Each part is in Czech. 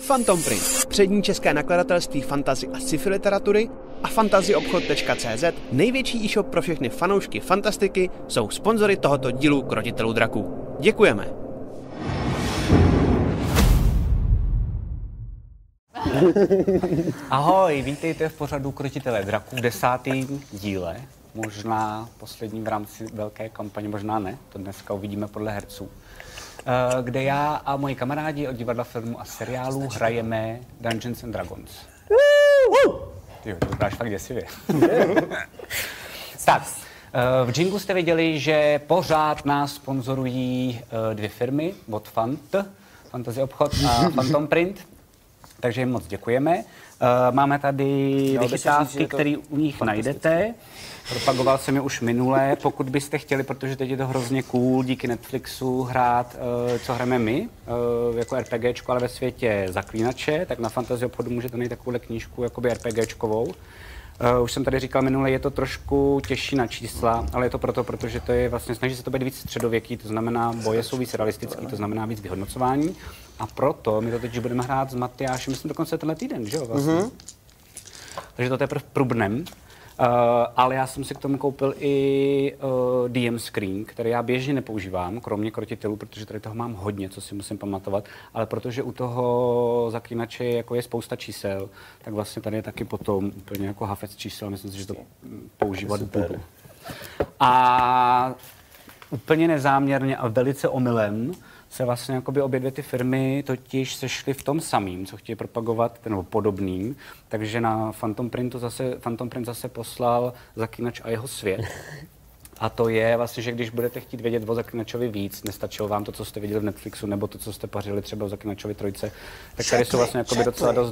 Phantom Print, přední české nakladatelství fantasy a sci-fi literatury, a fantazyobchod.cz, největší e-shop pro všechny fanoušky fantastiky, jsou sponzory tohoto dílu Krotitelů draků. Děkujeme! Ahoj, vítejte v pořadu Krotitelé draků v 10. díle, možná poslední v rámci velké kampaně, možná ne, to dneska uvidíme podle herců, kde já a moji kamarádi od divadla, filmu a seriálu hrajeme Dungeons and Dragons. Ty to vypadáš fakt děsivě. Tak, v Jingu jste viděli, že pořád nás sponzorují dvě firmy od Fantasy Obchod a Phantom Print, takže jim moc děkujeme. Máme tady vychytávky, které u nich najdete. Propagoval jsem je už minule. Pokud byste chtěli, protože teď je to hrozně cool, díky Netflixu hrát, co hrajeme my, jako RPGčko, ale ve světě Zaklínače, tak na Fantasy Obchodu můžete najít takovouhle knížku, jakoby RPGčkovou. Už jsem tady říkal minule, je to trošku těžší na čísla, ale je to proto, protože to je vlastně, snaží se to být víc středověký, to znamená, boje jsou víc realistický, to znamená víc vyhodnocování. A proto my to teď budeme hrát s Matyášem, myslím dokonce tenhle týden, že jo? Vlastně. Takže to teprve prubnem. Ale já jsem si k tomu koupil i DM screen, který já běžně nepoužívám, kromě krotitelů, protože tady toho mám hodně, co si musím pamatovat, ale protože u toho Zaklínače jako je spousta čísel, tak vlastně tady je taky potom úplně jako hafec čísel, myslím si, že to používat budu. A úplně nezáměrně a velice omylem se vlastně jakoby obě dvě ty firmy totiž sešly v tom samým, co chtějí propagovat, nebo podobným. Takže na Phantom Print zase poslal Zaklínač a jeho svět. A to je vlastně, že když budete chtít vědět o Zaklínačovi víc, nestačilo vám to, co jste viděli v Netflixu, nebo to, co jste pařili třeba o Zaklínačovi 3, tak tady jsou vlastně jakoby docela dost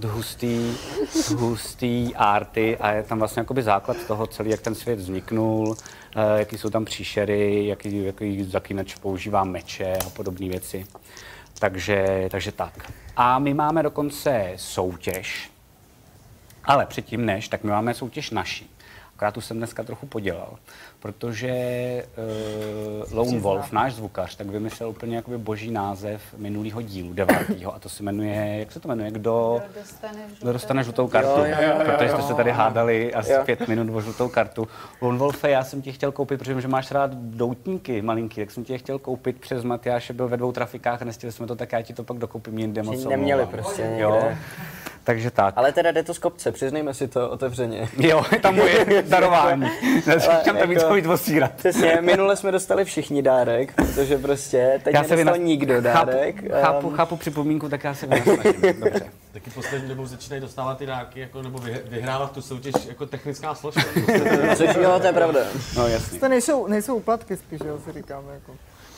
hustý arty a je tam vlastně jakoby základ toho celý, jak ten svět vzniknul, jaký jsou tam příšery, jaký Zaklínač používá meče a podobné věci. Takže tak. A my máme dokonce soutěž, ale předtím tak my máme soutěž naší. Akorát tu jsem dneska trochu podělal, protože Lone Wolf, náš zvukař, tak vymyslel úplně jakoby boží název minulýho dílu, 9. a to se jmenuje, jak se to jmenuje, kdo dostane žlutou kartu, protože jste se tady hádali asi 5 minut o žlutou kartu. Lone Wolfe, já jsem ti chtěl koupit, protože máš rád doutníky malinký, tak jsem ti je chtěl koupit přes Matyáše, byl ve 2 trafikách a nestihli jsme to, tak já ti to pak dokoupím jinde moc. Neměli prostě někde. Jo. Takže tak. Ale teda jde to z kopce, přiznejme si to otevřeně. Jo, je tam moje darování. Chtěl tam víc osvírat. Přesně, minule jsme dostali všichni dárek, protože prostě teď nedostal nikdo dárek. Chápu připomínku, tak já se vynasnažím. Dobře. Taky poslední dobou začínají dostávat ty dárky, jako, nebo vyhrávat tu soutěž jako technická složka. Což jo, to je pravda. No jasně. To nejsou úplatky spíš, jo, si říkáme jako.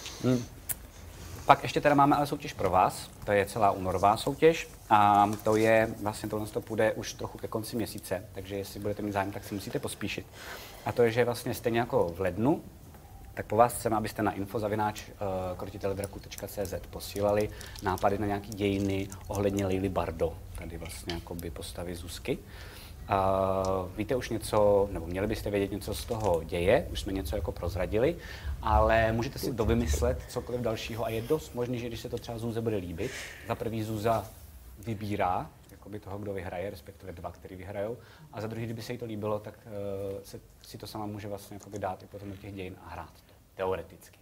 Pak ještě teda máme ale soutěž pro vás, to je celá únorová soutěž a to je, vlastně tohle to půjde už trochu ke konci měsíce, takže jestli budete mít zájem, tak si musíte pospíšit. A to je, že vlastně stejně jako v lednu, tak po vás chceme, abyste na info@krotiteledraků.cz posílali nápady na nějaký dějiny ohledně Lily Bardo, tady vlastně jakoby postavy Zuzky. Víte už něco, nebo měli byste vědět něco z toho děje, už jsme něco jako prozradili, ale můžete si dovymyslet cokoliv dalšího a je dost možný, že když se to třeba Zuze bude líbit, za prvý Zuza vybírá jakoby toho, kdo vyhraje, respektive 2, který vyhrajou, a za druhý, kdyby se jí to líbilo, tak si to sama může vlastně jakoby dát i potom do těch dějin a hrát to, teoreticky.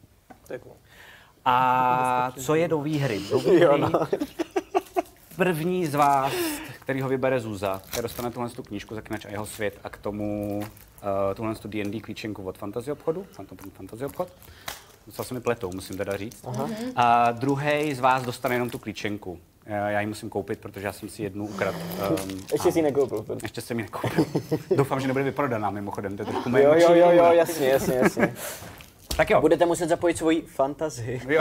A co je do výhry? Do výhry první z vás, který ho vybere Zuza, tak dostane tuhle knížku Zaklínač a jeho svět a k tomu tuhle D&D klíčenku od Fantasy Obchodu, Fantasy Obchod. Docela se mi pletou, musím teda říct. Aha. A druhý z vás dostane jenom tu klíčenku. Já ji musím koupit, protože já jsem si jednu ukradl. Ještě si ji nekoupil. Ještě jsem ji nekoupil. Doufám, že nebude vyprodaná mimochodem. To je trochu jo, jasně. Tak jo. Budete muset zapojit svoji fantazii. Jo.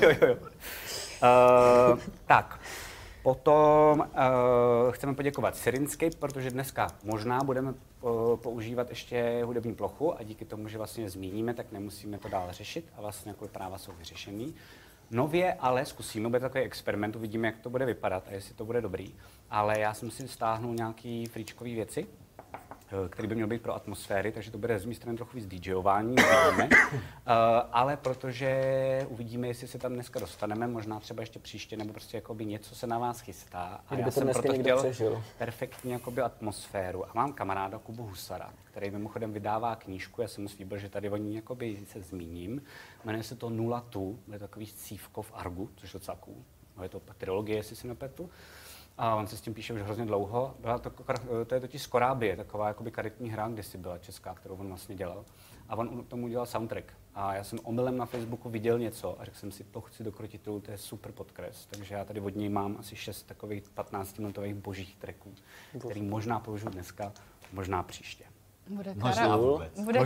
Tak. Potom chceme poděkovat Syrinscape, protože dneska možná budeme používat ještě hudební plochu a díky tomu, že vlastně zmíníme, tak nemusíme to dál řešit a vlastně jako práva jsou vyřešený. Nově ale zkusíme, bude takový experiment, uvidíme, jak to bude vypadat a jestli to bude dobrý, ale já jsem si stáhnul nějaký fričkový věci který by měl být pro atmosféry, takže to bude z mé strany trochu víc DJování, uvidíme. Ale protože uvidíme, jestli se tam dneska dostaneme, možná třeba ještě příště, nebo prostě jakoby něco se na vás chystá. A já jsem proto chtěl perfektní jakoby atmosféru. A mám kamaráda Kubu Husara, který mimochodem vydává knížku, já jsem moc líbil, že tady o ní jakoby se zmíním. Jmenuje se to Nula Tu, je to takový scívko v Argu, což je docela cool. Je to trilogie, jestli si nepletu. A on se s tím píše už hrozně dlouho. To je totiž Skorábie, taková jakoby karetní hra, kdysi byla česká, kterou on vlastně dělal. A on tomu udělal soundtrack. A já jsem omylem na Facebooku viděl něco a řekl jsem si, to chci do Krotitelů, to je super podkres. Takže já tady od něj mám asi 6 takových 15minutových božích tracků, který možná použiju dneska, možná příště. Bude možná vůbec.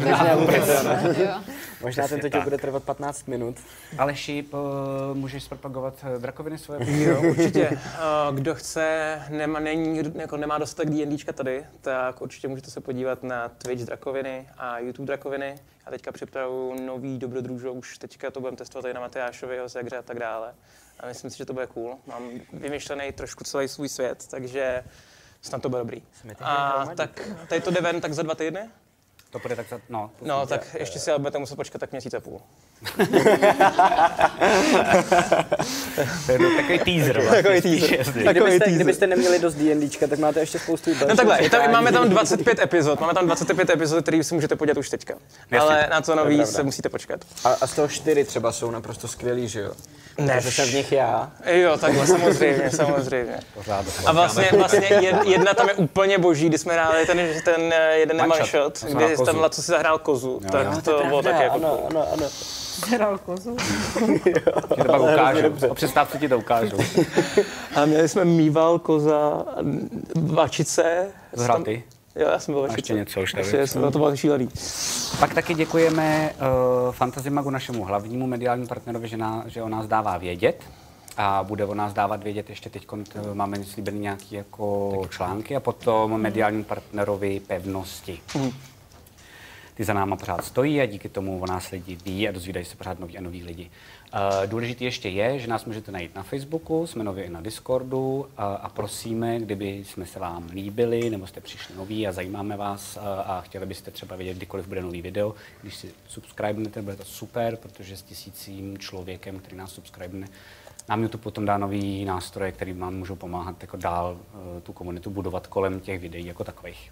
Možná ten teď bude trvat 15 minut. Aleši, můžeš zpropagovat drakoviny svoje? Jo, určitě. Kdo chce, nemá dostatek D&Dčka tady, tak určitě můžete se podívat na Twitch drakoviny a YouTube drakoviny. Já teďka připravuju nový dobrodružo, už teďka to budeme testovat tady na Matyášovi, jeho Zegře a tak dále. A myslím si, že to bude cool. Mám vymyšlený trošku celý svůj svět, takže snad to bude dobrý. A tak tady to jde ven tak za 2 týdny? To bude tak za, no tak ještě si ale budete muset počkat tak měsíc a půl. To je takový teaser. Takový teaser. Kdybyste neměli dost D&Dčka, tak máte ještě spoustu dalších. No takhle, máme tam 25 epizod, který si můžete podívat už teďka. Ale na to nový se musíte počkat. A z toho 4 třeba jsou naprosto skvělý, že jo? Ne. Protože jsem v nich já. Jo, takhle, samozřejmě. A vlastně jedna tam je úplně boží, kdy jsme hráli ten jeden one shot, kdy tam Laco si zahrál kozu, tak to bylo taky jako ano. Hrál kozu? Ti to pak ukážu. O přestávce ti to ukážu. A měli jsme mýval, koza, vačice. Zhrál ty? Jo, já jsem byl vačice. A ještě něco už nevím. To bylo šílený. Pak taky děkujeme Fantazimagu, našemu hlavnímu mediálnímu partnerovi, že o nás dává vědět. A bude o nás dávat vědět ještě teď, máme slíbený nějaký jako články a potom mediálnímu partnerovi Pevnosti. Ty za náma pořád stojí a díky tomu o nás lidi ví a dozvídají se pořád noví lidi. Důležitý ještě je, že nás můžete najít na Facebooku, jsme nově i na Discordu a prosíme, kdyby jsme se vám líbili nebo jste přišli noví a zajímáme vás a chtěli byste třeba vědět, kdykoliv bude nový video, když si subscribenete, bude to super, protože s 1000 člověkem, který nás subscribene, nám YouTube potom dá nový nástroje, který vám můžou pomáhat jako dál tu komunitu budovat kolem těch videí jako takových.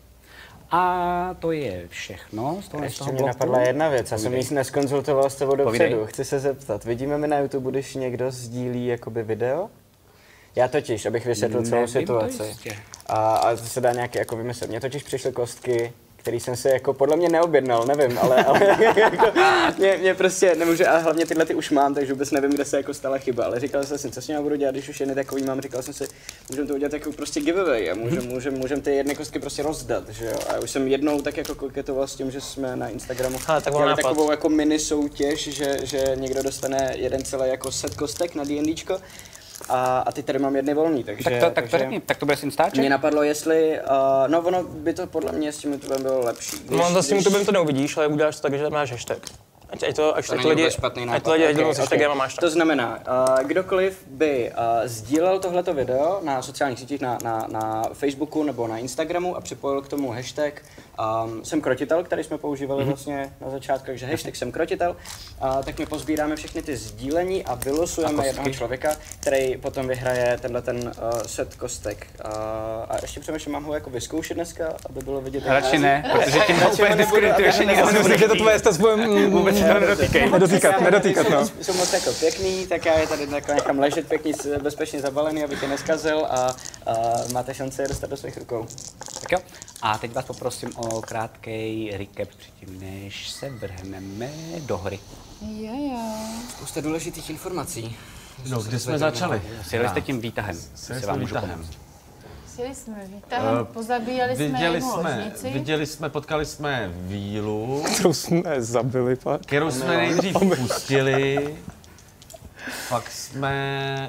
A to je všechno z toho Ještě mě napadla jedna věc, já jsem ji neskonzultoval s tebou dopředu. Chci se zeptat, vidíme mi na YouTube, když někdo sdílí jakoby video? Já totiž, abych vysvětlil celou situaci. A to se dá nějaký jako vymyslet. Mně totiž přišly kostky, který jsem si jako podle mě neobjednal, nevím, ale jako, mě prostě nemůže, a hlavně tyhle ty už mám, takže vůbec nevím, kde se jako stala chyba, ale říkal jsem si, co s ním budu dělat, když už jedny takový mám, říkal jsem si, můžeme to udělat jako prostě giveaway a můžeme ty jedny kostky prostě rozdat, že jo, a už jsem jednou tak jako koketoval s tím, že jsme na Instagramu dělali takovou jako mini soutěž, že někdo dostane jeden celý jako set kostek na D&Dčko. A ty tady mám jedny volný, takže... Tak to řekni, tak to bude Instaček? Mě napadlo, jestli... no ono by to podle mě s tím YouTubem bylo lepší. S tím YouTubem to neuvidíš, ale uděláš to tak, že máš hashtag. Ať to lidi jdou s hashtagem a máš to. To znamená, kdokoliv by sdílel tohleto video na sociálních sítích, na Facebooku nebo na Instagramu a připojil k tomu hashtag jsem krotitel, který jsme používali vlastně na začátku, takže hashtag jsem krotitel, tak my pozbíráme všechny ty sdílení a vylosujeme jednoho člověka, který potom vyhraje tenhle ten set kostek. A ještě přemýšlím, mám ho jako vyzkoušet dneska, aby bylo vidět. Radši ne, protože tě úplně neskrytuješ, že nikdo nemůže, že to tvoje vůbec nedotýkat, no. Jsou moc jako pěkný, tak já je tady nechám ležet pěkně, bezpečně zabalený, aby tě neskazil a máte šanci je dostat do svých rukou. Tak jo, a teď vás poprosím o krátký recap předtím, než se vrhneme do hry. Jo. Spousta důležitých informací. No, kdy jsme začali? Sjeli jste tím výtahem, si vám můžu pomoct. Sjeli jsme výtahem, pozabíjeli jsme jednu ložnici. Potkali jsme vílu, kterou jsme zabili pak. Kterou jsme nejdřív pustili, pak jsme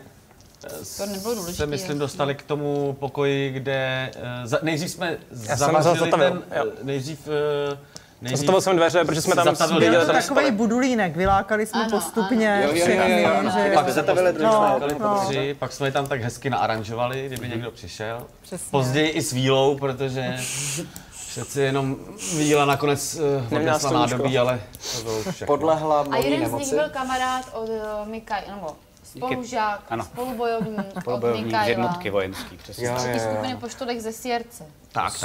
se, myslím, dostali k tomu pokoji, kde nejdřív jsme zavařili Zastavil jsem dveře, protože jsme tam byl takovej budulínek, vylákali jsme postupně všechny. Pak zatavili druhé. Pak jsme je tam tak hezky naaranžovali, kdyby někdo přišel. Později i s vílou, protože Přeci jenom Víla nakonec odnesla nádobí, ale to bylo všechno. Podlehla mojí nemoci. A jeden z nich byl kamarád od Mikaela, nebo spolužák, spolubojovník od Mikaela. Jednotky vojenský, přesně. Třetí skupiny poštolek ze Sierce. Tak.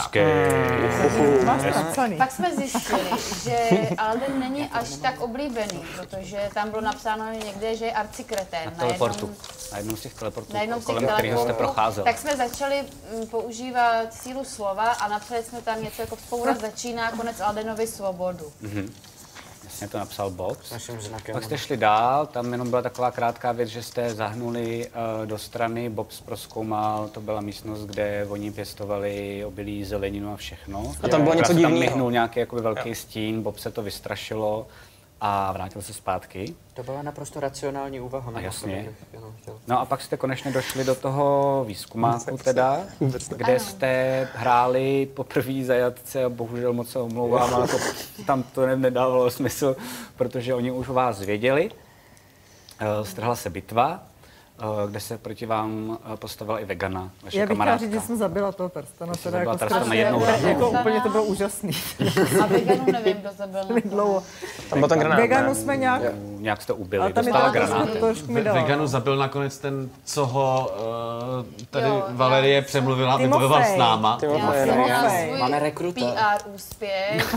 Pak jsme zjistili, že Alden není až tak oblíbený, protože tam bylo napsáno někde, že je arcikretén. Na teleportu. Na jednom z těch teleportů, kolem kterého jste procházel. Tak jsme začali používat sílu slova a napsali jsme tam něco jako vzpoura začíná, konec Aldenovi svobodu. Jasně to napsal Bob. Pak jste šli dál, tam jenom byla taková krátká věc, že jste zahnuli do strany, Bob prozkoumal, to byla místnost, kde oni pěstovali obilí, zeleninu a všechno. A tam bylo něco divného. Tam myhnul nějaký jakoby velký stín, Bob se to vystrašilo a vrátil se zpátky. To byla naprosto racionální úvaha. A jasně. No a pak jste konečně došli do toho výzkumáku teda, kde jste hráli poprvé zajatce a bohužel moc se omlouvám, ale tam to nedávalo smysl, protože oni už o vás věděli. Strhla se bitva, kde se proti vám postavila i Vegana, vaše kamarádka. Já bych chtěla říct, že jsem zabila toho Trstana, teda jako strašně. Jako úplně to bylo úžasný. A Veganu nevím, kdo zabil. Dlouho. Tam byl ten granát. Veganu jsme nějak jste ubili, dostala granát. Veganu zabil nakonec ten, co ho tady Valerie přemluvila, aby bojoval s náma. Máme rekruta. PR úspěch.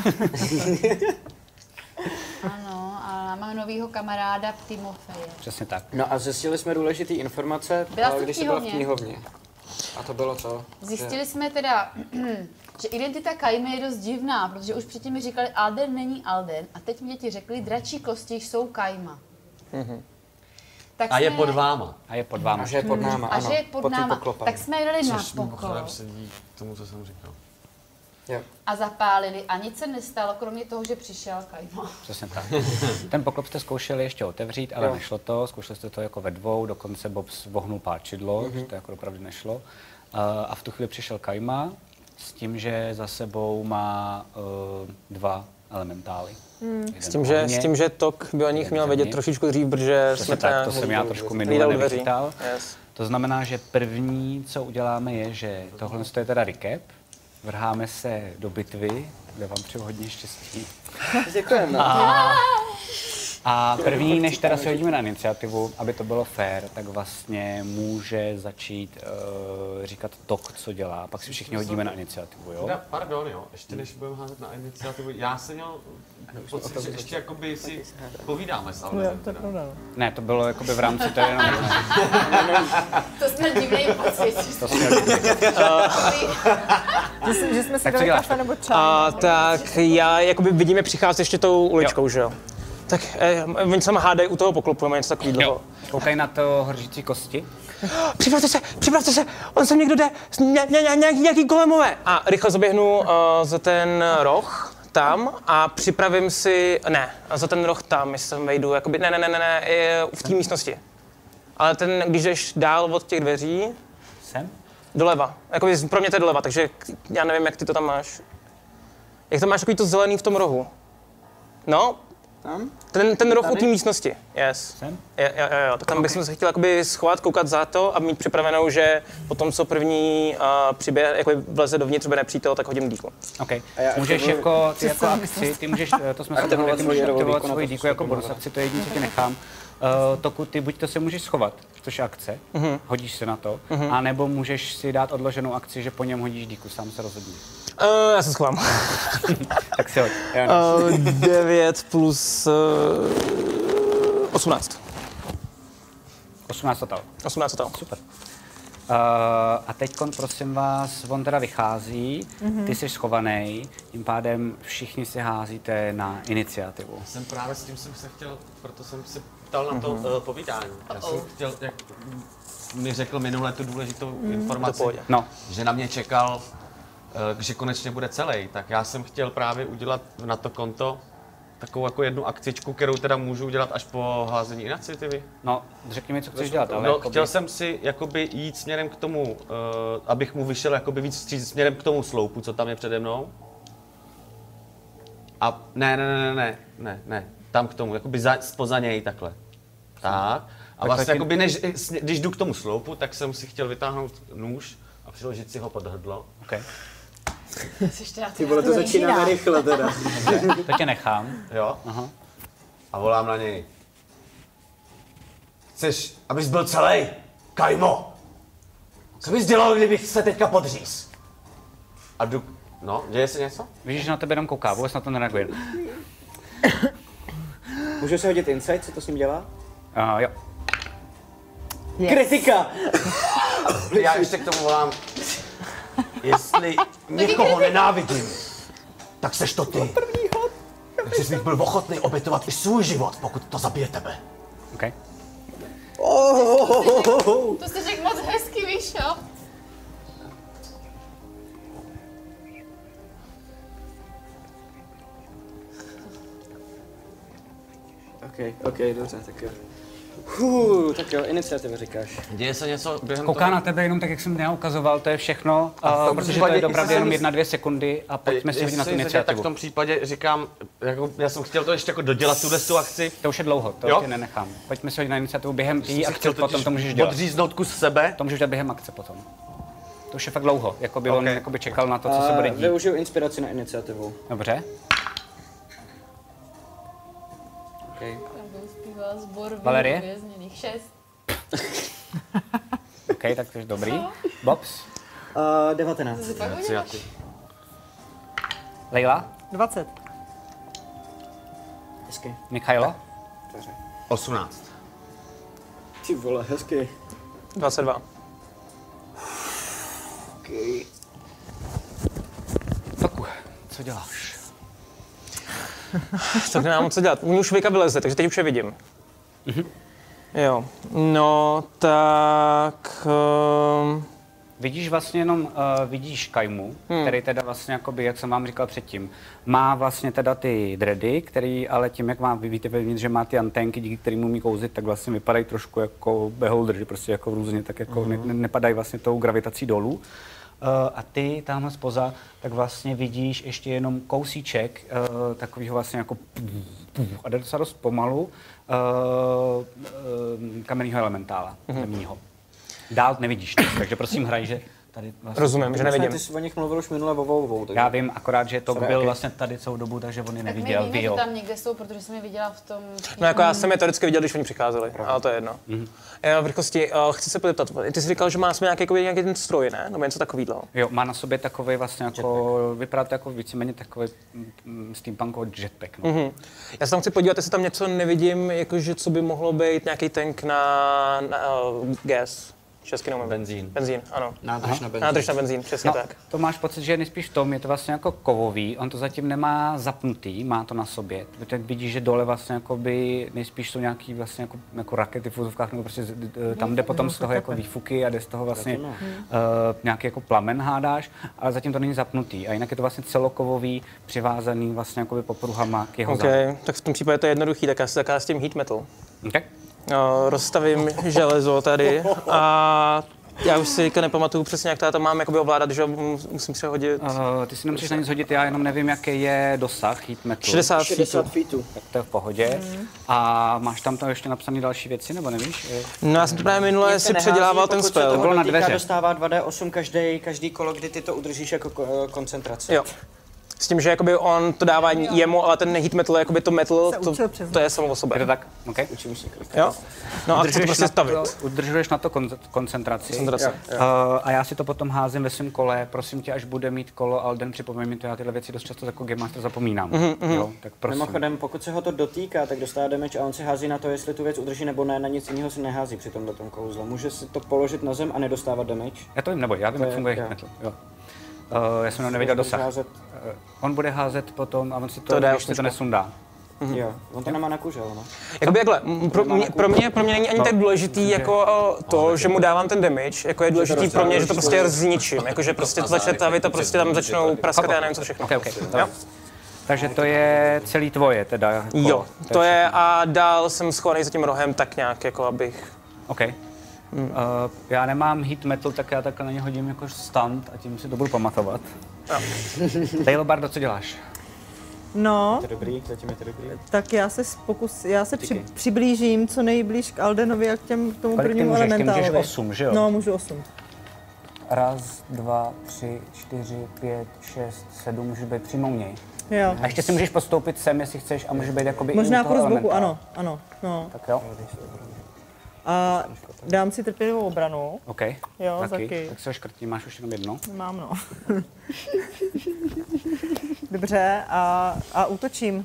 Ano, a máme novýho kamaráda Timofeje. Přesně tak. No a zjistili jsme důležité informace, když jsi byla v knihovně. A to bylo co? Zjistili jsme teda, že identita Kajmy je dost divná, protože už předtím mi říkali, Alden není Alden. A teď mi děti řekli, dračí kosti jsou Kajma. Tak a je pod váma. A je pod váma. A že je pod náma, ano. A že je pod náma. Tak jsme je dali na pokol. Sedí k tomu, co jsem říkal. Jo. A zapálili a nic se nestalo, kromě toho, že přišel Kajma. Přesně tak. Ten poklop jste zkoušeli ještě otevřít, ale nešlo to. Zkoušeli jste to jako ve dvou, dokonce Bob vohnul páčidlo, že to jako opravdu nešlo. A v tu chvíli přišel Kajma s tím, že za sebou má dva elementály. S tím, že Tok by o nich měl vědět trošičku dřív, protože jsme tak, to jsem já trošku minule nevychytal. To znamená, že první, co uděláme, je, že tohle je teda recap. Vrháme se do bitvy, kde vám přeju hodně štěstí. Děkujeme. A první, než teda si hodíme na iniciativu, aby to bylo fair, tak vlastně může začít říkat Tok, co dělá. Pak si všichni hodíme na iniciativu, jo? Pardon, jo, ještě než budeme házet na iniciativu, já jsem měl pocit, že ještě jakoby si povídáme s Aldenem. Ne, to bylo jakoby v rámci toho jenom... To jsme divnej pocit. To jsme divnej Že jsme si dali kafe nebo čaj. Tak já jakoby vidíme přicházet ještě tou uličkou, že jo? Tak oni se hádají u toho poklopu, nebo něco takového. Koukaj na to horžící kosti. Připravte se, on sem někdo jde, nějaký golemové. A rychle zaběhnu za ten roh tam a připravím si, za ten roh tam, jestli sem vejdu, jakoby, ne, v té místnosti. Ale ten, když jdeš dál od těch dveří. Sem? Doleva, jakoby pro mě to je doleva, takže já nevím, jak ty to tam máš. Jak tam máš takový to zelený v tom rohu? No, tam? Ten roh u té místnosti, yes. Sem? Jo, tak tam bych se chtěl jakoby schovat, koukat za to a mít připravenou, že potom, co první přiběh, jakoby vleze dovnitř, bude nepřítel, tak hodím díku. OK. Můžeš jako akci, ty můžeš, to jsme se dohodli, ty můžeš aktivovat svoji díku jako bonus akci, to je jediné, co ti nechám. Toku, ty buď to se můžeš schovat, což je akce, hodíš se na to, anebo můžeš si dát odloženou akci, že po něm hodíš díku, sám se rozhodni. Já se schovám. Tak si hoď. 9 plus 18. 18 total. 18 total. Super. A teďkon, prosím vás, on teda vychází, ty jsi schovaný, tím pádem všichni si házíte na iniciativu. Jsem právě s tím jsem se chtěl, proto jsem se ptal na to povídání. Já jsem chtěl, jak mi řekl minule tu důležitou informaci, že na mě čekal, že konečně bude celý, tak já jsem chtěl právě udělat na to konto takovou jako jednu akcičku, kterou teda můžu udělat až po házení iniciativy. No, řekni mi, co chceš dělat, ale... No, chtěl jsem si jakoby jít směrem k tomu, abych mu vyšel jakoby víc vstříc směrem k tomu sloupu, co tam je přede mnou. A ne, tam k tomu, jakoby spoza něj takhle. Tak. A vlastně jakoby když jdu k tomu sloupu, tak jsem si chtěl vytáhnout nůž a přiložit si ho pod hrdlo. Okay. Ty vole, to začínáme rychle teda. To tě nechám. Jo? Aha. A volám na něj. Chceš, abys byl celý? Kajmo! Co bys dělal, kdybych se teďka podříz? A no, děje se něco? Víš, že na tebe jenom kouká, vůbec na to nereaguje. Můžu si hodit insight, co to s ním dělá? Jo. Yes. Kritika! Já ještě k tomu volám. Jestli někoho nenávidím, tak seš to ty. Takže jsi byl ochotný obětovat i svůj život, pokud to zabije tebe. Okay. To jsi řekl moc hezky, víš, jo? Ok, dobře, tak jo. Tak jo, iniciativa říkáš. Děje se něco během Kouká na tebe jenom tak, jak jsem já ukazoval, to je všechno, protože to je opravdu jenom 1-2 sekundy a pojďme si hodit na tu iniciativu. Tak v tom případě říkám, jako, já jsem chtěl to ještě jako dodělat tu akci. To už je dlouho, to tě nenechám. Pojďme si hodit na iniciativu během té akce, potom to můžeš dělat. Odříznout kus sebe. To můžeš dělat během akce potom. To už je fakt dlouho, jako by on jakoby čekal na to, co se bude dít. Využiju inspiraci na iniciativu. Dobře. Okay. Zbor Valerie? vězněných 6. OK, tak to je dobrý. Bobs? 19. Leila? 20. Hezky. Michailo? 18. Ty vole, hezky. 22. Okay. Toku, co děláš? Tak nemám co dělat. Oni už Vika vyleze, takže teď už je vidím. Jo, no tak... Vidíš vlastně jenom, vidíš Kajmu, který teda vlastně, jakoby, jak jsem vám říkal předtím, má vlastně teda ty dready, který ale tím, jak má, vy víte vevnitř, že má ty anténky, díky kterým umí kouzit, tak vlastně vypadají trošku jako beholder, že prostě jako různě, tak jako nepadají vlastně tou gravitací dolů. A ty tamhle zpoza, tak vlastně vidíš ještě jenom kousíček takového vlastně jako a jde docela dost pomalu kamenného elementála zemního. Dál nevidíš nic, takže prosím hraj, že tady vlastně... Rozumím, že nevidím. Ty jsi o nich mluvil už minule o Volvou. Já vím, akorát, že to byl vlastně tady celou dobu, takže on je neviděl. Tak my víme, že tam někde jsou, protože jsem je viděla v tom... No jako já jsem je teoreticky viděl, když oni přicházeli, ale to je jedno. Já v rychlosti chci se podeptat, ty jsi říkal, že má nějaký ten stroj, ne? Nebo něco takového. Jo, má na sobě takový vlastně jako, vypadá to jako víceméně takový steampunkový jetpack. No. Já se tam chci podívat, jestli tam něco nevidím, jakože co by mohlo být nějaký tank na gas. Česky neumím. Benzín, ano. Nádrž na benzín, přesně tak. To máš pocit, že je nejspíš v tom, je to vlastně jako kovový, on to zatím nemá zapnutý, má to na sobě. Teď vidíš, že dole vlastně jakoby nejspíš jsou nějaký vlastně jako rakety v úzovkách, nebo prostě tam jde potom z toho jako výfuky a jde z toho vlastně nějaký jako plamen hádáš, ale zatím to není zapnutý. A jinak je to vlastně celokovový, přivázaný vlastně jakoby popruhama k jeho zádu. Tak v tom případě to je jednoduchý, tak já si zakážu s tím heat metal. Okay. Rozstavím železo tady a já už si nepamatuju přesně, jak to tam mám jakoby ovládat, že musím přehodit. Ty si nemusíš na nic hodit, já jenom nevím, jaký je dosah heat metalu. 60 feetů. Tak to je v pohodě. A máš tam to ještě napsané další věci, nebo nevíš? No já jsem to právě minule si předělával ten spell. To bylo na dveře. Dostává 2d8 každý kolo, kdy ty to udržíš jako koncentraci. Jo. S tím, že jakoby on to dává jemu, ale ten heat metal, jakoby to metal, to je samo o sobě. Je to tak? Okay. Učím se klikat. Jo? No a chci to prostě stavit. Udržuješ na to koncentraci. A já si to potom házím ve svém kole. Prosím tě, až bude mít kolo Alden, připomeň mi to, já tyhle věci dost často jako Game Master zapomínám. Jo, tak prosím. Mimochodem, pokud se ho to dotýká, tak dostává damage a on si hází na to, jestli tu věc udrží nebo ne, na nic jiného si nehází při tomhle kouzle. Může si to položit na zem a nedostávat damage? Já to vím, nebo já vím, jak funguje heat metal. Já jsem nevěděl dosah. On bude házet potom a on si to nesundá. Jo, on to nemá na kůže, no. Jakoby jakhle, pro mě není ani tak důležitý jako to, že mu dávám ten damage, jako je důležitý pro mě, že to prostě zničím, jakože prostě tlače a to prostě tam začnou praskat, já nevím co všechno. Okay. Takže to je celý tvoje teda? Jako, jo, to je a dál jsem schovaný za tím rohem tak nějak, jako abych... Okay. Já nemám heat metal, tak já takhle na ně hodím jako stand a tím si to budu pamatovat. Taylor Bardo, co děláš? No, zatím je to dobrý. Tak já se přiblížím co nejblíž k Aldenovi a k tomu prvnímu elementálovi. Ty můžeš 8, že jo? No, můžu 8. raz, 2, 3, 4, 5, 6, 7, můžeš být přímo u něj. Jo. A ještě si můžeš postoupit sem, jestli chceš, a můžeš být jakoby Možná i u toho půjdu z boku, elementálu. ano, no. Tak jo. A dám si trpělivou obranu. OK. Jo, taky. Tak se ho škrtím, máš už jenom jedno. Mám, no. Dobře, a útočím.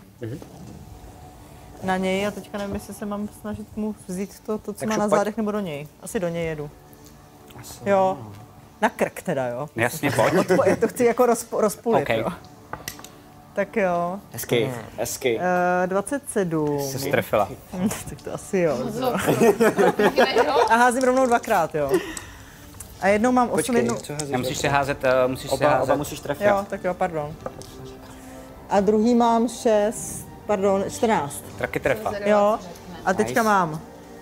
Na něj a teďka nevím, jestli se mám snažit mu vzít to co Tak má na šup, pojď. zádech, nebo do něj. Asi do něj jedu. Jo, na krk teda, jo. Jasně, pojď. Já to chci jako rozpulit, OK. jo. Tak jo. Hezky. 27. Jsi strefila. Tak to asi jo. A házím rovnou dvakrát, jo. A jednou mám 8, jednou... Musíš si házet, Oba musíš trefit. Jo, tak jo, pardon. A druhý mám 6, pardon, 14. Taky trefa. Jo, a teďka mám...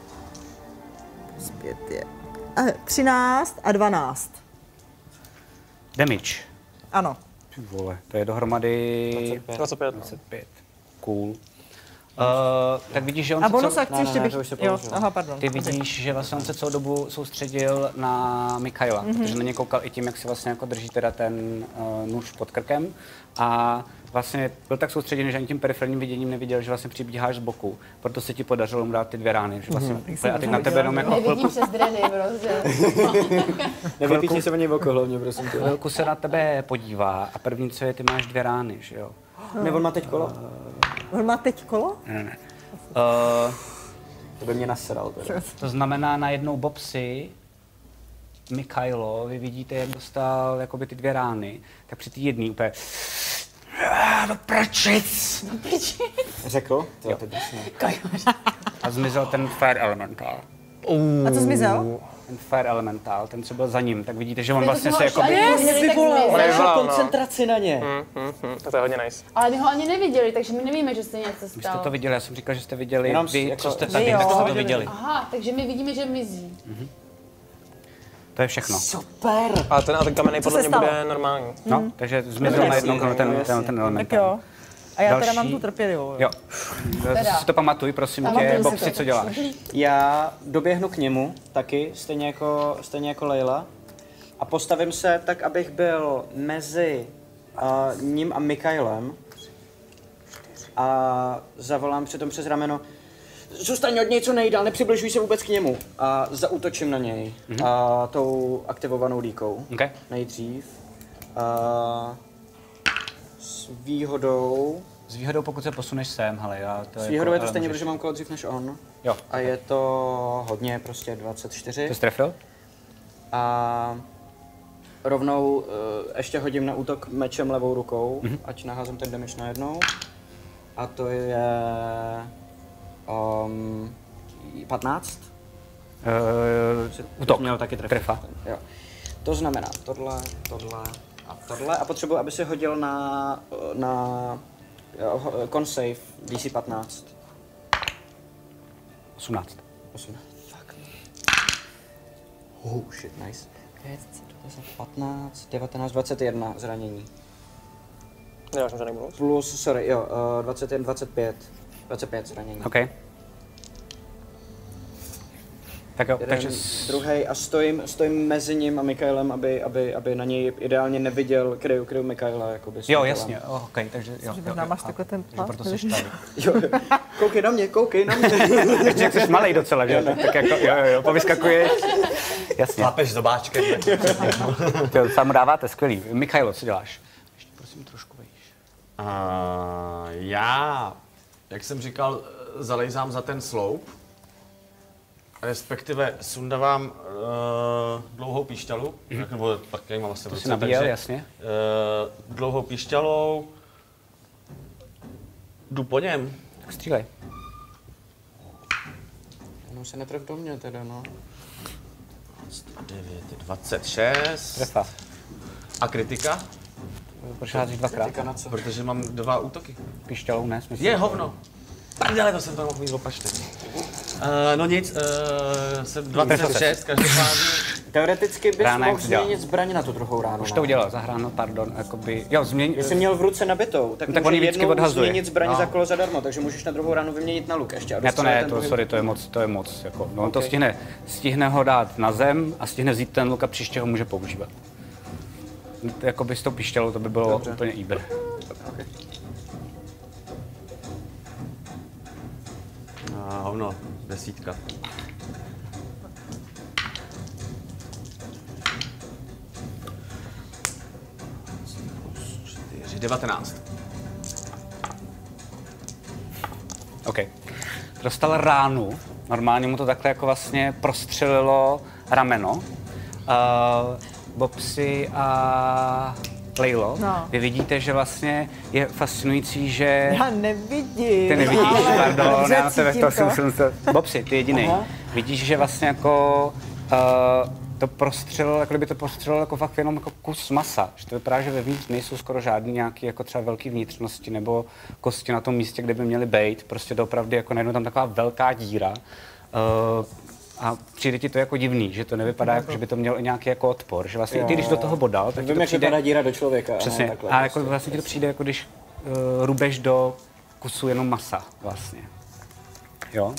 Zpět je... 13 a 12. Damage. Ano. Ty vole, to je dohromady 25. Cool. Tak vidíš, že on A se bonus celou... akci ještě bych... Jo, aha, pardon. Ty vidíš, že vlastně on se celou dobu soustředil na Mikaela, protože na ně koukal i tím, jak si vlastně jako drží teda ten nůž pod krkem a vlastně byl tak soustředěný, že ani tím periferním viděním neviděl, že vlastně přibíháš z boku, proto se ti podařilo mu dát ty 2 rány, že vlastně a teď na tebe jenom jako Nevidím přes dredy, prostě. Nevypíchni se o něj oko hlavně, prosím tě. chvilku se na tebe podívá a první, co je, ty máš 2 rány, že jo? Ne, on má teď kolo. On má teď kolo? Ne. To by mě nasral. Teda. To znamená na jednou bobsy Mikailo, vy vidíte, jak dostal jakoby ty 2 rány, tak při té jedné úplně do prčic! Řekl? To je drsné. A zmizel ten Fire Elemental. A co zmizel? Ten Fire Elemental, ten, co byl za ním, tak vidíte, že on vlastně se jakoby... Koncentraci na ně. To je hodně nice. Ale my ho ani neviděli, takže my nevíme, že se něco Vy jste stalo. to viděli, já jsem říkal, že jste viděli Jenom vy, jako- co jste Vy tady, jo. tak jste to viděli. Aha, takže my vidíme, že mizí. To je všechno. Super. A ten kamenej podle se mě stalo? bude normální. No, takže zmizel najednou ten Tak Elemental. jo. A já teda Další- mám tu trpělivou. Jo. Si to pamatuj, prosím tě, Pamatuju si Bobsi, to. co děláš? Já doběhnu k němu taky, stejně jako Leila. A postavím se tak, abych byl mezi ním a Mikaelem. A zavolám přitom přes rameno: zůstaň od něj co nejdál, nepřibližuj se vůbec k němu. A zaútočím na něj tou aktivovanou líkou. Okay. Nejdřív. S výhodou. S výhodou, pokud se posuneš sem, hele, já to S výhodou jako, je to ale stejně, můžeš- protože mám kolo dřív než on. Jo. A je to hodně, prostě 24. Ty jsi trefil? A rovnou ještě hodím na útok mečem levou rukou, ať naházím ten damage najednou. A to je 15. Útok. Měl taky trefit. Trefa. Jo. To znamená tohle a tohle. A potřebuji, aby si hodil na con save DC 15. 18. 18. Fuck. Oh shit, nice. 5, 15, 19, 21 zranění. Nedáš mi žádný bonus? Plus, sorry, jo, 21, 25. 25 zranění. OK. Tak jo, Jeden, takže... druhý a stojím mezi ním a Mikaelem, aby na něj ideálně neviděl, kryju Mikaela, jakoby. Jo, jasně, OK, takže jo. Možná máš takhle ten Takže proto jsi tady. Jo, koukej na mě. Ještě jak jsi malej docela, že? Tak jako, jo, povyskakuješ. Jasně. Lapeš zobáčkem. To sám dáváte, skvělý. Mikailo, co děláš? Ještě prosím trošku vejš. Já, jak jsem říkal, zalejzám za ten sloup, respektive sundávám dlouhou píšťalu, nebo tak jak mám vlastně v To ruce, si nabíjel, takže, jasně. dlouhou píšťalou, jdu po něm. Tak střílej. No se netref do mě teda, no. 9, 26. Trefa. A kritika? Proč házíš dvakrát? Kritika na co? Protože mám 2 útoky. Pišťalou, ne? Smysl. Je hovno. Ale to jsem to mohl mít opačně. No nic, jsem 26, každopádně Teoreticky bys mohl změnit zbraň na tu druhou ránu. Už to udělal, zahráno, pardon, jakoby, jo, Jestli měl v ruce nabitou, tak může jednou změnit zbraň za kolo zadarmo, takže můžeš na druhou ránu vyměnit na luk ještě. Ne, to ne, to je moc, jako, no on to stihne ho dát na zem a stihne vzít ten luk a příště ho může používat. Jakoby s tou pištělou to by bylo úplně íbr. Okay. Hovno, 10. 19. OK. Dostal ránu, normálně mu to takhle jako vlastně prostřelilo rameno. Bobsi a Lejlo, vy vidíte, že vlastně je fascinující, že... Já nevidím. Ty nevidíš, pardon, já se to jsem Bobsi, ty jedinej. Vidíš, že vlastně jako to prostřelilo, jako kdyby to prostřelilo jako fakt jenom jako kus masa. Že to vypadá, že vevnitř nejsou skoro žádný nějaký jako třeba velký vnitřnosti nebo kosti na tom místě, kde by měly být. Prostě doopravdy jako najednou tam taková velká díra. A přijde ti to jako divný, že to nevypadá jako, že by to mělo nějaký jako odpor, že vlastně ty, když do toho bodal, tak vím, jak vypadá díra do člověka. Přesně. Takhle, a jako vlastně ti to přijde, jako když rubeš do kusu jenom masa vlastně. Jo.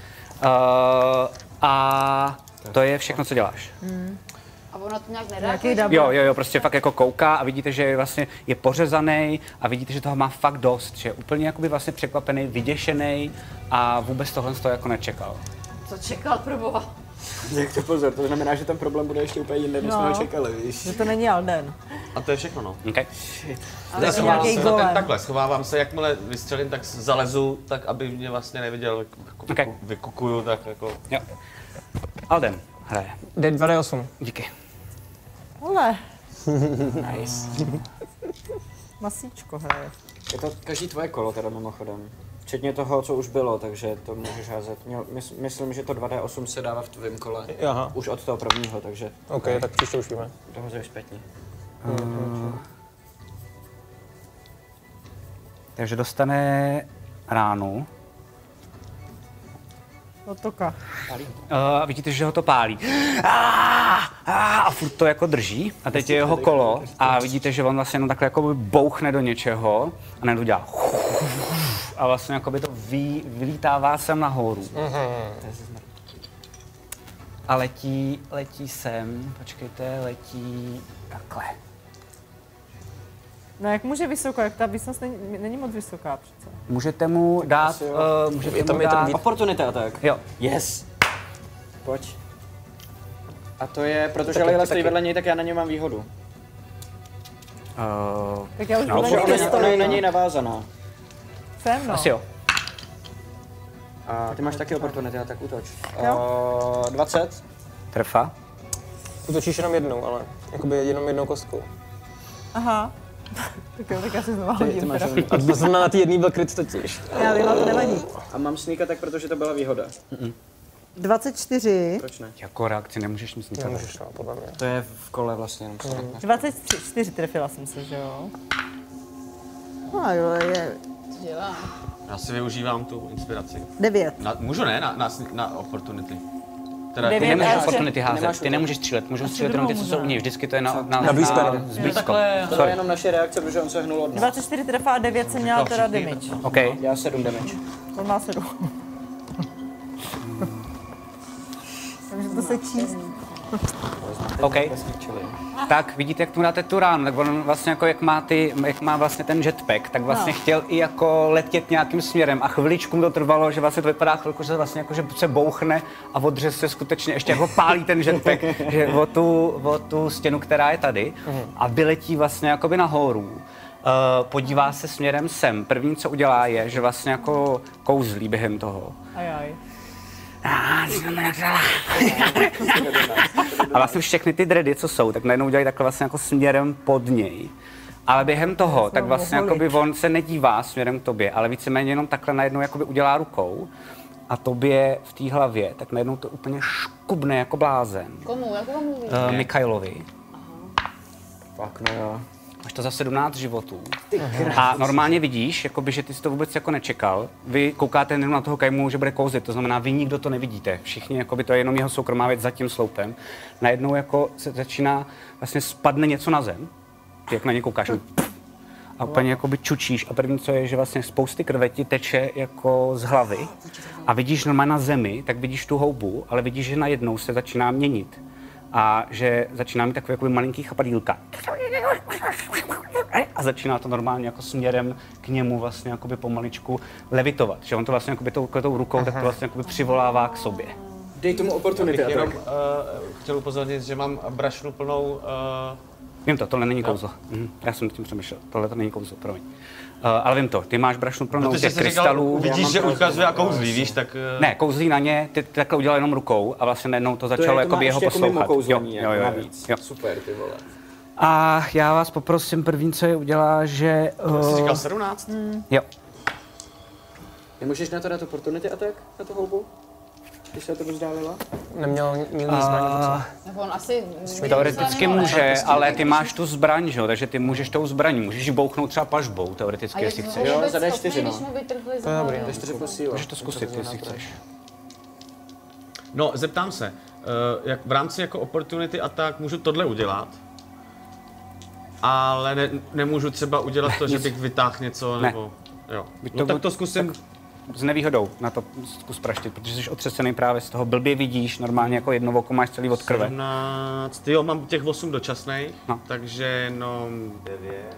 A to je všechno, co děláš. A ono to nějak nereaguje? Jo, prostě fakt jako kouká a vidíte, že vlastně je pořezaný a vidíte, že toho má fakt dost, že je úplně jakoby vlastně překvapený, vyděšený a vůbec tohle z toho jako nečekal. Co čekal, proboha? Jak to pozor, to znamená, že ten problém bude ještě úplně jinde, než jsme ho čekali, víš? Že to není Alden. A to je všechno, no. Okay. Já takhle, schovávám se, jakmile vystřelím, tak zalezu, tak aby mě vlastně neviděl, jako vykukuju, tak jako... Jo. Alden hraje. D2D8. Díky. Ale. Nice. Masíčko hraje. Je to každý tvoje kolo teda mimochodem. Včetně toho, co už bylo, takže to můžeš házet. Myslím, že to 2D8 se dává v tvém kole. Aha. Už od toho prvního, takže... OK, tak příště už víme. Dohozuješ zpětně. Takže dostane ránu. Otoka. A vidíte, že ho to pálí. A furt to jako drží. A teď je jeho kolo a vidíte, že on vlastně jenom takhle jako bouchne do něčeho a najednou dělá a vlastně jako by to vylítává sem nahoru. A letí sem, počkejte, letí takhle. No jak může vysoko, jak ta výsnost není moc vysoká přece. Můžete mu dát, Opportunity attack. Jo. Yes. Pojď. A to je, protože Leila stojí vedle něj, tak já na něj mám výhodu. Tak já už Ona na něj navázaná. Jsem, no. Asi jo. A ty máš taky opportunity, tak útoč. 20. Trfa. Útočíš jenom jednou, ale jakoby jenom jednou kostkou. Aha. Tak jo, tak já si znovu hodím. A to znamená, na ty jedný byl kryt totiž. Já vím, to nevadí. A mám sneak attack, protože to byla výhoda. 24. Proč ne? Jako reakci nemůžeš nic nikdo. Nemůžeš, no, podle mě. To je v kole vlastně jenom. 24 trefila jsem se, že jo? No jo, je. Co dělá? Já si využívám tu inspiraci. 9. Můžu ne? Na opportunity. Teda ty nemůžeš opportunity házet, ty nemůžeš střílet, můžou střílet jenom ty, co jsou uvnitř, vždycky to je na blízko. To je jenom naše reakce, protože on se hnul od nás. 24 trefa a 9 jsem měla teda damage. OK. Já 7 damage. On má 7. Takže to se číst. OK. Tak vidíte, jak tu dáte tu ránu, tak on vlastně jako jak má vlastně ten jetpack, tak vlastně chtěl i jako letět nějakým směrem a chviličku mu to trvalo, že vlastně to vypadá chvilku, že vlastně jako, že se bouchne a odře se skutečně ještě jako pálí ten jetpack, že o tu stěnu, která je tady a vyletí vlastně jakoby nahoru. Podívá se směrem sem. První, co udělá, je, že vlastně jako kouzlí během toho. Ajaj. A vlastně všechny ty dready, co jsou, tak najednou udělají takhle vlastně jako směrem pod něj. Ale během toho, tak vlastně jakoby on se nedívá směrem k tobě, ale víceméně jenom takhle najednou jakoby udělá rukou a tobě v té hlavě, tak najednou to úplně škubne jako blázen. Komu? Jak vám mluví? Mikailovi. Fakt, no jo. Máš to za 17 životů. A normálně vidíš, jakoby, že ty jsi to vůbec jako nečekal. Vy koukáte jenom na toho kajmu, že bude kouzlit, to znamená, vy nikdo to nevidíte. Všichni, jakoby, to je jenom jeho soukromá věc za tím sloupem. Najednou jako se začíná, vlastně spadne něco na zem, ty jak na ně koukáš. A úplně jakoby čučíš a první co je, že vlastně spousty krve ti teče jako z hlavy a vidíš normálně na zemi, tak vidíš tu houbu, ale vidíš, že najednou se začíná měnit a že začíná mít takový jakoby malinký chapadýlka. A začíná to normálně jako směrem k němu vlastně jakoby pomaličku levitovat, že on to vlastně jakoby tou rukou tak to vlastně jakoby přivolává k sobě. Dej tomu oportunity. Já bych jenom chtěl upozornit, že mám brašnu plnou... Vím to, tohle není kouzlo. Já jsem tím přemýšlel, tohle to není kouzlo, promiň. Ale vím to, ty máš brašnu plnou těch krystalů. Říkal, vidíš, že ukazuje a kouzlí, víš, tak... Ne, kouzlí na ně, ty takhle udělal jenom rukou a vlastně najednou to začalo jakoby jeho poslouchat. Jo. Super, ty vole. A já vás poprosím, první, co je udělá, že... Jsi říkal 17? Jo. Nemůžeš na to dát opportunity attack, na tu houbu? Když se to vzdálila? Neměl milý zbraň. On asi... Teoreticky může, ale ty máš tu zbraň, že? Takže ty můžeš tou zbraní, můžeš bouchnout třeba pažbou, teoreticky, jestli chceš. Jo, za D4, no. Když mu vytrhli za hlavu. D4 posíla. Můžeš to zkusit, jestli chceš. No, zeptám se, jak v rámci jako opportunity attack můžu tohle udělat, ale nemůžu třeba udělat to, že bych vytáhl něco, nebo... Jo. No tak to zkusím... S nevýhodou na to zkus praštit, protože jsi otřesený právě z toho, blbě vidíš, normálně jako jedno oko máš celý od krve. 17, jo, mám těch 8 dočasných, no. Takže jenom 9.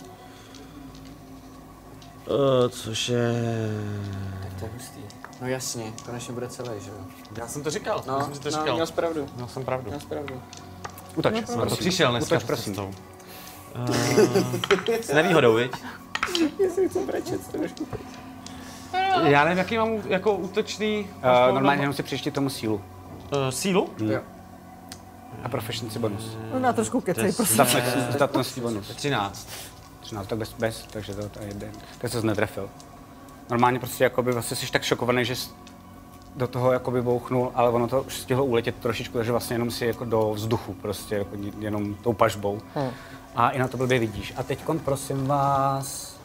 Což je... Tak to je hustý. No jasně, konečně bude celý, že jo? Já jsem to říkal, Měl jsi pravdu. Měl jsem pravdu. Útoč, Jsem to přišel dneska. Útoč, prosím. S nevýhodou, viď? Já si chci brečet, to trošku. Já nevím, jaký mám jako útočný... Normálně jenom si přišti tomu sílu. Sílu? Jo. A proficiency bonus. No na trošku kecej, prosím. Zdatnostní bonus. 13. 13, tak bez, takže to je jeden. Tak se netrefil. Normálně prostě jakoby vlastně jsi tak šokovaný, že jsi do toho jakoby bouchnul, ale ono to už stihlo uletět trošičku, takže vlastně jenom si jako do vzduchu prostě, jako jenom tou pažbou. A i na to blbě vidíš. A teďkon prosím vás...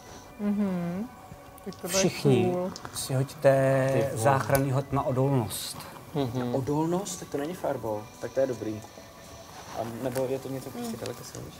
Všichni si hoďte záchranný hod na odolnost. Na odolnost? Tak to není fireball, tak to je dobrý. Nebo je to něco prostě daleko silnější.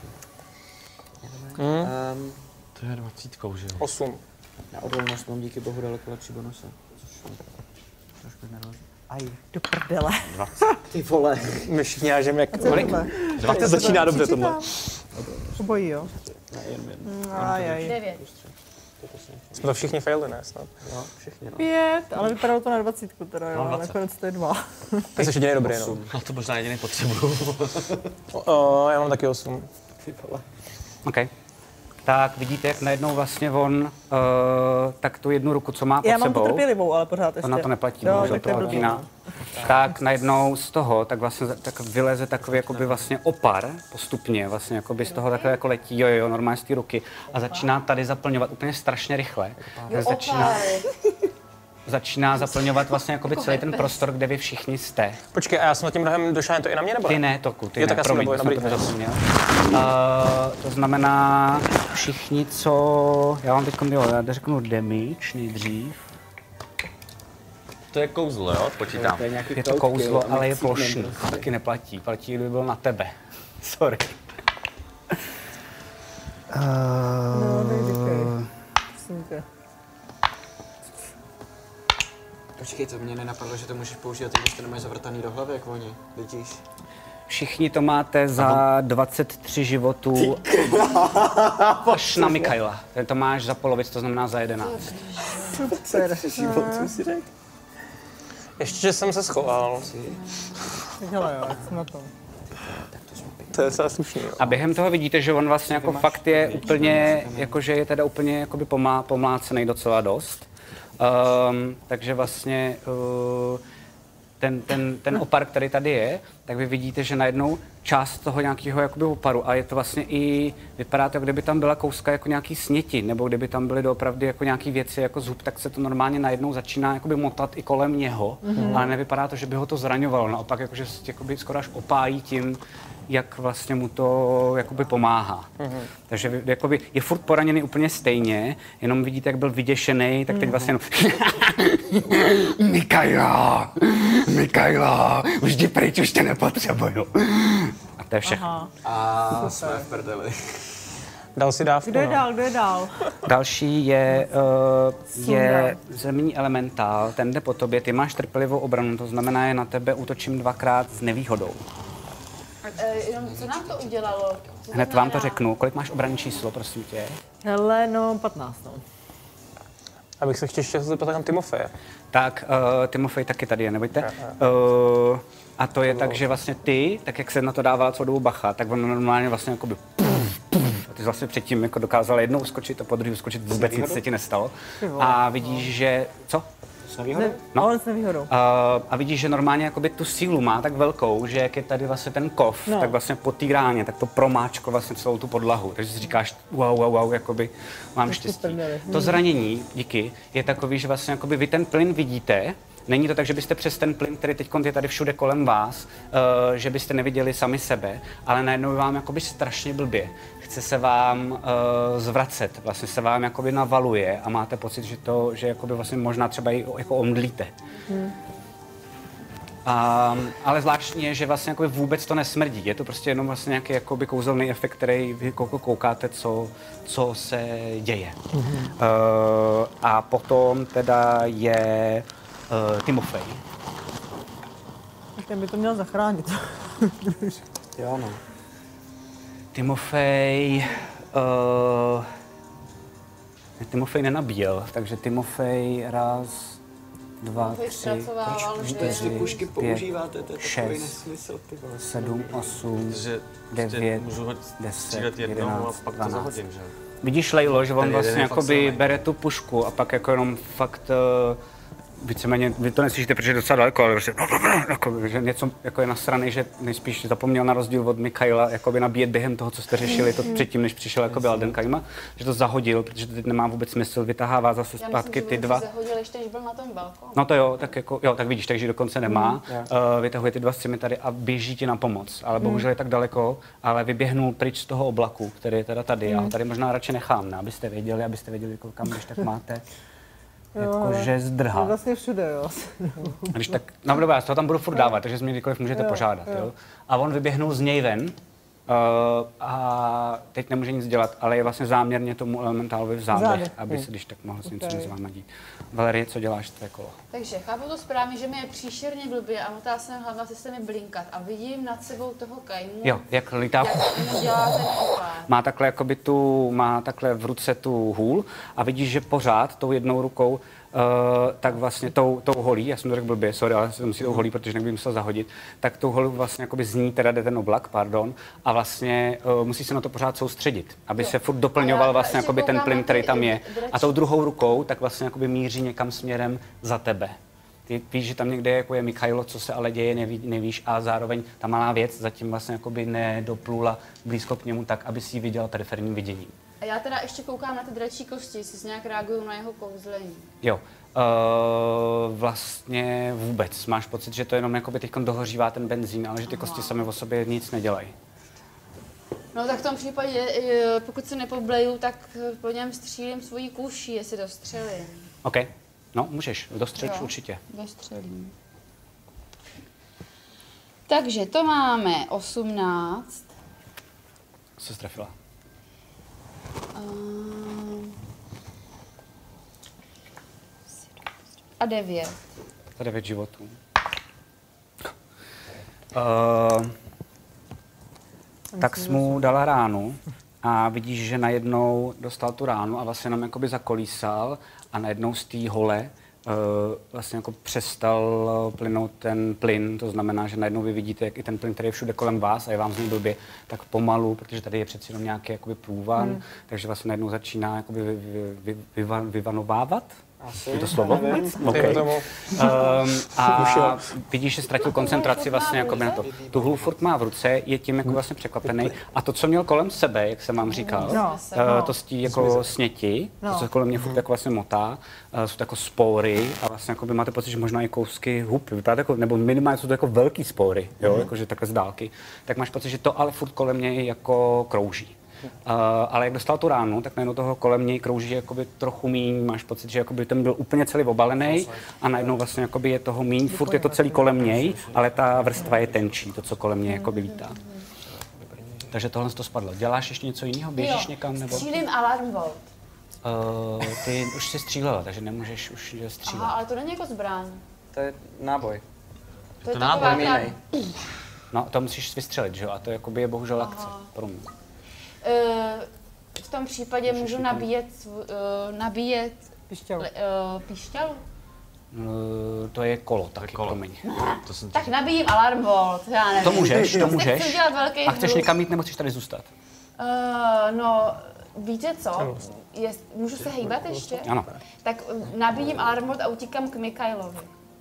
To je 20, že jo? 8. Na odolnost mám díky bohu daleko lepší bonusy. Trošku nervózní. Aj, do prdele. 20. Ty vole. My všichni hážeme jak... Kolik? 20 začíná dobře tohle. Obojí, jo? Ajaj. 9. Jsme to všichni failli, ne? Snad. Jo, všichni, no. 5, ale vypadalo to na 20 teda, jo, ale 20. nakonec to je 2. Ty jsi jediný dobrý, no. No to možná jediný potřebuju. Já mám taky 8. Ty vole. OK. Tak vidíte, jak najednou vlastně on tak tu jednu ruku, co má pod Já mám sebou, tu trpělivou, ale pořád ještě. ona to neplatí, jo, bohužel tak to je to blbý. Alpina. Tak najednou z toho, tak vlastně tak vyleze takový jakoby vlastně opar postupně, vlastně jakoby z toho takhle jako letí, jo, normálně z té ruky a začíná tady zaplňovat úplně strašně rychle. Začíná zaplňovat vlastně jakoby celý ten prostor, kde vy všichni jste. Počkej, a já jsem na tím rohem došel to i na mě, nebo Ty ne, Toku, ty jo, ne, tak promiň, dobrý, jsem to zapomněl. To znamená všichni, co... Já vám teď řeknu damage nejdřív. To je kouzlo, jo? Počítám. Je to kouzlo, ale je plošný. Taky neplatí. Platí, kdyby byl na tebe. Sorry. No, nejdříkej. Prosím tě. Počkej, to mě nenapadlo, že to můžeš použít, když to nemáš zavrtaný do hlavy, jak oni, vidíš? Všichni to máte za 23 životů až na Mikaela. Ten to máš za polovic, to znamená za 11. Super. Životu si řekl. Ještě, že jsem se schoval. Tak hele jo, jsem na tom. To je docela slušný, jo. A během toho vidíte, že on vlastně jako fakt je úplně, jakože je teda úplně jakoby pomlácený docela dost. Takže vlastně ten opar, který tady je, tak vy vidíte, že najednou část toho nějakého jakoby oparu a je to vlastně i, vypadá to, kdyby tam byla kouska jako nějaký sněti, nebo kdyby tam byly doopravdy jako nějaký věci jako zub, tak se to normálně najednou začíná jakoby motat i kolem něho, ale nevypadá to, že by ho to zraňovalo, naopak jakože jakoby skoro až opájí tím, jak vlastně mu to jakoby pomáhá. Takže jakoby je furt poraněný úplně stejně, jenom vidíte, jak byl vyděšený, tak teď vlastně Mikaela, už jdi pryč, už tě nepotřebuju. A to je všechno. A jsme v prdeli. Dal si dávku, Kdo je dál? Další je zemní elementál, ten jde po tobě, ty máš trpělivou obranu, to znamená, že na tebe útočím 2krát s nevýhodou. Co nám to udělalo? Hned vám to řeknu. Kolik máš obranné číslo, prosím tě? Hele, no 15, no. Abych se ještě zeptat tam Timofeje. Tak, Timofej taky tady je, nebojte. A to je tak, že vlastně ty, tak jak se na to dávala celou dobu bacha, tak on normálně vlastně jakoby a ty vlastně předtím jako dokázal jednou uskočit a po druhé uskočit, vůbec nic se ti nestalo. A vidíš, že... Co? S nevýhodou? No. S nevýhodou. A vidíš, že normálně jakoby tu sílu má tak velkou, že jak je tady vlastně ten kov, tak vlastně po té ráně, tak to promáčko vlastně celou tu podlahu. Takže si říkáš, wow, jakoby mám štěstí. To zranění, díky, je takový, že vlastně jakoby vy ten plyn vidíte. Není to tak, že byste přes ten plyn, který teď je tady všude kolem vás, že byste neviděli sami sebe, ale najednou vám jakoby strašně blbě. Chce se vám zvracet, vlastně se vám jakoby navaluje a máte pocit, že jakoby vlastně možná třeba i jako omdlíte. Ale zvláštní je, že vlastně jakoby vůbec to nesmrdí. Je to prostě jenom vlastně nějaký jakoby kouzelný efekt, který vy koukáte, co se děje. A potom teda je Timofej. Ten by to měl zachránit. Jo, no. Timofej nenabíjel, takže Timofej raz, 2, 3, 4, 5, 6, 7, 8, 9, 10, 11, 12. Vidíš, Lejlo, že on vlastně jakoby bere tu pušku a pak jako jenom fakt víceméně, vy to neslyšíte, protože je docela daleko, ale prostě, jako, že něco jako je nasranej, že nejspíš zapomněl na rozdíl od Mikaela jakoby nabíjet během toho, co jste řešili to předtím, než přišel jakoby Alden Kajma, že to zahodil, protože to teď nemá vůbec smysl, vytahává zase zpátky ty dva. Zahodil ještě, když byl na tom balkonu. No to jo, tak jako, jo, tak vidíš, takže dokonce nemá, vytahuje ty dva střimy a běží ti na pomoc, ale bohužel je tak daleko, ale vyběhnul pryč z toho oblaku, který je teda tady, já ho tady možná radši nechám, ne, abyste věděli, kam když tak máte. Jakože zdrhá. Vlastně všude, jo. Když tak, no dobrá, já to tam budu furt dávat, takže mě kdykoliv můžete požádat, jo. A on vyběhnul z něj ven a teď nemůže nic dělat, ale je vlastně záměrně tomu elementálovi v zádech, aby se když tak mohl s něco mezi váma dít. Valerie, co děláš tvé kolo? Takže chápu to správně, že mi je příšerně blbě a motá se hlava, asi se mi blinkat a vidím nad sebou toho Kajmu. Jo, jak lítá. Jak dělá ten opár. Má takhle jakoby má takhle v ruce tu hůl a vidíš, že pořád tou jednou rukou tak vlastně tou holí, já jsem to řekl blbě, sorry, ale jsem si tou holí, protože někdy musel zahodit, tak tou holí vlastně jakoby z ní teda jde ten oblak, pardon, a vlastně musí se na to pořád soustředit, aby se furt doplňoval vlastně jakoby ten plyn, který tam je. A tou druhou rukou tak vlastně jakoby míří někam směrem za tebe. Ty víš, že tam někde jako je Mikaelo, co se ale děje, nevíš, a zároveň ta malá věc zatím vlastně jakoby nedoplula blízko k němu tak, aby si ji viděla periferním viděním. A já teda ještě koukám na ty dračí kosti, jestli nějak reagují na jeho kouzlení. Jo. Vlastně vůbec. Máš pocit, že to jenom jakoby teď dohořívá ten benzín, ale že ty kosti sami o sobě nic nedělají. No tak v tom případě, pokud se nepobleju, tak po něm střílím svoji kůši, jestli dostřelím. OK. No, můžeš. Dostřelíš určitě. Dostřelím. Takže to máme 18. Co jsi trefila? A 9. A 9 životů. Tak jsi mu dala ránu a vidíš, že najednou dostal tu ránu a vlastně jenom jakoby zakolísal a najednou z té hole vlastně jako přestal plynout ten plyn, to znamená, že najednou vy vidíte, jak i ten plyn, který je všude kolem vás a je vám z něj blbě, tak pomalu, protože tady je přeci jenom nějaký jakoby průvan, takže vlastně najednou začíná jakoby vyvanovávat. Je to slovo? Okay. A vidíš, že ztratil koncentraci vlastně jako na to. Tu hůl furt má v ruce, je tím jako vlastně překvapený. A to, co měl kolem sebe, jak jsem vám říkal, to stí jako sněti, to se kolem mě furt jako vlastně motá, jsou to jako spory a vlastně jako by máte pocit, že možná i kousky hub, vypadá jako, nebo minimálně jsou to jako velký spory, jo, jakože takhle z dálky. Tak máš pocit, že to ale furt kolem něj jako krouží. Ale jak dostal tu ránu, tak najednou toho kolem něj krouží jakoby trochu míň, máš pocit, že jakoby ten byl úplně celý obalený a najednou vlastně jakoby je toho míň, furt je to celý kolem něj, ale ta vrstva je tenčí, to, co kolem něj jakoby lítá. Takže tohle to spadlo. Děláš ještě něco jiného? Běžíš někam? Nebo? Střílím alarm volt. Ty už jsi střílela, takže nemůžeš už střílet. Aha, ale to není jako zbraň. To je náboj. To je náboj jiný. No, to musíš vystřelit, že jo? A to jakoby je bohužel akce pro mě. V tom případě můžu nabíjet píšťalu? To je kolo taky, promiň. Tak nabíjím alarm volt, já nevím. To můžeš. A chceš hluk. někam jít, nebo chceš tady zůstat? No, víte co? Můžu se hýbat ještě? Ano. Tak nabíjím alarm volt a utíkám k Mikailovi.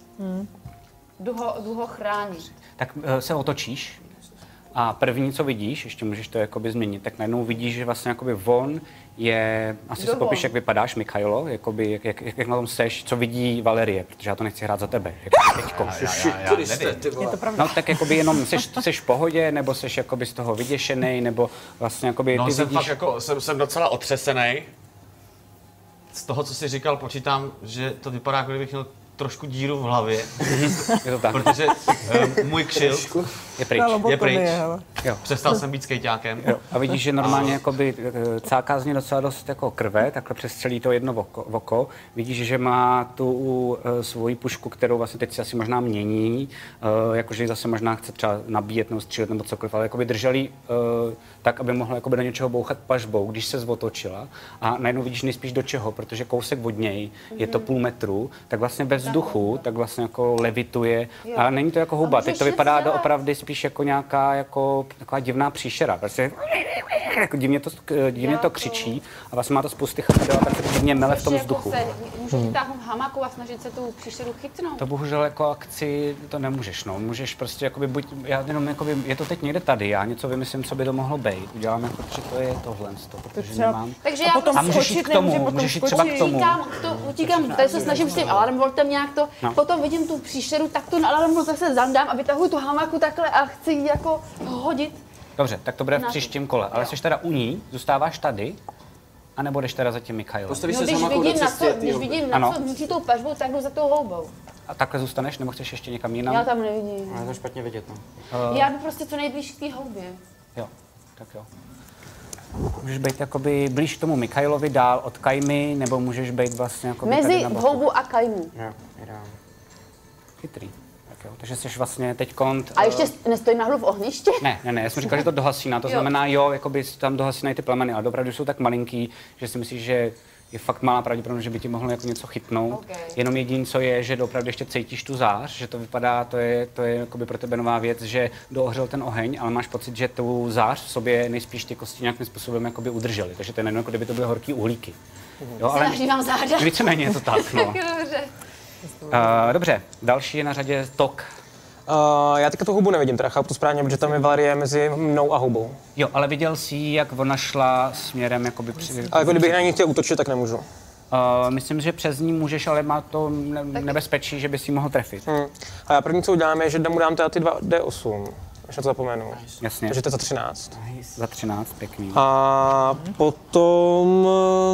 Jdu ho chránit. Tak se otočíš a první, co vidíš, ještě můžeš to jakoby změnit, tak najednou vidíš, že vlastně jakoby on je, asi si popiš, jak vypadáš, Mikhailo, jakoby, jak na tom seš, co vidí Valerie, protože já to nechci hrát za tebe, jako teďko. Je to pravda. No tak jakoby jenom seš v pohodě, nebo seš jakoby z toho vyděšenej, nebo vlastně jakoby no, ty jsem vidíš... fakt jako, jsem docela otřesenej. Z toho, co jsi říkal, počítám, že to vypadá, jako kdybych měl trošku díru v hlavě. Je to tak. Protože můj kšil je pryč. Je pryč. Jo. Přestal jsem být skejťákem. Jo. A vidíš, že normálně jakoby cáká z něj docela dost jako krve, takhle přes celý to jedno oko. Vidíš, že má tu svoji pušku, kterou vlastně teď si asi možná mění, jakože zase možná chce třeba nabíjet nebo střílet nebo cokoliv, ale jakoby drželi tak, aby mohla jakoby do něčeho bouchat pažbou, když se zotočila. A najednou vidíš nejspíš do čeho, protože kousek od něj je to půl metru, tak vlastně ve vzduchu, tak vlastně jako levituje. A není to jako houba, teď to vypadá doopravdy spíš jako nějaká jako taková divná příšera. Prostě jako divně to křičí a vlastně má to spousty chapidel a tak se divně mele v tom vzduchu. Můžu vytáhnout hamaku a snažit se tu příšeru chytnout? To bohužel jako akci to nemůžeš, no. Můžeš prostě jakoby buď, já jenom jakoby, je to teď někde tady, já něco vymyslím, co by to mohlo být. Udělám jako, že to je tohle, protože nemám. Takže já potom a můžeš jít k tomu, můžeš jít třeba k tomu. Utíkám, tady se snažím s tím alarm voltem nějak to, potom vidím tu příšeru, tak tu alarm volt zase zandám a vytahuji tu hamaku takhle a chci ji jako hodit. Dobře, tak to bude v příštím kole, ale jsi teda u ní, zůstáváš tady, anebo jdeš teda za tím Mikhailem? Postavíš No, se s hamakou do cesty, když vidím na co míří tou pažbou, tak jdu za tou houbou. A takhle zůstaneš, nebo chceš ještě někam jinam? Já tam nevidím. Je to špatně vidět, no. Já jdu prostě co nejblíž k té houbě. Jo, tak jo. Můžeš být jakoby blíž k tomu Mikhailovi, dál od Kajmy, nebo můžeš být vlastně jakoby mezi houbu a Kajmu. Jo, ideálně. Chytrý. Tak jo, takže jsi vlastně teď kont... A ještě nestojím nahoru v ohništi? Ne, já jsem říkal, že to dohasíná, to znamená jo, jakoby tam dohasínají ty plameny, ale opravdu jsou tak malinký, že si myslíš, že je fakt malá pravděpodobnost, že by ti mohlo jako něco chytnout. Okay. Jenom jediné, co je, že opravdu ještě cítíš tu zář, že to vypadá, to je jakoby pro tebe nová věc, že doohřel ten oheň, ale máš pocit, že tu zář v sobě nejspíš ty kosti nějakým způsobem jakoby udržely, takže to je jako kdyby to byly horký uhlíky. Jo, ale nahřívám záda. Víceméně je to tak, no. Dobře. Dobře, další je na řadě Tok. Já teďka tu houbu nevidím, teda chápu to správně, protože tam je Valerie mezi mnou a houbou. Jo, ale viděl jsi, jak ona šla směrem jakoby... A jako kdybych na ní chtěl útočit, tak nemůžu. Myslím, že přes ní můžeš, ale má to nebezpečí, že bys jí mohl trefit. A já první, co udělám, je, že mu dám teda ty 2D8, až na to zapomenu. Jasně. Takže to je za 13. Za 13, pěkný. A potom...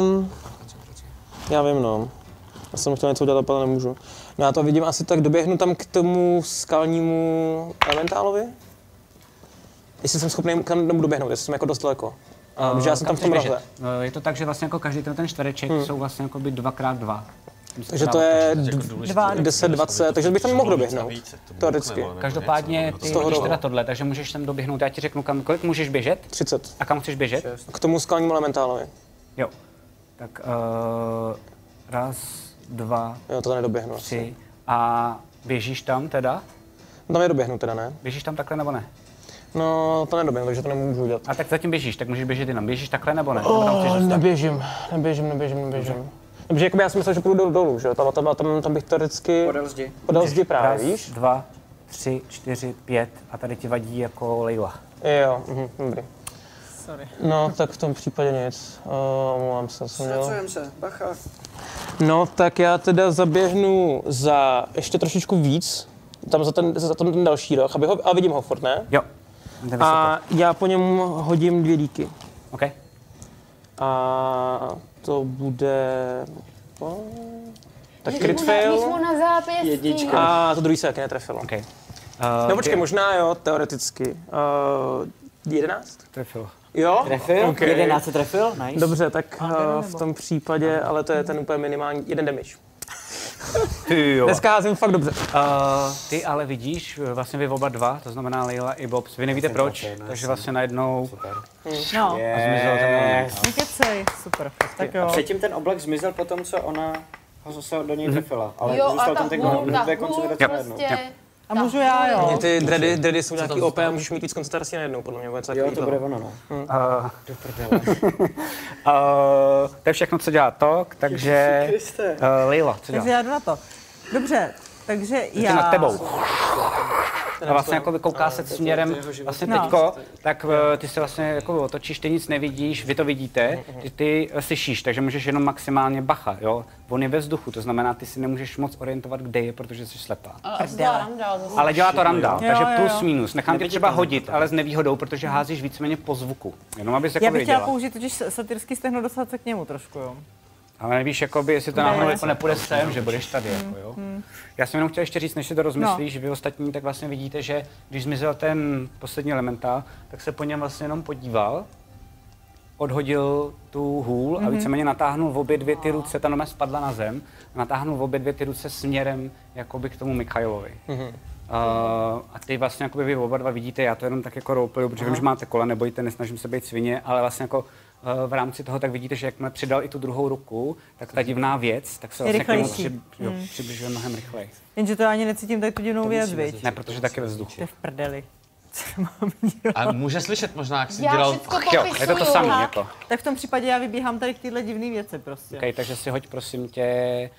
Já vím, no. Já jsem chtěl něco udělat, ale nemůžu. No já to vidím asi tak, doběhnu tam k tomu skalnímu elementálovi. Jestli jsem schopný kam doběhnout, jestli jsem jako dost daleko. Protože já jsem tam v tom rohle. Je to tak, že vlastně jako každý ten čtvereček jsou vlastně jako 2x2. Takže to je 10, 20, takže bych tam mohl doběhnout. Teoreticky. Každopádně ty vidíš teda tohle, takže můžeš sem doběhnout. Já ti řeknu, kolik můžeš běžet? 30. A kam chceš běžet? K tomu skalnímu elementálovi. Jo. Tak raz, 2, jo, to nedoběhnu 3 asi. A běžíš tam teda? No, tam je doběhnu teda, ne? Běžíš tam takhle nebo ne? No, to nedoběhnu, takže to nemůžu udělat. A tak zatím běžíš, tak můžeš běžet jenom. Běžíš takhle nebo ne? Neběžím. Protože jakoby já jsem myslel, že půjdu dolů, že jo? Tam bych teoreticky... Podél zdi právě, víš? 2, 3, 4, 5 a tady ti vadí jako Leila. Jo, dobrý. Sorry. No, tak v tom případě nic. Omlouvám se, jsem měl. Zracujem se, bacha. No, tak já teda zaběhnu za ještě trošičku víc, tam za ten další roh, a vidím ho furt, ne? Jo. A já po něm hodím 2 díky. OK. A to bude... Tak crit fail. na zápěstí. A to druhý se taky netrefilo. Okay. No počkej, možná jo, teoreticky. 11? Trefilo. Jo? Trefil? Okay. 11 se trefil? Nice. Dobře, tak v tom případě, ale to je ten úplně minimální 1 damage. Ty jo. Dneska házím fakt dobře. Ty ale vidíš, vlastně vy oba dva, to znamená Leila i Bob, vy nevíte proč, takže vlastně najednou... Super. No. A zmizel ten Nekecej, super. Tak jo. A předtím ten oblak zmizel po tom, co ona se do něj trefila. Ale Jo, zůstal a tam ta hůl koncentrace najednou. prostě... A můžu já, jo? Ty dready jsou nějaký OP a můžeš mít víc koncentrací najednou, podle mě. Jo, to bude ono, no. Do prdele. To je všechno, co dělá Tok, takže... Leila, co dělá? Takže já jdu na to. Dobře, takže já... nad tebou. A vlastně jako vykouká se směrem, vlastně teďko, tak ty se vlastně jako otočíš, ty nic nevidíš, vy to vidíte, ty slyšíš, takže můžeš jenom maximálně bacha, jo. On je ve vzduchu, to znamená, ty si nemůžeš moc orientovat, kde je, protože jsi slepá. Ale dělá to Randall, takže plus minus. Nechám tě třeba hodit, ale s nevýhodou, protože házíš víceméně po zvuku. Jenom abys jako já bych chtěla věděla. použít totiž satyrský stehno, dostat se k němu trošku, jo. Ale nevíš, jakoby, jestli to náhodou jako nepůjde sem, že budeš tady, jako, jo. Já jsem jenom chtěl ještě říct, než si to rozmyslíš, vy ostatní, tak vlastně vidíte, že když zmizel ten poslední elementál, tak se po něm vlastně jenom podíval, odhodil tu hůl a víceméně natáhnul obě 2 ty ruce, ta normálně spadla na zem, natáhnul obě 2 ty ruce směrem jakoby k tomu Mikhailovi. A ty vlastně jakoby vy oba dva vidíte, já to jenom tak jako roleplayu, protože vím, že máte kola, nebojte, nesnažím se být svině, ale vlastně jako v rámci toho tak vidíte, že jakmile přidal i tu druhou ruku, tak ta divná věc, tak se vlastně k němu přibližuje mnohem rychleji. Jenže to ani necítím tak tu divnou věc, viď? Ne, protože taky ve vzduchu. To je v prdeli. Co mám dělat? A může slyšet možná, jak jsi dělal... Jo, je to samý jako. Tak v tom případě já vybíhám tady k tyhle divné věci prostě. Okay, takže si hoď prosím tě...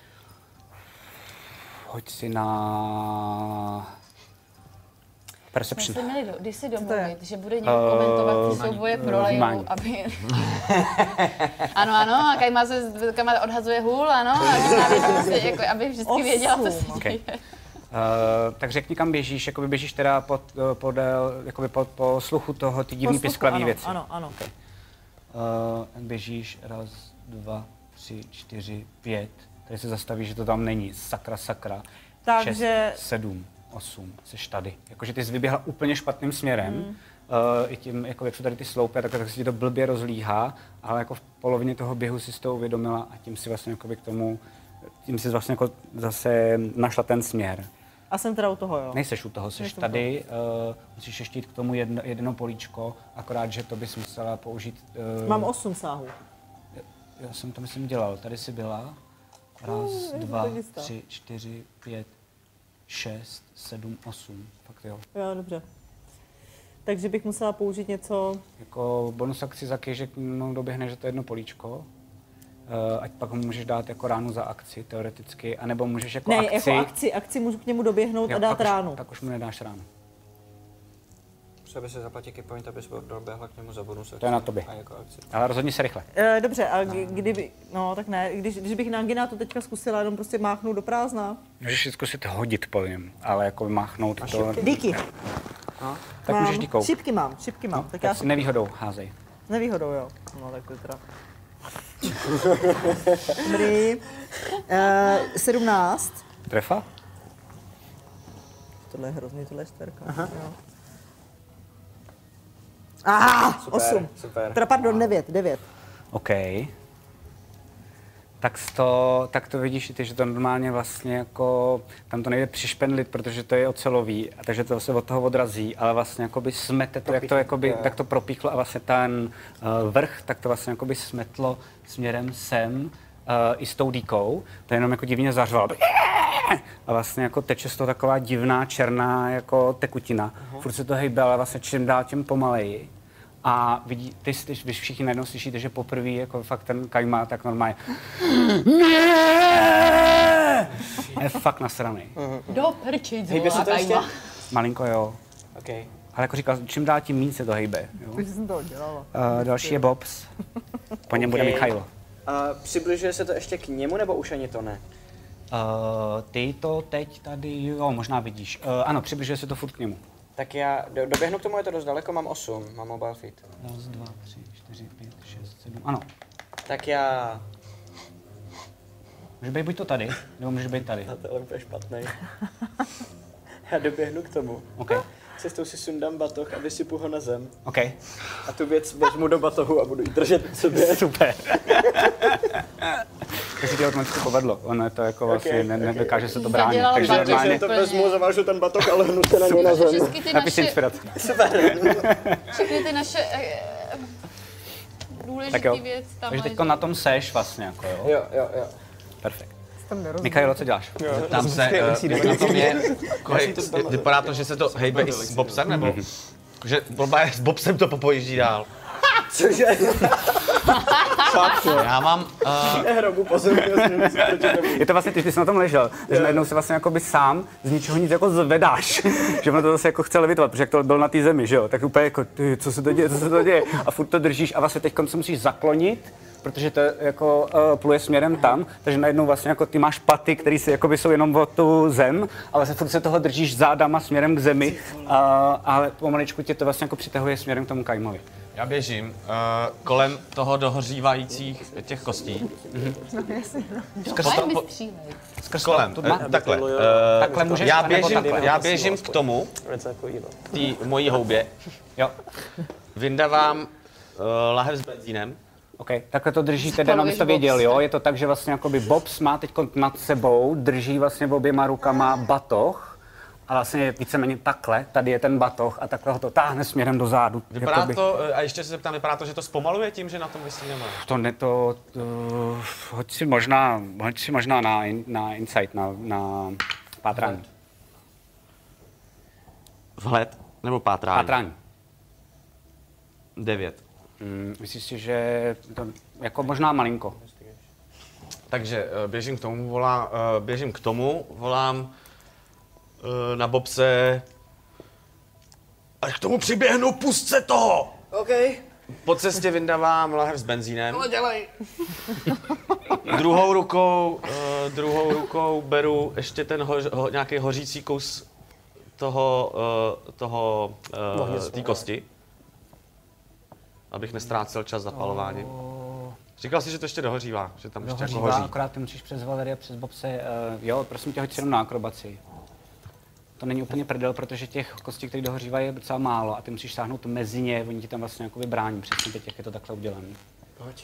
Hoď si na... Perception. My jsme měli když si domluvit, že bude někdo komentovat ty souboje pro Leilu, aby... ano, a Kajma odhazuje hůl, ano, a divná věc, prostě, jako, aby vždycky věděla, co se děje. Tak řekni, kam běžíš, jakoby běžíš teda po sluchu toho, ty divný pisklavý věci. Ano. Okay. Běžíš 1, 2, 3, 4, 5, tady se zastavíš, že to tam není, sakra, takže... 6, 7, 8, jsi tady. Jakože ty jsi vyběhla úplně špatným směrem, i tím, jako jak jsou tady ty sloupy, tak se ti to blbě rozlíhá, ale jako v polovině toho běhu si to uvědomila a tím si vlastně k tomu, tím si vlastně jako zase našla ten směr. A jsem teda u toho, jo? Nejseš u toho, jsi tady, musíš ještě jít k tomu jedno políčko, akorát, že to bys musela použít... Mám 8 sáhů. Já jsem to myslím dělal, tady jsi byla. 1, 2, 3, 4, 5, 6, 7, 8, fakt jo. Jo, dobře. Takže bych musela použít něco... Jako bonus akci za že k němu doběhneš to jedno políčko. Ať pak mu můžeš dát jako ránu za akci, teoreticky, anebo můžeš jako akci... Ne, jako akci můžu k němu doběhnout a dát ránu. Tak už mu nedáš ránu. Třeba si zaplatí key point, abys doběhla k němu za bonus akci. To je na tobě. A jako akci. Ale rozhodni se rychle. Dobře, a kdyby... No, tak ne, když bych na Ginátu teďka zkusila jenom prostě máchnout do prázdna. Můžeš si zkusit hodit po něm, ale jako máchnout to... Díky. No, tak můžeš díkou. Šipky mám. No, tak já si nevýhodou házej. S nevýhodou, jo. No, tak to je teda... Dobrý. 17. Trefa? Tohle je hrozný, tohle je 4. Super, 8. Super. Teda pardon, 9. OK. Tak to vidíš i ty, že to normálně vlastně jako, tam to nejde přišpendlit, protože to je ocelový, a takže to se od toho odrazí, ale vlastně jakoby smete to, jak to jakoby, tak to propíchlo a vlastně ten vrch, tak to vlastně jakoby smetlo směrem sem i s tou dýkou, to jenom jako divně zařvalo. A vlastně jako teče z toho taková divná černá jako tekutina. Furt se to hejbe, ale vlastně čím dál tím pomaleji. A vy všichni najednou slyšíte, že poprvé jako fakt ten kajma tak normálně ne! Je fakt nasraný. Do prčic, Hejbe se to ještě? Malinko jo. Okay. Ale jako říkal, čím dál tím méně se to hejbe. Už jsem to dělala. Další je Bobs. Po něm bude Michailo. Přibližuje se to ještě k němu, nebo už ani to ne? Ty to teď tady, jo, možná vidíš. Ano, přibližuje se to furt k němu. Tak já doběhnu k tomu, je to dost daleko, mám 8, mám mobile feed. 1, 2, 3, 4, 5, 6, 7, ano. Tak já... Může být buď to tady, nebo může být tady. A to je úplně špatný. Já doběhnu k tomu. Okay. Cestou si sundám batoh a vysypu ho na zem. Okay. A tu věc vezmu do batohu a budu ji držet v sobě. Super. Tak si tě automaticky povedlo. Ono je to jako vlastně, nedokáže se to bránit. Takže normálně to vezmu, zavážu ten batoh, ale hnu se na něj na zem. Napis inspirace. Super. Všechny ty naše důležité věci tam. Takže teď na tom seš vlastně, jako jo? Jo. Perfekt. Michailo, co děláš? Tam se, vypadá to, že se to hejbe i s Bobsem, nebo? Že blbá s Bobsem to popojíždí dál. Cože? Fakt, já mám... Hrobu pozornost. Je to vlastně, ty jsi na tom ležel, takže najednou se vlastně jakoby sám z ničeho nic jako zvedáš. Že ono to zase jako chce levitovat, protože jak to byl na té zemi, že jo? Tak úplně jako, ty, co se to děje? A furt to držíš a vlastně teď se musíš zaklonit, protože to jako pluje směrem tam, takže najednou vlastně jako ty máš paty, které jsou jenom o tu zem, ale vlastně furt se toho držíš zádama směrem k zemi, ale pomaličku tě to vlastně jako přitahuje směrem k tomu kajmovi. Já běžím kolem toho dohořívajících těch kostí. Kolem, takhle. Takhle můžeš, já běžím k tomu, té mojí houbě. Jo. Vyndávám lahev s benzínem. Okay. Takhle to držíte, jenom abyste to věděl, jo? Je to tak, že vlastně jakoby Bobs má teď nad sebou, drží vlastně oběma rukama batoh a vlastně víceméně takhle, tady je ten batoh a takhle ho to táhne směrem dozadu. Vypadá jakoby... to, a ještě se zeptám, vypadá to, že to zpomaluje tím, že na tom vysí nemá? Hoď si možná na insight, na pátrání. Vhled nebo pátrání? Pátrání. 9. Myslíš si, že to jako možná malinko. Takže běžím k tomu, volám na Bobse, až k tomu přiběhnu, pust se toho! OK. Po cestě vyndávám lahev s benzínem. No dělej. Druhou rukou beru ještě ten nějaký hořící kus té kosti. Abych nestrácel čas zapalování. Říkal jsi, že to ještě dohořívá, že tam ještě jako hoří. Akorát ty musíš přes Valerie, přes Bobse, jo, prosím tě, hoď si jenom na akrobaci. To není úplně prdel, protože těch kostí, které dohořívají, je docela málo a ty musíš sáhnout mezi ně, oni ti tam vlastně jako vybrání, přesně teď, jak je to takhle udělané. Pojď.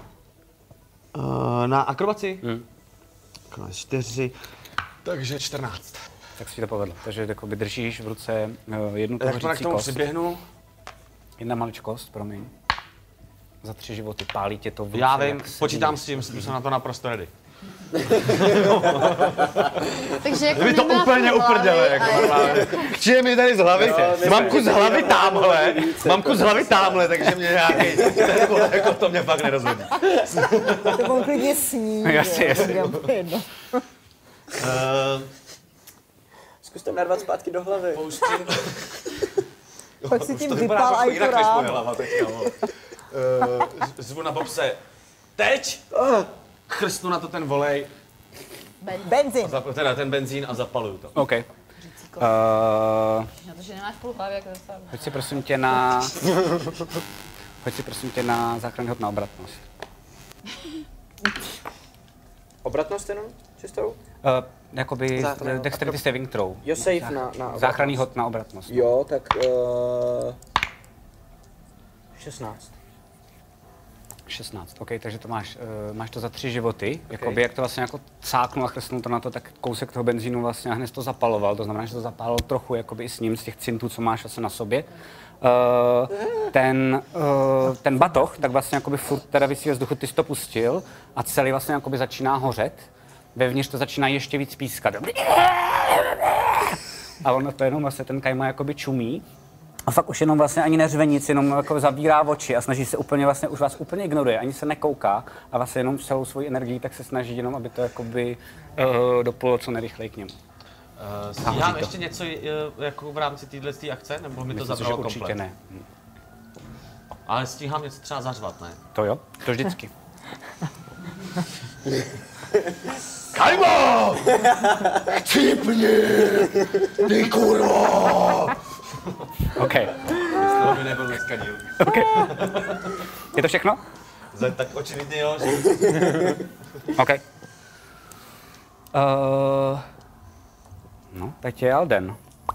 Na akrobaci? 4, takže 14. Tak si ti to povedlo, takže jakoby držíš v ruce jednu tu hořící kost. Přiběhnu? Jedna maličkost, promiň. Za 3 životy, pálí tě to v ruce. Já vím, počítám s tím, jsem na to naprosto ready. Takže jako vy to úplně uprdele, jako chčije mi tady z hlavy, mám kus hlavy támhle, takže mě nějaký, jako to mě fakt nerozhodí. To on klidně sní. Jasně. Zkus to narvat zpátky do hlavy. Pak si tím vypál a i to ráno. Zvu na Bobse, teď chrstnu na to ten volej. Benzín. Teda ten benzín a zapaluju to. OK. Na to, že nemáš půl hlavy, jak to dostávám. Hoď si prosím tě na záchranný hod na obratnost. Obratnost jenom? Čistou? Jakoby dexterity saving throw. Jo, save na obratnost. Záchranný hod na obratnost. Jo, tak 16. 16, OK, takže to máš to za 3 životy. Okay. Jakoby, jak to vlastně jako cáknul a chrstnul to na to, tak kousek toho benzínu vlastně hned to zapaloval. To znamená, že to zapálil trochu jakoby i s ním, z těch cintů, co máš vlastně na sobě. Ten batoh, tak vlastně jakoby furt teda visí ve vzduchu, ty jsi to pustil a celý vlastně jakoby začíná hořet. Vevnitř to začíná ještě víc pískat. A ono to jenom vlastně ten kajma jakoby čumí. A fakt už jenom vlastně ani neřve nic, jenom jako zavírá oči a snaží se úplně vlastně, už vás úplně ignoruje, ani se nekouká a vlastně jenom celou svoji energii tak se snaží jenom, aby to jakoby doplulo co nejrychleji k němu. Stíhám ještě něco jako v rámci této akce, nebo mi to zabralo komplet? Určitě ne. Ale stíhám něco třeba zařvat, ne? To jo, to vždycky. Kajmo! Chcípni! Ty kurvo! OK. Myslel by nebyl dneska díl. Okay. Je to všechno? Tak očividně jo. OK. No, teď je Alden.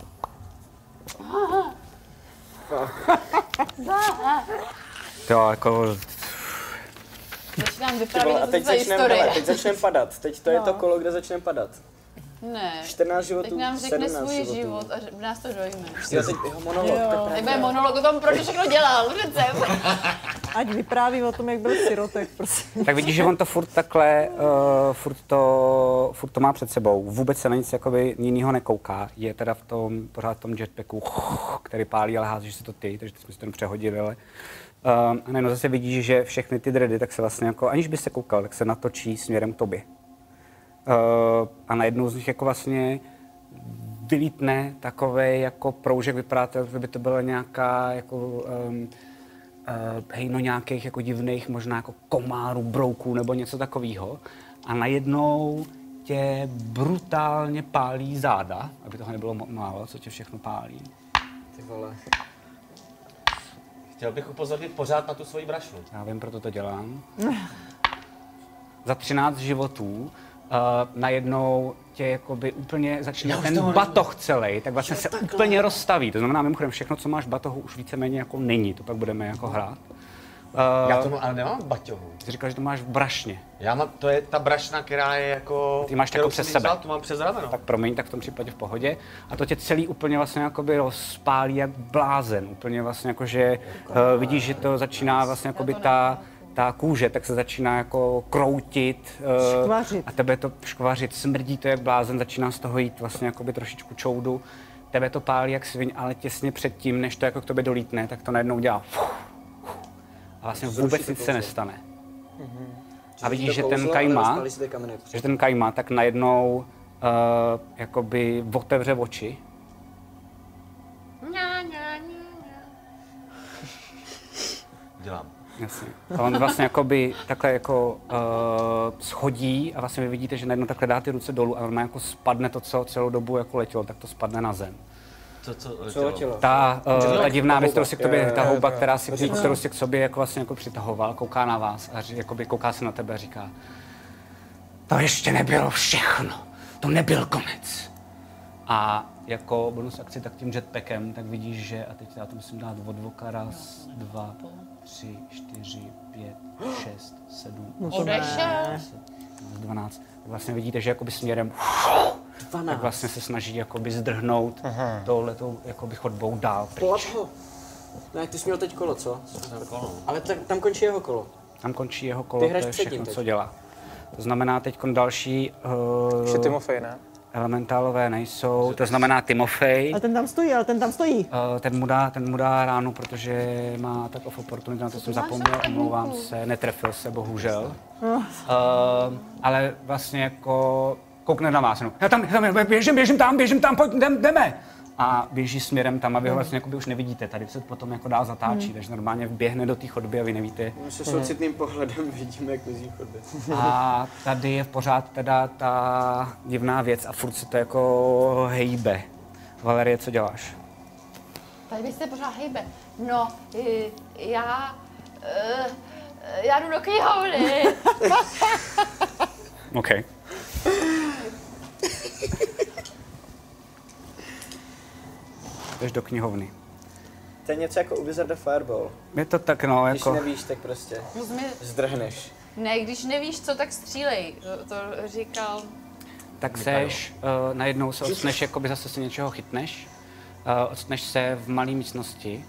To jako... Začínám vyprávět teď začneme padat. Teď to je to kolo, kde začneme padat. Ne. 14 životů, teď nám řekne 17 svůj životů. život a nás to dojme. Teď monolog. Teď bude monolog o tom, proč všechno dělal. Ať vypráví o tom, jak byl sirotek, prosím. Tak vidíš, že on to furt takhle, furt to má před sebou. Vůbec se na nic jakoby jinýho nekouká. Je teda pořád v tom jetpacku, který pálí, ale házíš si to ty, takže jsme si to přehodili, ale... A najednou zase vidíš, že všechny ty dready, tak se vlastně jako, aniž by se koukal, tak se natočí směrem k tobě. A najednou z nich jako vlastně vylítne takovej jako proužek, vypadá to, že by to byla nějaká jako hejno nějakých jako divných, možná jako komárů, brouků nebo něco takového. A najednou tě brutálně pálí záda, aby toho nebylo málo, co tě všechno pálí. Ty vole. Chtěl bych upozornit pořád na tu svoji brašnu. Já vím, proto to dělám. Za 13 životů najednou tě jakoby úplně začne ten batoh celý, tak vlastně se úplně rozstaví. To znamená, mimochodem všechno, co máš v batohu, už víceméně jako není, to pak budeme jako hrát. Já to ale nemám v baťohu. Ty jsi říkal, že to máš v brašně. Já mám, to je ta brašna, která je jako... Ty máš takovou přes sebe. Tu mám přes rameno. Tak promiň, tak v tom případě v pohodě. A to tě celý úplně vlastně jakoby rozpálí jak blázen. Úplně vlastně jako, že vidíš, že to začíná vlastně jakoby ta kůže, tak se začíná jako kroutit. A tebe to škvařit, smrdí to jak blázen, začíná z toho jít vlastně jakoby trošičku čoudu. Tebe to pálí jak sviň, ale těsně předtím, než to jako k tobě dolítne, tak to najednou dělá. A vlastně vůbec nic se nestane. A vidíš, že ten kajma tak najednou jakoby otevře oči. Dělám. Jasně. A on vlastně jakoby takhle jako schodí a vlastně vy vidíte, že najednou takhle dá ty ruce dolů a normálně jako spadne to, co celou dobu jako letělo, tak to spadne na zem. Co letělo? Ta divná věc, kterou si k tobě, ta houba, kterou si k sobě jako vlastně jako přitahoval, kouká na vás a jakoby kouká se na tebe a říká: to ještě nebylo všechno, to nebyl konec. A jako bonus akci tak tím jetpackem, tak vidíš, že, a teď já to musím dát od voka, 1, 2, 3, 4, 5, 6, 7, 8, 12. Tak vlastně vidíte, že jakoby směrem tak vlastně se snaží jakoby zdrhnout touhletou jakoby chodbou dál pryč. No jak ty jsi měl teď kolo, co? Ale tam končí jeho kolo. Tam končí jeho kolo, to je všechno, co dělá. To znamená teď další... Ještě Timofej, ne? Elementálové nejsou, to znamená Timofej. Ale ten tam stojí. Ten mu dá ránu, protože má tak of opportunity, na to jsem zapomněl, omlouvám se, netrefil se, bohužel. Ale vlastně jako koukne na vás, já tam běžím tam, pojď, jdeme. A běží směrem tam a vy ho vlastně už nevidíte, tady se potom jako dál zatáčí, takže normálně vběhne do té chodby a vy nevíte. My se soucitným pohledem vidíme, jak mizí chodby. A tady je pořád teda ta divná věc a furt se to jako hejbe. Valerie, co děláš? Tady se pořád hejbe. No, já jdu do knihovny. OK. Jdeš do knihovny. To je něco jako u Wizarda Fireball. Je to tak, no, když jako... Když nevíš, tak prostě zdrhneš. Ne, když nevíš co, tak střílej. To říkal... Tak seš, najednou se odstneš, jakoby zase si něčeho chytneš. Odstneš se v malé místnosti.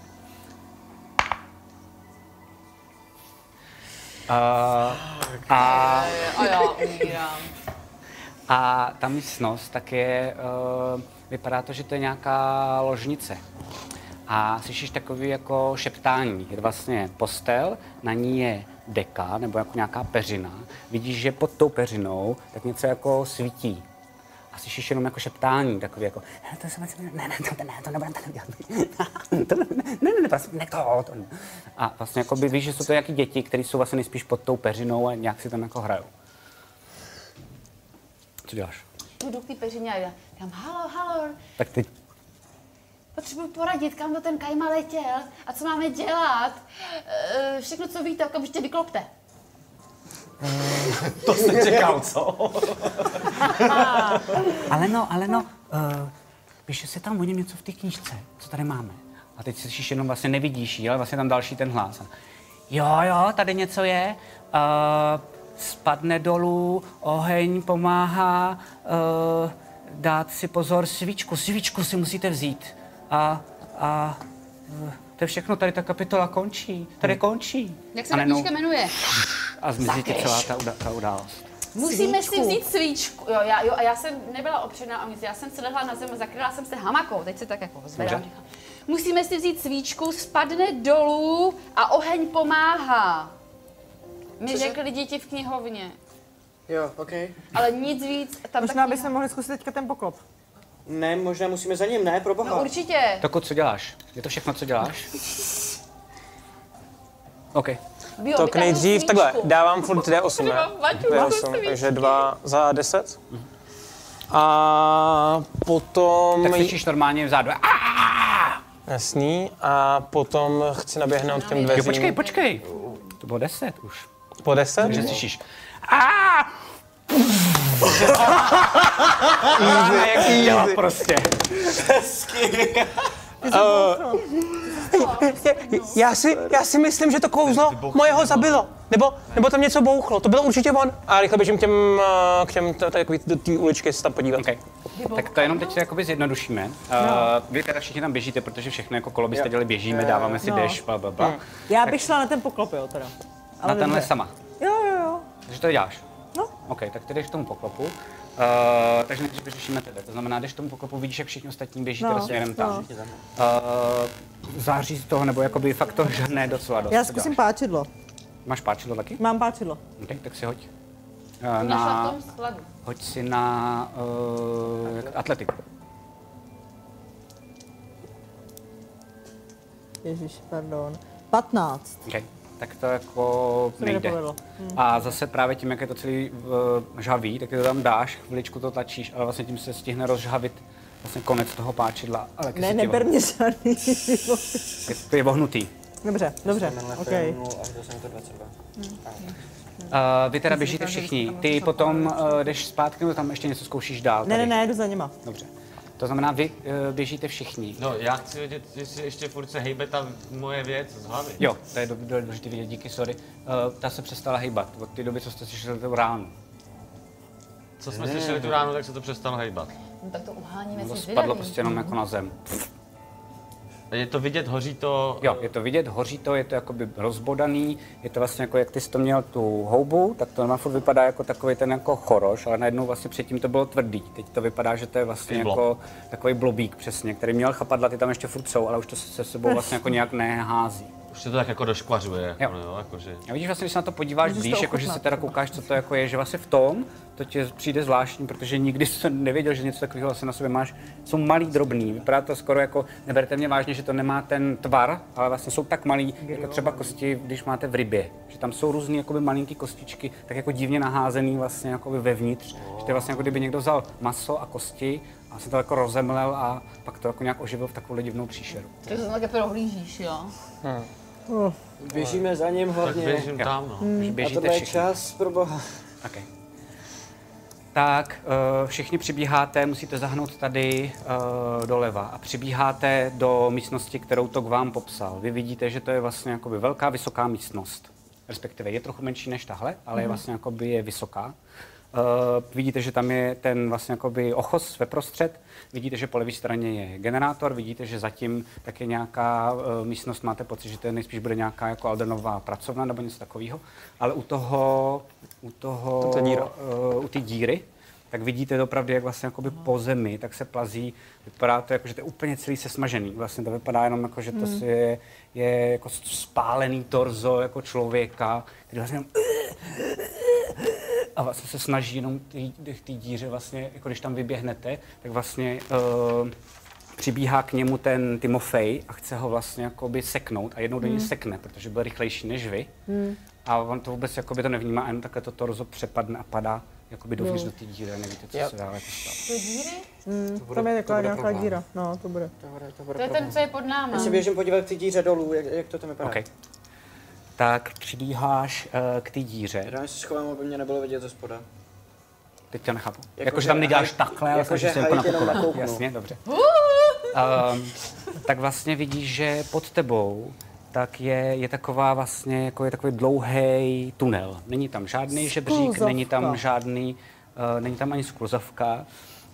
A já umírám. A ta místnost tak je, vypadá to, že to je nějaká ložnice. a slyšíš takový jako šeptání. Je to vlastně postel, na ní je deka nebo jako nějaká peřina. Vidíš, že pod tou peřinou tak něco jako svítí. A slyšíš jenom jako šeptání, takový jako to nebudem tak dělat. Ne, prosím, ne to. A vlastně jako víš, že jsou to nějaký děti, které jsou vlastně nejspíš pod tou peřinou a nějak si tam jako hrajou. Co děláš? Jdu k té peřině a říkám, halo. Tak teď. Potřebuji poradit, kam to ten Kajma letěl a co máme dělat. Všechno, co víte, okamžitě vyklopte. To jsem čekal, co? ale no, píše se tam o něm něco v té knížce, co tady máme. A teď slyšíš jenom vlastně nevidíš jí, ale vlastně tam další ten hlas. Jo, tady něco je. Spadne dolů, oheň pomáhá, dát si pozor, svíčku si musíte vzít. A to je všechno, tady ta kapitola končí. Tady končí. Jak se ta knížka jmenuje? A zmizí ti celá ta událost. Musíme si vzít svíčku. Jo, a já jsem nebyla opřená o nic, já jsem se lehla na zem, zakryla jsem se hamakou, teď se tak jako zvedám. Musíme si vzít svíčku, spadne dolů a oheň pomáhá. Mi řekli děti v knihovně. Jo, OK. Ale nic víc. Tam možná bychom mohli zkusit teďka ten poklop. Ne, možná musíme za ním, ne, pro boha. No určitě. Toko, co děláš? Je to všechno, co děláš? OK. Tak nejdřív takhle, dávám furt D8, ne? D8, takže 2 za 10. A potom... Tak slyšíš normálně vzadu. Jasný, a potom chci naběhnout těm dveřím. Jo, počkej. To bylo 10 už. Po 10? Takže slyšíš. Jak dělat prostě. Já si myslím, že to kouzlo mojeho zabilo. Nebo tam něco bouchlo, to bylo určitě on. A rychle běžím k těm do té uličky se tam podívat. Okay. Tak to jenom teď si jakoby zjednodušíme. Vy teda všichni tam běžíte, protože všechno jako kolo byste dělali, běžíme, dáváme si deš, blablabla. Já bych šla na ten poklop, jo, teda. Ale na tenhle sama. Jo. Takže to děláš? No. OK, tak ty jdeš k tomu poklopu. Takže nejdřív vyřešíme tebe. To znamená, jdeš k tomu poklopu, vidíš, jak všichni ostatní běžíte směrem tam. Září z toho, nebo jakoby fakt to žene docela dost. Já zkusím páčidlo. Máš páčidlo taky? Mám páčidlo. OK, tak si hoď. Hoď si na atletiku. Ježiš, pardon. 15. OK, tak to jako nejde. A zase právě tím, jak je to celý žhavý, tak ty to tam dáš, chviličku to tlačíš, ale vlastně tím se stihne rozžhavit vlastně konec toho páčidla. Ale ne, neber mě žádný. Je vohnutý. Dobře, OK. Vy teda běžíte všichni. Ty potom jdeš zpátky, nebo tam ještě něco zkoušíš dál? Ne, jdu za nima. Dobře. To znamená, vy běžíte všichni. No, já chci vědět, jestli ještě furt se hejbe ta moje věc z hlavy. Jo, to je důležité vidět, díky, sorry. Ta se přestala hejbat od té doby, co jste slyšeli tu ránu. Co jsme slyšeli tu ránu, tak se to přestalo hejbat. No tak to uháníme si to spadlo prostě jenom jako na zem. Je to vidět, hoří to? Jo, je to vidět, hoří to, je to jakoby rozbodaný, je to vlastně jako, jak ty jsi to měl tu houbu, tak to normálně furt vypadá jako takový ten jako choroš, ale najednou vlastně předtím to bylo tvrdý. Teď to vypadá, že to je vlastně jako takový blobík přesně, který měl chapadla, ty tam ještě furt jsou, ale už to se sebou vlastně jako nějak nehází. Už se to tak jako doškvařuje. Jo. No, jakože. A vidíš vlastně, když se na to podíváš blíž, jakože se teda koukáš, co to jako je, že vlastně v tom to ti přijde zvláštní, protože nikdy jsem nevěděl, že něco takového vlastně na sobě máš. Jsou malý, drobný, vypadá to skoro jako, neberte mě vážně, že to nemá ten tvar, ale vlastně jsou tak malý, jako třeba kosti, když máte v rybě. Že tam jsou různý jakoby malinký kostičky, tak jako divně naházený vlastně jakoby vevnitř. Že to je vlastně jako kdyby někdo vzal maso a kosti a se to jako rozemlel a pak to jako nějak oživil v takovou divnou příšeru. Takže to také prohlížíš, jo? Běžíme za ním hlavně. Tak běžím tam, no. A tohle je čas, pro boha. Okay. Tak, všichni přibíháte, musíte zahnout tady doleva a přibíháte do místnosti, kterou to k vám popsal. Vy vidíte, že to je vlastně jakoby velká, vysoká místnost. Respektive je trochu menší než tahle, ale je vlastně jakoby je vysoká. Vidíte, že tam je ten vlastně jakoby ochos ve prostřed. Vidíte, že po levé straně je generátor. Vidíte, že zatím tak je nějaká místnost, máte pocit, že to nejspíš bude nějaká jako Aldenová pracovna nebo něco takového. Ale u té díry tak vidíte opravdu, jak vlastně jakoby po zemi, tak se plazí, vypadá to jako, že to je úplně celý sesmažený. Vlastně to vypadá jenom jako, že to je jako spálený torzo jako člověka, který vlastně a vlastně se snaží jenom v té díře vlastně, jako když tam vyběhnete, tak vlastně přibíhá k němu ten Timofej a chce ho vlastně jakoby seknout a jednou do něj sekne, protože byl rychlejší než vy. A on to vůbec jakoby to nevnímá a jenom takhle to torzo přepadne a padá jakoby dovnitř do té díry a nevíte, co se dá jako stát. Do díry? Tam je taková nějaká díra. No, to bude. To je ten, co je pod náma. Já se běžím podívat k té díře dolů, jak to tam vypadá. Okay. Tak přibíháš k té díře. Já se schovám, aby mě nebylo vidět ze spoda. Teď to nechápu. Jakože tam neděláš takhle, ale snažíš se jako nakukovat. Jasně, dobře. Tak vlastně vidíš, že pod tebou tak je taková vlastně, jako je takový dlouhý tunel. Není tam žádný žebřík, není tam žádný, není tam ani skluzavka.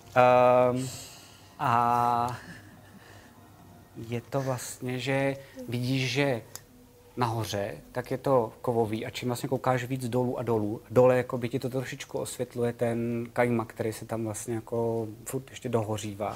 A je to vlastně, že vidíš, že nahoře, tak je to kovový a čím vlastně koukáš víc dolů a dolů, dole jako by ti to trošičku osvětluje ten kajmak, který se tam vlastně jako furt ještě dohořívá.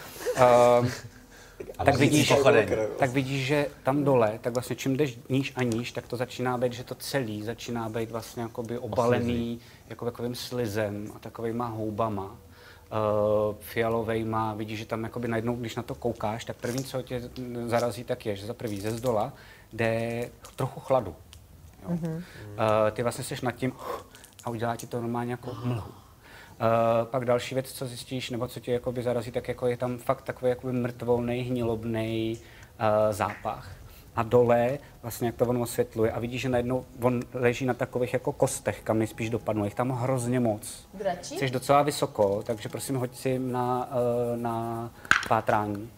Tak vidíš, že tam dole, tak vlastně čím jdeš níž a níž, tak to začíná být, že to celý začíná být vlastně jakoby obalený jako takovým slizem a takovýma houbama. Fialovejma, vidíš, že tam jakoby najednou, když na to koukáš, tak první, co tě zarazí, tak je, že za prvý ze zdola jde trochu chladu. Jo? Ty vlastně jsi nad tím a udělá ti to normálně jako mlhu. Pak další věc, co zjistíš, nebo co tě jakoby zarazí, tak jako je tam fakt takový jakoby mrtvolnej, hnilobnej zápach. A dole, vlastně jak to on osvětluje a vidíš, že najednou on leží na takových jako kostech, kam nejspíš dopadnou. Je tam hrozně moc. Dračí? Jsi docela vysoko, takže prosím hoď si na pátrání.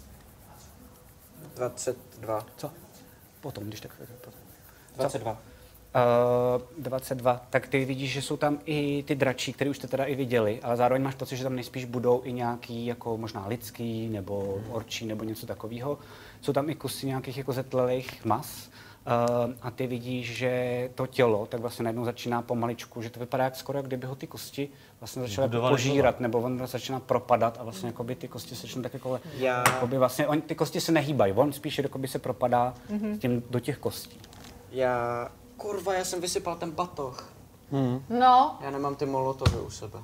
22. Co? Potom, když tak... 22. 22, tak ty vidíš, že jsou tam i ty dračí, které už jste teda i viděli, ale zároveň máš pocit, že tam nejspíš budou i nějaký jako možná lidský nebo orčí nebo něco takového. Jsou tam i kusy nějakých jako zetlelých mas a ty vidíš, že to tělo tak vlastně najednou začíná pomaličku, že to vypadá jak skoro, jak kdyby ho ty kosti vlastně začaly jako požírat, nebo on začíná propadat a vlastně jakoby ty kosti se začnou tak jako jakoby vlastně, ty kosti se nehýbají, on spíš jakoby se propadá tím do těch kostí. Kurva, já jsem vysypal ten batoh. No. Já nemám ty molotovy u sebe.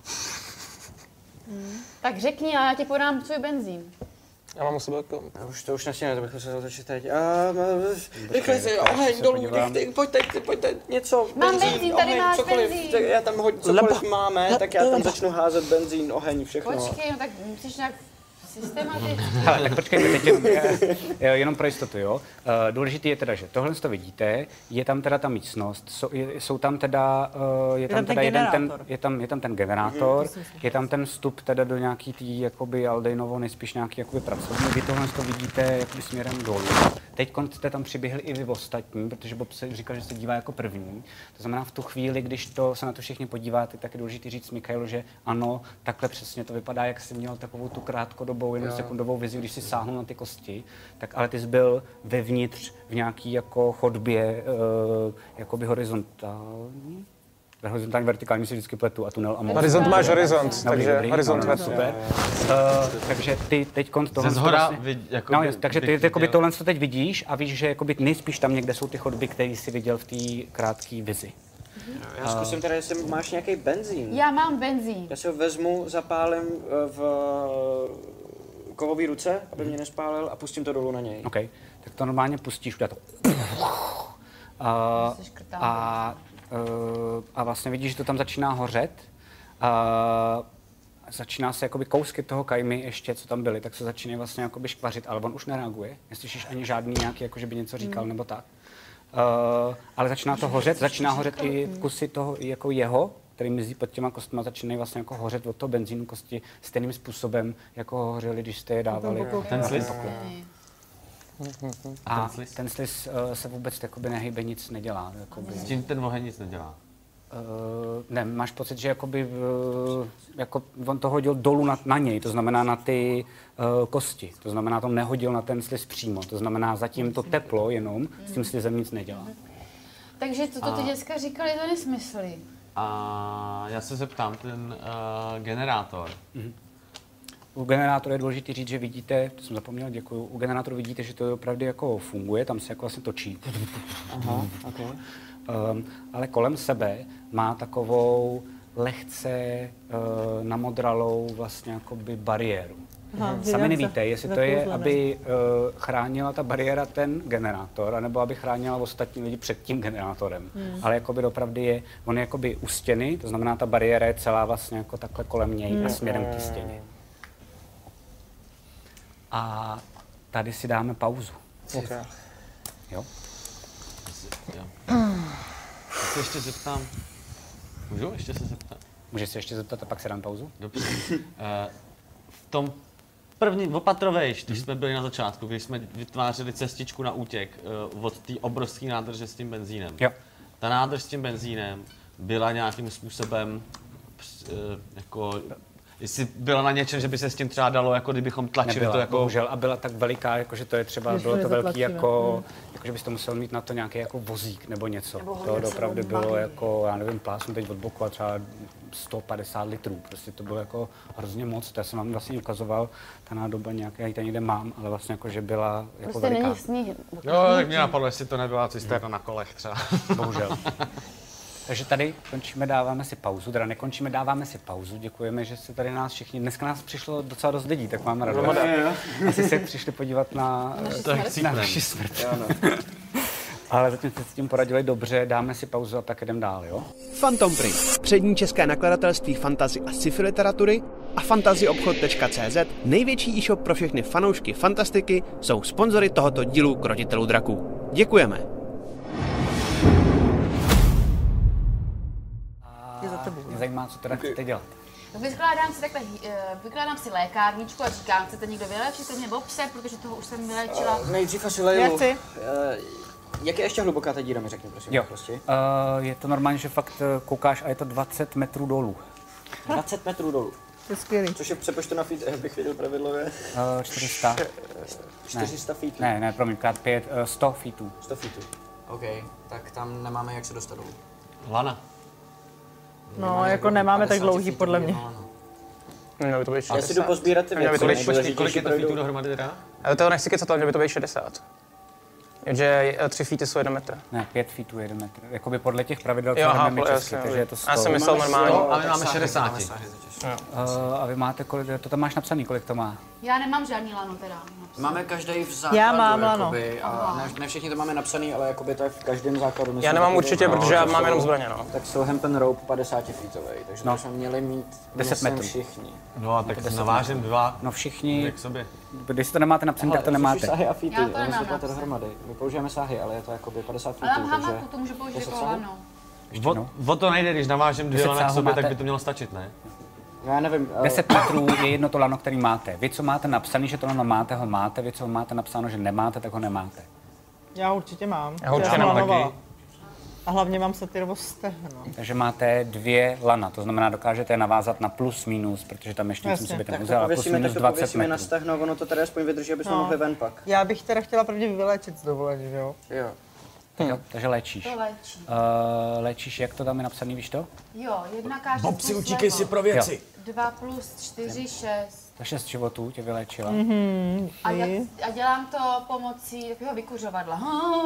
Tak řekni a já ti podám svůj benzín. Já mám u sebe jako... To už nesmíme, to bych se zatočit teď. Rychle si, oheň dolů, pojďte, něco, mám benzín, tady máš cokoliv, benzín. Já tam cokoliv máme, tak já tam začnu házet benzín, oheň, všechno. Počkej, no tak musíš nějak systematicky. Hele, tak počkejte, teď jenom pro jistotu, jo. Důležitý je teda, že tohle to vidíte, je tam teda ta místnost, jsou tam teda, je tam ten generátor, je tam ten vstup teda do nějaký tý, jakoby Aldejnovo, nejspíš nějaký jakoby pracovní, vy tohle to vidíte jakoby směrem dolů. Teď jste tam přiběhli i vy ostatní, protože Bob se říkal, že se dívá jako první. To znamená, v tu chvíli, když to se na to všichni podíváte, tak je důležitý říct Michailu, že ano, takhle přesně to vypadá, jak jsi měl takovou tu krátkodobou, jenom sekundovou vizi, když si sáhnul na ty kosti, tak ale ty jsi byl vevnitř v nějaký jako chodbě, jakoby horizontální. Horizontální, vertikální si vždycky pletu a tunel a most. Horizont máš horizont, takže horizont je super. Takže ty teď tohle... Ze zhora takže ty jakoby tohle teď vidíš a víš, že jakoby nejspíš tam někde jsou ty chodby, které jsi viděl v té krátké vizi. Já zkusím teda, jestli máš nějaký benzín. Já mám benzín. Já si ho vezmu, zapálím v kovové ruce, aby mě nespálil a pustím to dolů na něj. OK, tak to normálně pustíš, udělá to. A vlastně vidíš, že to tam začíná hořet. Začíná se jakoby kousky toho kajmy ještě, co tam byly, tak se začínají vlastně jakoby škvařit, ale on už nereaguje. Neslyšíš ani žádný nějaký, jako že by něco říkal nebo tak. Ale začíná to hořet, začíná hořet i kusy toho jako jeho, který mizí pod těma kostma, začínají vlastně jako hořet od toho benzínu kosti stejným způsobem, jako hořeli, když jste je dávali. Ten sliz. A ten sliz se vůbec jakoby nehýbe, nic nedělá. Jakoby. S tím ten oheň nic nedělá? Ne, máš pocit, že jakoby, jako on to hodil dolů na něj, to znamená na ty kosti. To znamená, to nehodil na ten sliz přímo. To znamená, zatím to teplo jenom s tím slizem nic nedělá. Takže to ty děcka říkali, to nesmysly. A já se zeptám, ten generátor. U generátoru je důležité říct, že vidíte, to jsem zapomněl, děkuju, u generátoru vidíte, že to opravdu jako funguje, tam se jako vlastně točí. Aha, okay. Ale kolem sebe má takovou lehce namodralou vlastně jakoby bariéru. Sami nevíte, jestli to je, aby chránila ta bariéra ten generátor, anebo aby chránila ostatní lidi před tím generátorem. Ale jakoby opravdu je, on je jakoby u stěny, to znamená, ta bariéra je celá vlastně jako takhle kolem něj a směrem k té stěně. A tady si dáme pauzu. Okay. Jo? Já se ještě zeptám. Můžu ještě se zeptat? Můžeš se ještě zeptat a pak se dám pauzu? Dobře. V tom prvním opatrovejš, když jsme byli na začátku, když jsme vytvářeli cestičku na útěk od té obrovské nádrže s tím benzínem. Jo. Ta nádrž s tím benzínem byla nějakým způsobem jako... Jestli byla na něčem, že by se s tím třeba dalo, jako kdybychom tlačili Nebyla, to jako... bohužel, a byla tak veliká, jako že to je třeba, bylo to velký jako že bys to musel mít na to nějaký jako vozík nebo něco. Nebo to opravdu bylo jako, já nevím, plásnu teď od boku a třeba 150 litrů. Prostě to bylo jako hrozně moc. To já jsem vám vlastně ukazoval, ta nádoba nějaká, já ji tady někde mám, ale vlastně jako, že byla jako prostě veliká. Není sníh. No, tak mě napadlo, jestli to nebyla cisterna na kolech třeba. Bohužel. Takže tady končíme, dáváme si pauzu, teda nekončíme, dáváme si pauzu. Děkujeme, že jste tady nás všichni, dneska nás přišlo docela dost lidí, tak máme radost. Asi se přišli podívat na naši smrt. Ale zatím jste s tím poradili dobře, dáme si pauzu a tak jdem dál, jo? Phantom Print, přední české nakladatelství fantasy a sci-fi literatury a fantazyobchod.cz, největší e-shop pro všechny fanoušky fantastiky, jsou sponzory tohoto dílu Krotitelů draků. Děkujeme. Mě zajímá, co teda chcete dělat. Vykládám si lékárničku a říkám, chcete někdo vylečit, kromě Bobse, protože toho už jsem vylečila. Nejdřív asi Leilu. Já chci. Jak je ještě hluboká ta díra, mi řekni, prosím. Jo, je to normálně, že fakt koukáš a je to 20 metrů dolů. 20 metrů dolů. To je skvělý. Což je přepočtu na feet, bych věděl pravidlově. 400. 400 feetů. Ne, promiň, krát 5, 100 feetů. 100 feetů. OK, tak tam nemáme jak se dostat dolů. Lana. No, jako nemáme tak dlouhý, podle mě. Mělo by to být 60. Já si jdu pozbírat ty věci. Počkej, kolik je to feetů dohromady teda? Ale to nechci kecat, ale mělo by to být 60. Jenže 3 feety jsou 1 metr. Ne, 5 feetů je 1 metr. Jakoby podle těch pravidel, co Jo, máme my česky, jasně, takže je to 100. Já jsem myslel normálně. A my máme 60. A vy máte kolik, to tam máš napsaný, kolik to má? Já nemám žádný lano teda. Máme každý v základu, Já mám lano. jakoby, a ne všichni to máme napsaný, ale jakoby to je v každém základu. Já nemám určitě, protože já mám jenom zbraně, no. Tak Southampton Rope 50 feetový, takže to jsme měli mít 10 metrů. Všichni. No a tak navážem 2. No všichni, k sobě. Když si to nemáte napsaný, tak to nemáte. Sáhy a feety, Já to nemám to dohromady. My používáme sáhy, ale je to jakoby 50 feetů, Ale mám takže... hamaku, to můžu použít jako lano. O to nejde, když navážem 2 lana k sobě, máte. tak by to mělo stačit, ne? No já nevím. 10 metrů je jedno to lano, který máte. Vy, co máte napsaný, že to lano máte, ho máte. Vy, co máte napsáno, že nemáte, tak ho nemáte. Já určitě mám. Já určitě jsem mám lanovala. taky. A hlavně mám satyrovo stehno. Takže máte 2 lana, to znamená, dokážete je navázat na plus minus, protože tam ještě nic musí být ten uzel, a plus minus 20 na metrů. stehno, ono to tady aspoň vydrží, aby jsme mohli ven pak. Já bych teda chtěla prvně vyléčit z dovolení, že jo? Jo. Jo, takže léčíš. To léčí. Léčíš, jak to tam je napsaný, víš to? Jo, 1 každý Bobsi, utíkej si pro věci. 2 plus 4, 6. To 6 životů tě vyléčila. A dělám to pomocí takového vykuřovadla.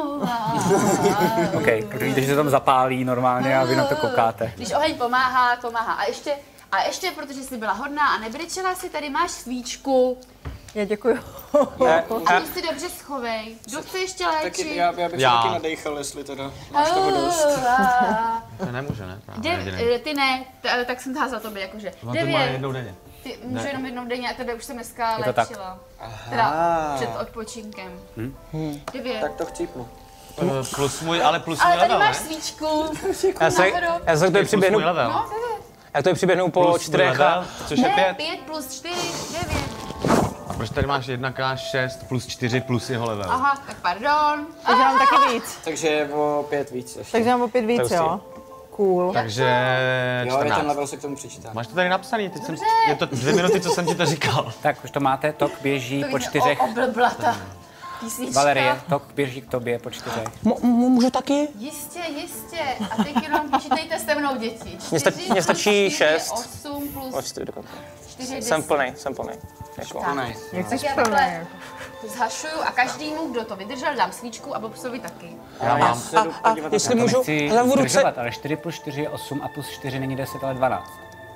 OK, takže víte, že se tam zapálí normálně a vy na to koukáte. Když oheň pomáhá, pomáhá. A ještě, protože jsi byla hodná a nebrečela si, tady máš svíčku. Já děkuju. A ty si dobře schovej. Kdo chce ještě léčit? Já bych se taky nadejchal, jestli teda máš toho dost. To nemůže, ne? Ty ne, tak jsem házal tobě, jakože. On to má jednou denně. Ty můžu jenom jednou denně a tebe už jsem dneska Je to tak. léčila. Teda před odpočinkem. 9. Tak to chcípnu. Plus můj level, Ale tady máš ne? svíčku. Já se k tomu přiběhnu, Plus můj level. No, 9. já k tomu přiběhnu po Plus 4 můj level, což je 5. 5 plus 4, 9. A proč tady máš 1k6 plus 4 plus jeho level? Aha, tak pardon. Takže mám taky víc. Takže o 5 víc ještě. Takže mám opět víc, jo? Cool. Takže Jo, i ten 14. level se k tomu přičítá. Máš to tady napsaný, je to 2 minuty, co jsem ti to říkal. Tak už to máte, tok běží po 4. Oblblata. písnička. Valerie, to běží k tobě po 4. Můžu taky? Jistě. A teď jenom počítejte se mnou, děti. Mně stačí 6. 8 plus 4 10. Jsem plný. Jak jsi Tak já takhle zhašuju a každému, kdo to vydržel, dám svíčku a Bobsovi taky. Já mám. A jestli můžu hlavu ruce... Ale 4 plus 4 je 8 a plus 4 není 10, ale 12.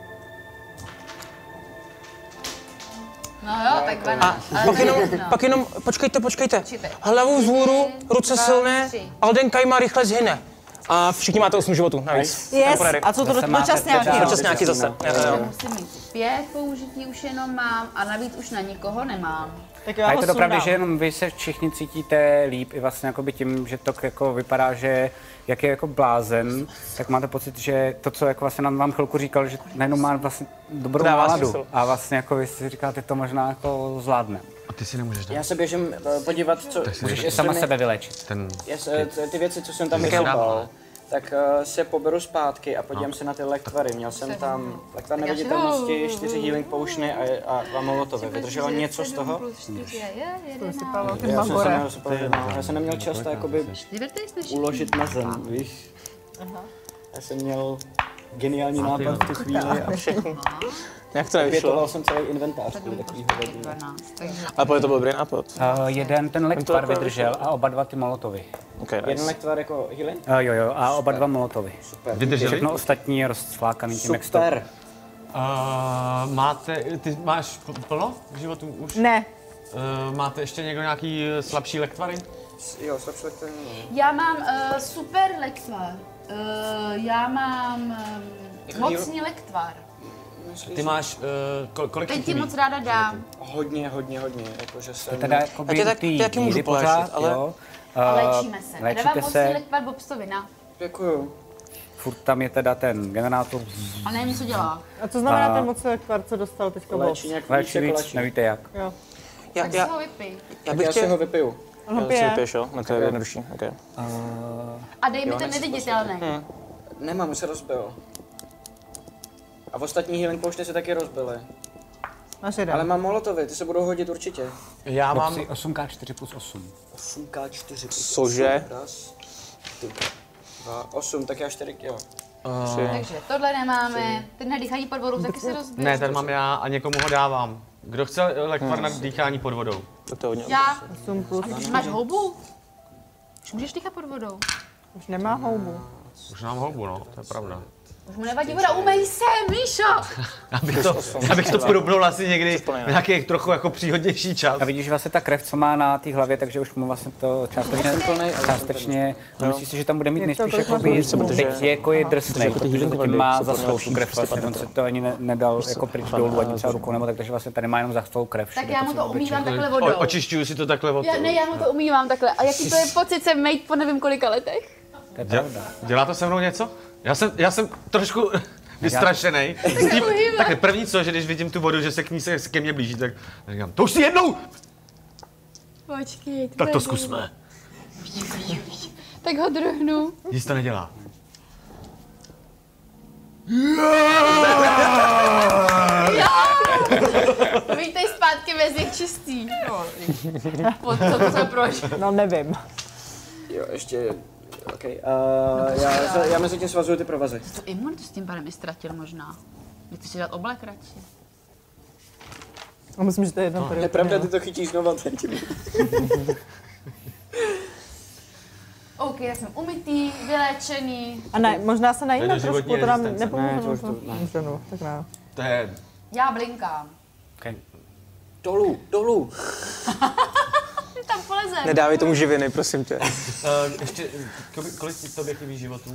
No jo, tak 12. Pak jenom, počkejte. Hlavu vzhůru, ruce silné, Aldenka má rychle zhyne. A všichni máte 8 životů navíc. Yes. A co to dočasňáky? Dočasňáky zase. Musím mít 5 použití, už jenom mám a navíc už na nikoho nemám. Tak A je to dopravdy, že jenom vy se všichni cítíte líp i vlastně tím, že to jako vypadá, že jak je jako blázen, tak máte pocit, že to, co jako vlastně nám vám chvilku říkal, že najednou má vlastně dobrou náladu a vlastně jako vy si říkáte, to možná jako zvládne. A ty si nemůžeš dát. Já se běžím podívat, co... Můžeš sama sebe vylečit. Ty věci, co jsem tam vykoupal, tak se poberu zpátky a podívám se na ty lektvary. Měl jsem tam lektvar neviditelnosti, 4 healing potiony a 2 molotovy. Vydrželo něco z toho? Já jsem neměl čas to jakoby uložit na zem, víš? Já jsem měl geniální nápad v tu chvíli a všechno. Jak to nevyšlo? Vypětoval jsem celý inventář kvůli takovýho vedení. Ale to byl dobrý nápad. Jeden ten lektvar vydržel a oba dva ty molotovy. Okay, nice. Jeden lektvar jako healing? Jo, a oba dva molotovy. Vydrželi? Všechno ostatní je rozflákaný tím, jak to. Super. Ty máš plno životů už? Ne. Máte ještě někdo nějaký slabší lektvary? Jo, slabší lektvary. Já mám super lektvar. Já mám mocný lektvar. Ty máš kolik teď ti moc ráda dám. Hodně. Jakože jsem... Teda jakoby ty taky můžu poléčit, ale... jo. Léčíme se. A dávám mocný lektvar Bobsovi, na. Děkuju. Furt tam je teda ten generátor. A nevím, co dělá. A co znamená ten mocný lektvar, co dostal teďka Bob? Léčí víc, nevíte jak. Jo. Tak si ho vypij. Já si ho vypiju. Já vypiješ, jo? No to je jednodušší, okay. A dej mi ten neviditelný. Nemám, už se rozbil. A v ostatní healing potiony se taky rozbily. Ale mám molotovy, ty se budou hodit určitě. Já mám 8x4 plus 8. 8x4 plus 8. Cože? Raz, 2, 8, tak já 4, jo. Takže tohle nemáme, ten na dýchání pod vodou taky se rozbil. Ne, ten mám já a někomu ho dávám. Kdo chce lektvar na dýchání pod vodou? Já. Už máš houbu? Už můžeš dýchat pod vodou. Už nemá houbu. Už mám houbu, no, to je pravda. Už mu nevadí voda, umej se, Míšo! Já bych to probnul asi někdy v nějaký trochu jako příhodnější čas. A vidíš vlastně ta krev, co má na té hlavě, takže už mu vlastně to částečně myslíš si, že tam bude mít nejspíš jakoby, teď jako je drsnej, protože zatím má za svou tu krev vlastně, on se to ani nedal jako pryč dolů, ani třeba rukou nebo tak, takže vlastně tady má jenom za svou krev. Tak já mu to umývám takhle vodou. Očišťuju si to takhle vodou. Ne, já mu to umývám takhle. A jaký to je pocit se mejt po nevím kolika letech? Dělá to se mnou něco? Já jsem trošku vystrašenej. Takhle první co, že když vidím tu vodu, že se k ní se ke mně blíží, tak říkám, to už si jednou! Počkej. Tak to zkusme. Tak ho druhnu. Nic to nedělá. Vítej zpátky mezi čistý. Co proč? No nevím. Jo, ještě... Okay. Já mezi tím svazuju ty provazy. To imunitu s tím pádem i ztratil možná. Nechceš si dát oblek radši? A myslím, že to je jedna period. Nepravda, ty to chytíš znova. OK, já jsem umytý, vyléčený. A ne, možná se najíme trošku, to nám nepomůže. Ne, tak ne. To je... Já blinkám. Okay. Dolů. Tam polezem. Nedávej tomu živiny, prosím tě. Ještě, kolik tobě chybí životů?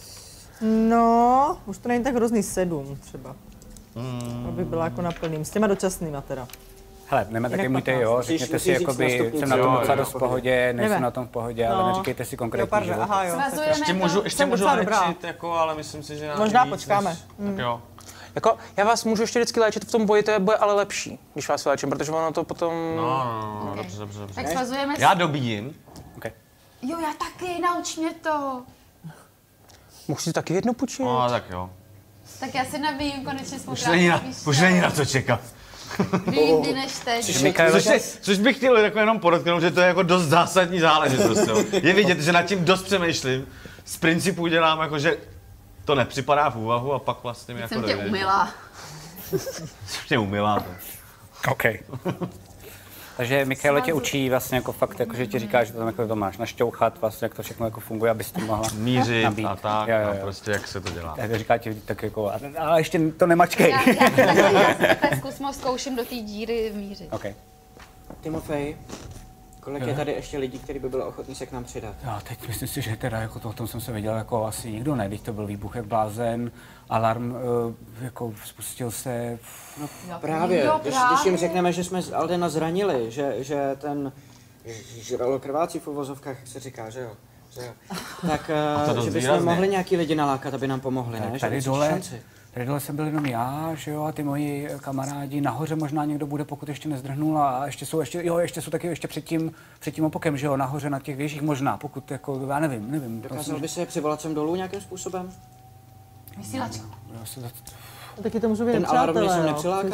No, už to není tak hrozný 7 třeba. Aby byla jako na plným, s těma dočasnýma teda. Hele, nemáte taky můjte, jo, řekněte si, jakoby, jsem na tom docela dost v pohodě, nejsem na tom v pohodě, ale neříkejte si konkrétní život. Aha, jo. Ještě můžu léčit, jako, ale myslím si, že... Možná počkáme. Tak jo. Jako, já vás můžu ještě vždycky léčit v tom boji, to bude ale lepší, když vás léčím, protože ono to potom... No, dobře. Tak svazujeme Já dobíjím. Okay. Jo, já taky, nauč mě to. Mohu si taky jedno půjčit? No, tak jo. Tak já si nabijím konečně svou Už není na to čekat. Jindy než teď. Což bych chtěl jako jenom podotknout, že to je jako dost zásadní záležitost. Je vidět, že nad tím dost přemýšlím. Z principu dělám jako, že to nepřipadá v úvahu a pak vlastně mi jako jsem tě umila. Jsem tě umila. OK. Takže Michaela tě učí vlastně jako fakt, jako, že ti říká, že to tam jako to máš našťouchat, vlastně jak to všechno jako funguje, abys to mohla mířit nabít. A tak, jo. A prostě jak se to dělá. Tak říká ti tak jako, ale ještě to nemačkej. Já zkouším do té díry mířit. OK. Timofej, kolik je tady ještě lidí, kteří by byli ochotní se k nám přidat? Já teď myslím si, že teda jako to, o tom jsem se věděl jako asi nikdo ne, když to byl výbuch jak blázen, alarm jako spustil se. No právě, když jim řekneme, že jsme Aldena zranili, že ten žralokrvácí v uvozovkách, jak se říká, že jo? Tak, že bychom mohli nějaký lidi nalákat, aby nám pomohli, ne? Tady dole jsem byl jenom já, že jo, a ty moji kamarádi, nahoře možná někdo bude, pokud ještě nezdrhnul a ještě jsou taky před tím opokem, že jo, nahoře na těch věžích možná, pokud jako, já nevím. Dokázal by se je přivolat sem dolů nějakým způsobem? Vysílačku. Taky to můžu být ten alarm mě sem nepřiláká?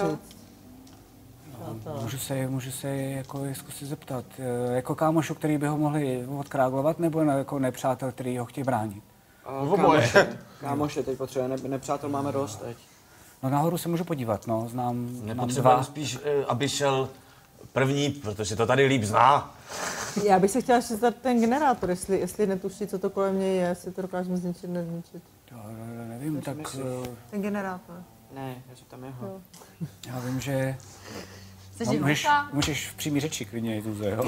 Můžu se jako zkusit zeptat, jako kámošu, který by ho mohli odkráglovat, nebo jako nepřátel, který ho chtějí bránit? Kámoše, teď potřebuje, nepřátel máme dost teď. No nahoru se můžu podívat, no, znám dva. Spíš, aby šel první, protože to tady líp zná. Já bych se chtěla ještě zeptat ten generátor, jestli netuší, co to kolem něj je, jestli to dokážeme zničit, nezničit. Já nevím, tak... Ten generátor. Ne, já jsem tam jeho. Já vím, že... Můžeš v přímý řeči klidně jít, jo?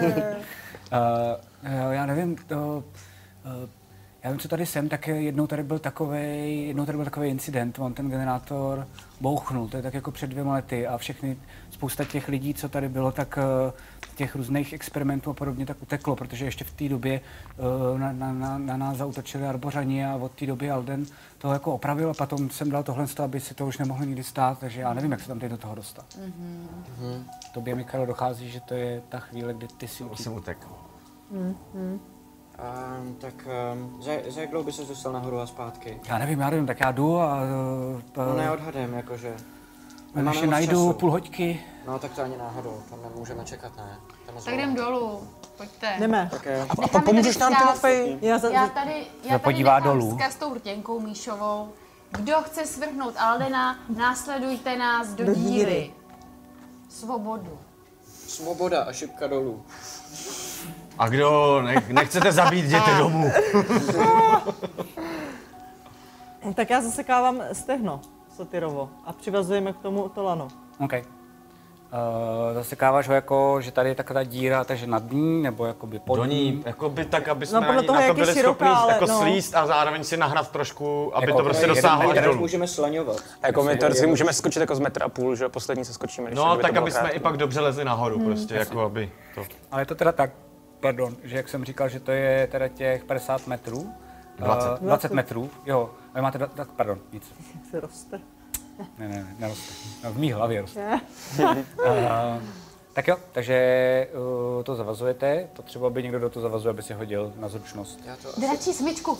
Já nevím, já vím, co tady jsem, tak jednou tady byl takový incident, on ten generátor bouchnul, to je tak jako před 2 lety a spousta těch lidí, co tady bylo, tak těch různých experimentů a podobně tak uteklo, protože ještě v té době na nás zaútočili arbořani a od té doby Alden to jako opravil a potom jsem dal tohle, aby se to už nemohlo nikdy stát, takže já nevím, jak se tam teď do toho dostat. Tobě, Michalo, dochází, že to je ta chvíle, kdy ty si utekl. Za jak dlouho by se dostal nahoru a zpátky? Já nevím, tak já jdu a... No neodhadem, jakože. Když je najdu půl hoďky. No tak to ani náhodou, tam nemůžeme čekat, ne? Tak jdem dolů, pojďte. Jdeme. A pomůžeš nám, Timofej? Já tady dolů. S Kastou Hrtěnkou Míšovou. Kdo chce svrhnout Aldena, následujte nás do díry. Svobodu. Svoboda a šipka dolů. A kdo nechcete zabít, jděte domů. Tak já zasekávám stehno satyrovo a přivazujeme k tomu to lano. OK. Zasekáváš ho jako, že tady je taková díra, takže nad ní, nebo jakoby pod ní? Jakoby tak, aby jsme na to byli schopni jako slíst a zároveň si nahnat trošku, aby jako to prostě dosáhlo až dolů. Můžeme slaňovat. Jako my to můžeme skočit jako z 1,5 m, že poslední se skočíme. No tak, aby jsme i pak dobře lezli nahoru, prostě jako aby to. Ale je to teda tak, pardon, že jak jsem říkal, že to je teda těch 50 metrů. 20 metrů, jo. Ale máte, tak pardon, nic. Jak se roste. Ne, neroste. No, v mý hlavě roste. Tak jo, takže to zavazujete. Potřeba, aby někdo do toho zavazuje, aby si hodil na zručnost. Dračí smyčku.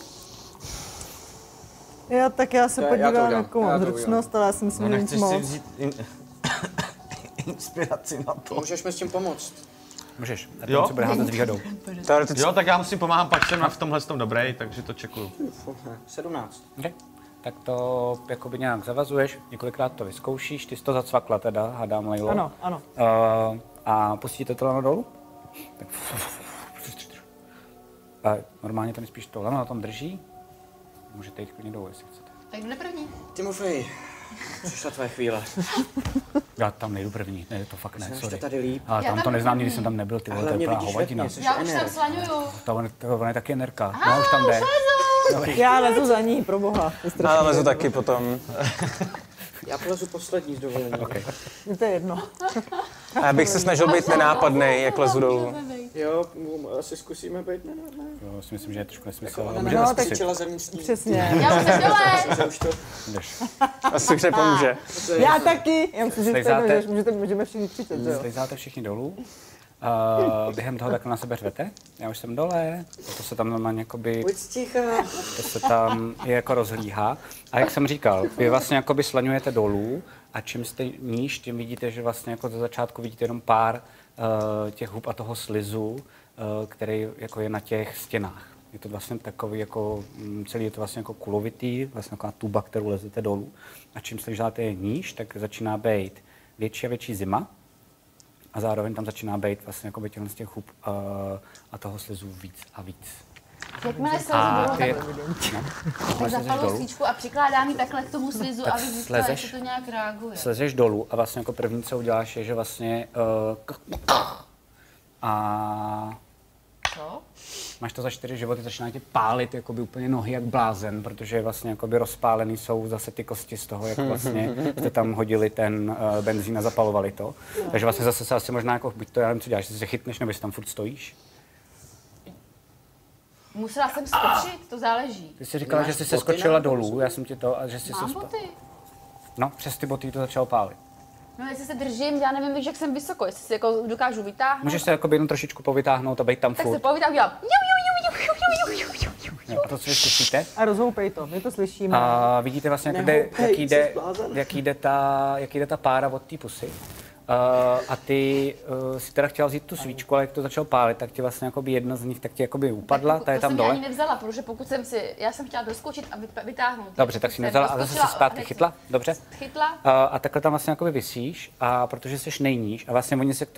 Jo, tak já se podívám, jakou mám zručnost, ale já si myslím, že nic moc. Nechceš si vzít inspiraci na to. Můžeš mi s tím pomoct? Můžeš, a ten se bude házet s výhodou. Jo, tak já musím pomáhat, pak jsem v tomhle dobrý, takže to čekuju. 17. Okay. Tak to jakoby nějak zavazuješ, několikrát to vyzkoušíš, ty jsi to zacvakla teda, hádám, Lejlo. Ano. A pustíte to lano dolů? Tak. A normálně to nejspíš to lano na tom drží. Můžete jít klidně dolů, jestli chcete. Tak jde první. Timofej, přišla tvoje chvíle. Já tam nejdu první, ne, to fakt ne, sorry. Tady líp. Ale tam to neznám, nikdy jsem tam nebyl, ty vole, to je plná hovadina. Já už tam slaňuju. To je taky enerka, no už tam jde. Já lezu za ní, pro boha. Já lezu taky potom. Já polezu poslední s dovolením. Okay. To je jedno. A já bych se snažil být nenápadnej, jak lezu dolů. Jo, asi zkusíme být nenápadnej. Jo, si myslím, že je trošku nesmysl. Můžeme zkusit. Zevnitřní. Přesně. Já už jsem dole. Asi už nepomůže. Já taky. Já myslím, že můžeme všichni křičet, jo. Slejzáte všichni dolů Během toho takhle na sebe řvete. Já už jsem dole, to se tam normálně jakoby... Buď ticha. To se tam je jako rozhlíhá. A jak jsem říkal, vy vlastně jakoby slaňujete dolů a čím jste níž, tím vidíte, že vlastně jako ze začátku vidíte jenom pár těch hub a toho slizu, který jako je na těch stěnách. Je to vlastně takový jako, celý je to vlastně jako kulovitý, vlastně taková tuba, kterou lezete dolů. A čím se žádáte níž, tak začíná být větší a větší zima. A zároveň tam začíná být vlastně jako těchto z těch hub a toho slizu víc a víc. Jakmile se tak zapalu svíčku a přikládám ji takhle k tomu slizu, aby zjistila, jestli to nějak reaguje. Slezeš dolů a vlastně jako první, co uděláš, je, že vlastně a co? Máš to za 4 životy, začíná tě pálit jakoby úplně nohy jak blázen, protože vlastně jakoby rozpálený jsou zase ty kosti z toho, jak vlastně jste tam hodili ten benzín a zapalovali to. Takže vlastně zase se asi možná jako, buď to já nevím, co děláš, jestli se chytneš, nebo jestli tam furt stojíš. Musela jsem skočit, to záleží. Ty jsi říkala, že jsi se skočila dolů, já jsem ti to, a že jsi Mám boty. No, přes ty boty to začalo pálit. No, jestli se držím, já nevím, jak jsem vysoko, jestli se jako dokážu vytáhnout. Můžeš se jako jenom trošičku povytáhnout a být tam furt. Tak se povytáhnu, dělám. A to, co vy slyšíte? A rozhoupej to, my to slyšíme. A vidíte vlastně, jak jde ta pára od té pusy. A ty si teda chtěla vzít tu svíčku, ale jak to začalo pálit, tak ti vlastně jakoby jedna z nich tak ti jakoby upadla, ta je tam dole. To jsem ani nevzala, protože pokud já jsem chtěla doskočit a vytáhnout. Dobře, tak si nevzala a zase si zpátky chytla, dobře? Chytla. A takhle tam vlastně jakoby visíš a protože jsi nejníž a vlastně oni se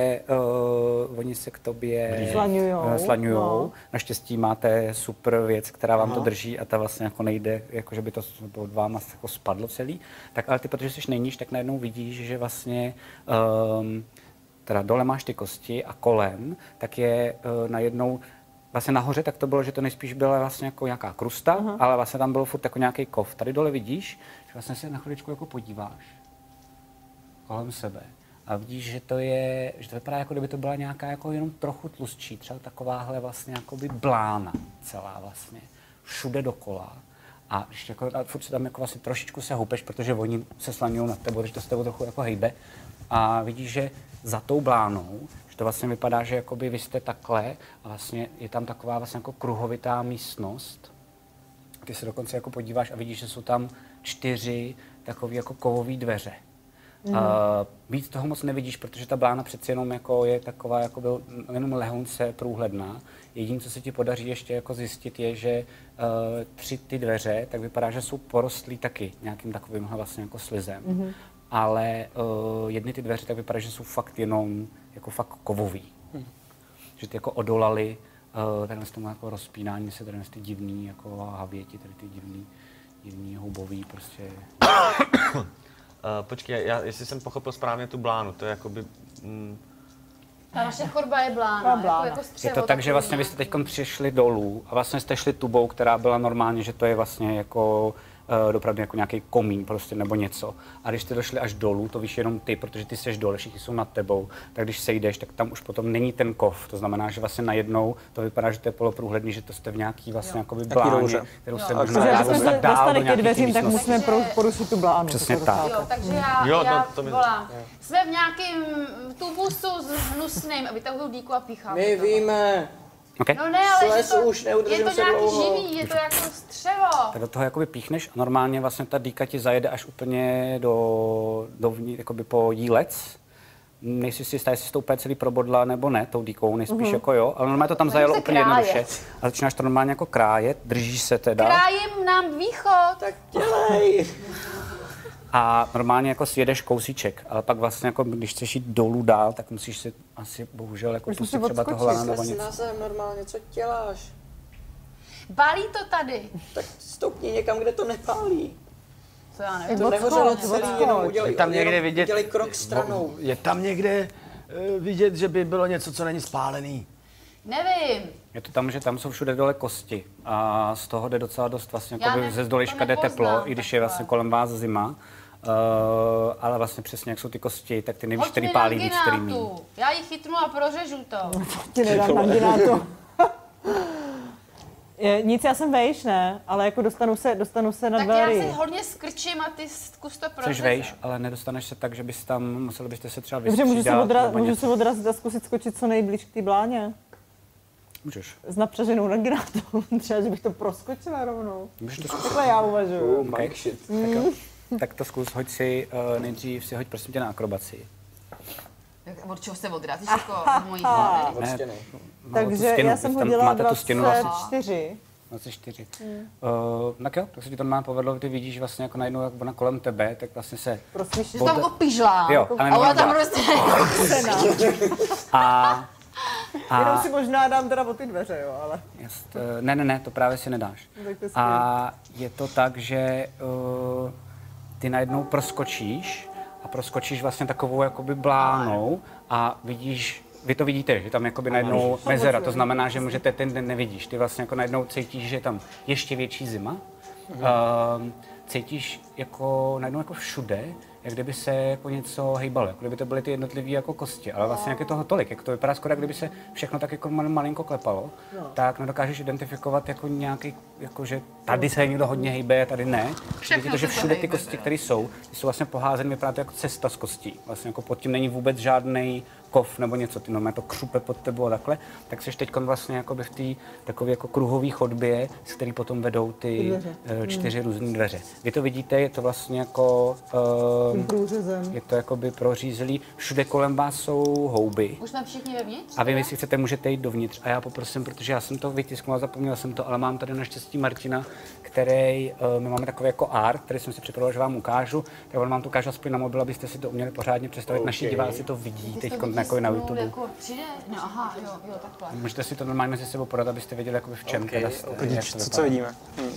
k tobě slaňujou. No. Naštěstí máte super věc, která vám to drží a ta vlastně jako nejde, jako že by to od váma jako spadlo celý. Tak ale ty, protože jsi nejníž, tak najednou vidíš, že vlastně teda dole máš ty kosti a kolem, tak je najednou, vlastně nahoře tak to bylo, že to nejspíš byla vlastně jako nějaká krusta, ale vlastně tam bylo furt jako nějaký kov. Tady dole vidíš, že vlastně se na chviličku jako podíváš kolem sebe a vidíš, že to vypadá jako kdyby to byla nějaká jako jenom trochu tlustší, třeba takováhle vlastně jakoby blána celá vlastně, všude dokola. A ještě jako, a furt se tam jako vlastně trošičku se houpeš, protože oni se slaňují nad tebou, takže to s tebou trochu jako hejbe. A vidíš, že za tou blánou, že to vlastně vypadá, že jakoby vy jste takhle a vlastně je tam taková vlastně jako kruhovitá místnost. Ty se dokonce jako podíváš a vidíš, že jsou tam 4 takové jako kovové dveře. Víc toho moc nevidíš, protože ta blána přeci jenom jako je taková jako jenom lehonce průhledná. Jediné, co se ti podaří ještě jako zjistit, je, že 3 ty dveře, tak vypadá, že jsou porostlí taky nějakým takovýmhle vlastně jako slizem. Ale jedny ty dveře tak vypadá, že jsou fakt jenom jako fakt kovový. Že ty jako odolali tenhle tomu jako rozpínání se, tenhle ty divný jako havěti, tady ty divný houbový prostě. Počkej, jestli jsem pochopil správně tu blánu, to je jakoby... Ta naše chorba je blána. Jako střevo, je to tak, že vlastně vy jste teď přišli dolů a vlastně jste šli tubou, která byla normálně, že to je vlastně jako dopravdu jako nějaký komín prostě nebo něco. A když jste došli až dolů, to víš jenom ty, protože ty seš dole, všichni jsou nad tebou, tak když sejdeš, tak tam už potom není ten kov. To znamená, že vlastně najednou to vypadá, že to je poloprůhledný, že to jste v nějaký vlastně jakoby bláně, kterou jste možná dostat dál do nějakých dveřím, tak musíme porušit tu blánu. Přesně tak. Jo, takže já volám. Jsme v nějakém tubusu s hnusným a vytahuju dýku a píchám. My víme. Okay. No ne, ale je to nějaký živý, je to jako střevo. Tak do toho jakoby píchneš a normálně vlastně ta dýka ti zajede až úplně dovnitř, jakoby po jílec. Nejsi si jistá, jestli to úplně celý probodla nebo ne, tou dýkou, nejspíš jako jo, ale normálně to tam zajelo úplně jednoduše. A začínáš to normálně jako krájet, držíš se teda. Krájím nám východ. Tak dělej. A normálně jako sjedeš kousíček, ale pak vlastně jako když chceš jít dolů dál, tak musíš si asi bohužel jako pustit třeba toho lana nebo něco. Normálně, co děláš? Pálí to tady. Tak stoupni někam, kde to nepálí. Co já nevím. To nehořelo celý, jenom je tam někde vidět, udělej krok stranou. Je tam někde vidět, že by bylo něco, co není spálený? Nevím. Je to tam, že tam jsou všude dole kosti a z toho jde docela dost vlastně, jako ze zdolejška jde teplo, i když je vlastně kolem vás zima. Ale vlastně přesně, jak jsou ty kosti, tak ty nevíš, který pálí víc, který míň. Já ji chytnu a prořežu to. Ti nedám nanginátu. Nic, já jsem vejš, ne? Ale jako dostanu se na tak dveří. Já si hodně skrčím a ty zkus to prolezat. Což vejš, ale nedostaneš se tak, že bys tam, museli byste se třeba Dobře, vystřídat. můžu se odrazit a zkusit skočit co nejblíž k té bláně. Můžeš. S napřaženou nagrátou. Třeba, že bych to proskočila rovnou. Můžeš to zkusit. Takhle já uvažuju. Okay. Tak to zkus, hoď si, nejdřív si hoď prosím tě na akrobaci. Od čeho se odrazíš jako od mojí hlavy? Od stěny. Takže já jsem hodila 24. 24. Tak jo, tak se ti to má povedlo, ty vidíš vlastně jako najednou, jak ona kolem tebe, tak vlastně se... Že tam opížlá. Jo, a ona tam prostě... Jenom si možná dám teda o ty dveře, jo, ale... Ne, to právě si nedáš. A je to tak, že ty najednou proskočíš vlastně takovou jakoby blánou a vidíš, vy to vidíte, že tam jakoby najednou mezera, to znamená, že můžete ten den nevidíš. Ty vlastně jako najednou cítíš, že je tam ještě větší zima. Cítíš jako najednou jako všude, jak kdyby se jako něco hejbalo, jako kdyby to byly ty jednotlivé jako kosti, ale vlastně jak je toho tolik, jak to vypadá skoro, jak kdyby se všechno tak jako malinko klepalo, tak nedokážeš identifikovat jako nějaký, jako že tady se někdo hodně hejbe, tady ne. Vidíte, že všude ty kosti, které jsou vlastně poházeny, vypadá to jako cesta z kostí. Vlastně jako pod tím není vůbec žádný kov nebo něco, ty normálně to křupe pod tebou a takhle, tak jsi teď vlastně jakoby v té takové jako kruhové chodbě, z který potom vedou ty 4 různé dveře. Vy to vidíte, je to vlastně jako je to jakoby prořízlý. Všude kolem vás jsou houby. Už jsme všichni vevnitř? A vy, jestli chcete, můžete jít dovnitř. A já poprosím, protože já jsem to vytisknul a zapomněl jsem to, ale mám tady naštěstí Martina, který, my máme takový jako art, který jsem si připravil, že vám ukážu. Tak on vám to ukážu aspoň na mobil, abyste si to uměli pořádně představit. Naši diváci to vidí teď jako na YouTube. Jako přijde? No aha, jo, takhle. Můžete si to normálně mezi sebou podat, abyste věděli, jakoby v čem teda jste. Co vidíme?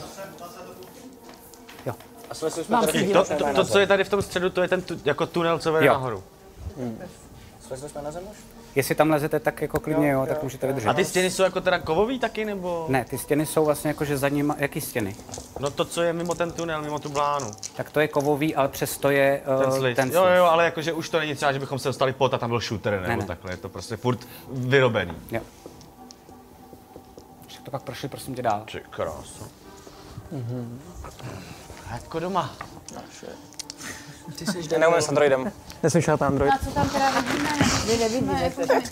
Jo. To, co je tady v tom středu, to je ten jako tunel, co vede nahoru. Slezli jsme na zem už? Jestli tam lezete, tak jako klidně jo, tak můžete vydržet. A ty stěny jsou jako teda kovový taky, nebo? Ne, ty stěny jsou vlastně jako, že za nima, jaký stěny? No to, co je mimo ten tunel, mimo tu blánu. Tak to je kovový, ale přesto je ten slib. Jo, ale jakože už to není třeba, že bychom se dostali pot a tam byl shooter, nebo ne. Takhle, je to prostě furt vyrobený. Jo. To pak prošli, prosím tě dál. Ty krásu. Jako doma. Ty jsi jde. Neumím s Androidem. Neslyšel to Android. A co tam teda vidíme? Vy nevidíte.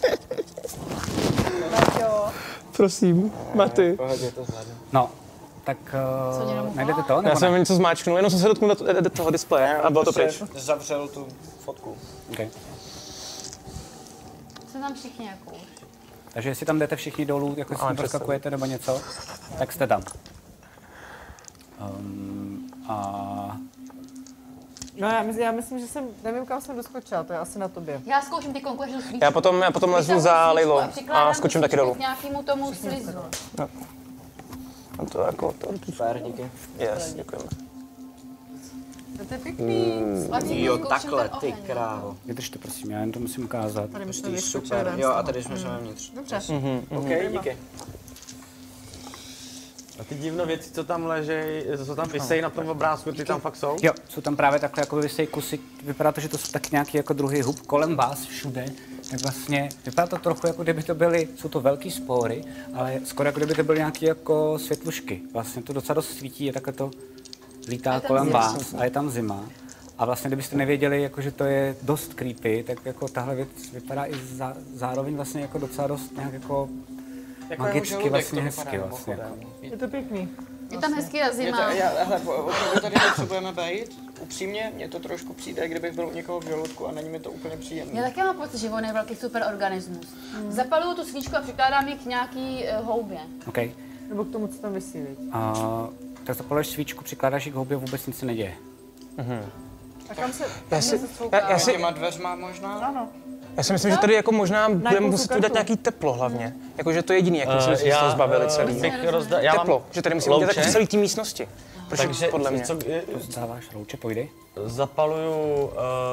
Prosím, Maty. No, tak najdete to? Já jsem něco zmáčknul, jenom jsem se dotknul do toho displeje a bylo to pryč. Zavřel tu fotku. Okay. Jsou tam všichni jako už. Takže jestli tam jdete všichni dolů, jako si tam proskakujete nebo něco, tak jste tam. No já myslím, že jsem, nevím, kam jsem doskočila, to je asi na tobě. Já zkouším ty konkurenční svíčku. Já potom lezu za Leilou a skočím taky dolů. K nějakému tomu slizu. No. A to jako to... Super, díky. Yes, děkujeme. To je pěkný. Jo, takhle, ty krávo. Vydržte, prosím, já jen to musím ukázat. Tady my jsme super, jo, a tady jsme vnitř. Dobře. OK, díky. A ty divné věci, co tam ležejí, co tam vysejí na tom obrázku, ty tam fakt jsou? Jo, jsou tam právě takhle jako vysejí kusy, vypadá to, že to jsou tak nějaký jako druhý hub kolem vás všude, tak vlastně vypadá to trochu jako kdyby to byly, jsou to velký spory, ale skoro jako kdyby to byly nějaký jako světlušky. Vlastně to docela dost svítí, je takhle to lítá kolem vás a je tam zima. A vlastně kdybyste nevěděli, jako, že to je dost creepy, tak jako tahle věc vypadá i zároveň vlastně jako docela dost nějak jako magicky vlastně hezky vlastně. Je to pěkný. Je tam hezký a zima. Opravdu tady potřebujeme být. Upřímně, mně to trošku přijde, kdybych byl u někoho v žaludku a není mi to úplně příjemné. Já taky mám pocit, že on je velký superorganismus. Zapaluju tu svíčku a přikládám ji k nějaký houbě. Okay. Nebo k tomu, co tam visí, viď? Tak zapaluješ svíčku, přikládáš ji k houbě, vůbec nic se neděje. A kam se... Já si těma dveřma možná? Ano. Já si myslím, že tady jako možná budeme muset udělat nějaký teplo hlavně. Jakože to je jediný, jak jsme se toho zbavili celý. Teplo, že tady musíme udělat celý té místnosti. Takže podle mě. Dáváš louče, pojdi. Zapaluju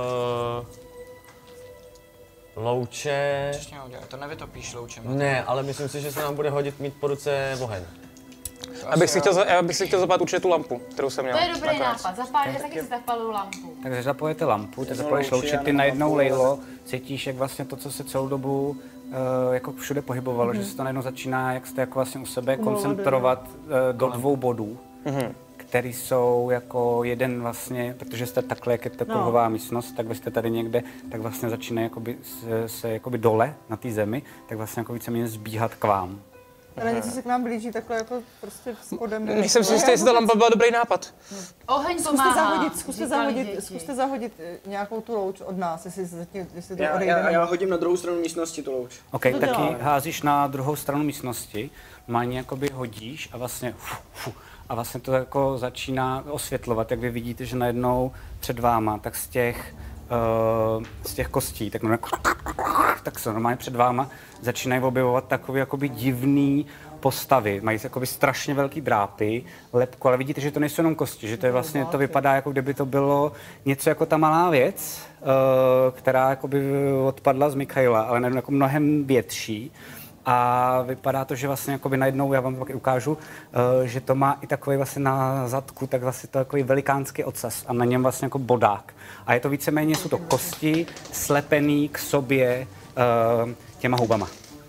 louče. Přesně to nevytopíš loučem. Ne, ale myslím si, že se nám bude hodit mít po ruce oheň. Já bych si chtěl zapálit určitě tu lampu, kterou jsem měl. To je dobrý nápad, zapálíš, taky si zapaluju lampu. Takže zapojete lampu, ty zapaluješ louče, ty najednou, Lejlo, cítíš, jak vlastně to, co se celou dobu jako všude pohybovalo, že se to najednou začíná, jak jste jako vlastně u sebe, koncentrovat do 2 bodů, který jsou jako jeden vlastně, protože jste takhle, jak je to kruhová místnost, tak vy jste tady někde, tak vlastně začíná jakoby se jakoby dole na té zemi, tak vlastně jako víceméně zbíhat k vám. Ale něco se k nám blíží takhle jako prostě spodem. Nejsem si jistý, jestli to lampa byla dobrý nápad. Oheň pomáhá. Zkuste zahodit nějakou tu louč od nás, jestli to odejde. Já hodím na druhou stranu místnosti tu louč. OK, taky házíš na druhou stranu místnosti, máně jakoby hodíš a vlastně a vlastně to jako začíná osvětlovat, jak vy vidíte, že najednou před váma, tak z těch kostí, tak se normálně před váma začínají objevovat takové jakoby divný postavy. Mají jakoby strašně velký drápy, lebku, ale vidíte, že to nejsou jenom kosti, že to je vlastně, to vypadá, jako kdyby to bylo něco jako ta malá věc, která jakoby odpadla z Mikhaila, ale najednou jako mnohem větší. A vypadá to, že vlastně jakoby najednou, já vám to pak ukážu, že to má i takový vlastně na zadku, tak vlastně to takový velikánský ocas a na něm vlastně jako bodák. A je to víceméně, jsou to kosti slepený k sobě těma houbama.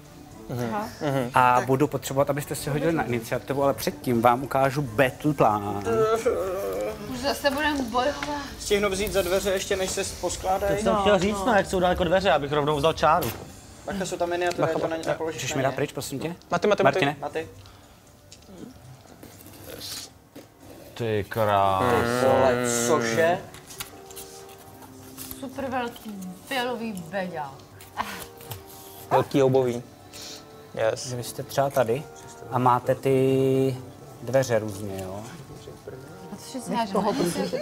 A budu potřebovat, abyste si hodili na iniciativu, ale předtím vám ukážu battle plán. Už zase budeme bojovat. Stihnu vzít za dveře ještě, než se poskládají. To jsem chtěl říct, jak jsou daleko dveře, abych rovnou vzal čáru. Bacha, jsou tam miniatury, to na položit. Můžeš mi dát pryč, prosím tě? Martine. Ty krás. Cože? Super velký fialový beďák. Velký houbový. Yes. Vy jste třeba tady a máte ty dveře různě, jo? A co si toho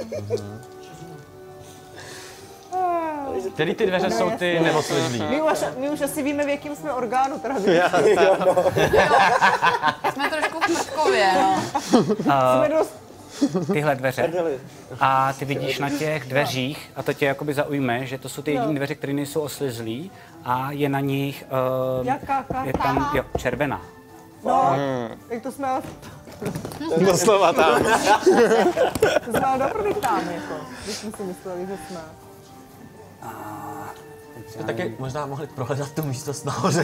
Který ty dveře jsou ty neoslizlý? My už asi víme, v jakým jsme orgánu teda. Jsme trošku v mrtkově, no. Tyhle dveře. A ty vidíš na těch dveřích, a to tě jakoby zaujme, že to jsou ty jediné dveře, které nejsou oslizlý a je na nich, je tam červená. No, tak to jsme... Doslova tam. To jsme ale doprve tam, jako, když jsme si mysleli, že jsme... To taky možná mohli prohledat tu místnost nahoře.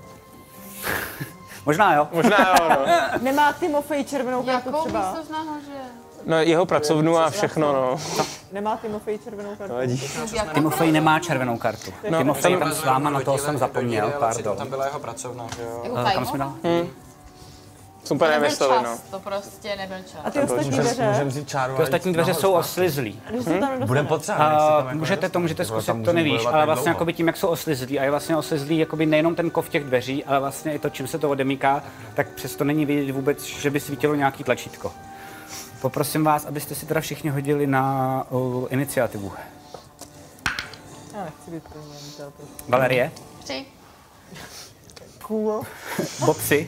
Možná jo. No. Nemá Timofej červenou kartu třeba? Jakou místnost nahoře? No, jeho pracovnu a všechno, no. Nemá Timofej červenou kartu? Timofej nemá červenou kartu. Timofej je tam s váma, na toho jsem zapomněl, pardon. Tam byla jeho pracovna, že jo? Kam jsme dal? Super nemysleli, no. To prostě nebyl čas. A ty ostatní dveře? Ty ostatní dveře jsou oslizlí. Budeme potřebovat. Můžete zkusit, to nevíš, ale vlastně jakoby tím, jak jsou oslizlí, a je vlastně oslizlý jakoby nejenom ten kov těch dveří, ale vlastně i to, čím se to odemýká, tak přesto není vidět vůbec, že by svítilo nějaký tlačítko. Poprosím vás, abyste si teda všichni hodili na iniciativu. Já nechci být první iniciativ. Valerie? 3. Cool. Bobsi?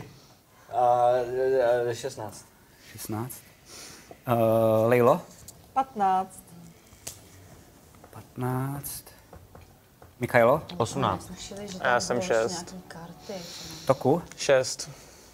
16. 16. Lejlo? 15. 15. Mikhailo? 18. Já jsem 6. Toku? 6.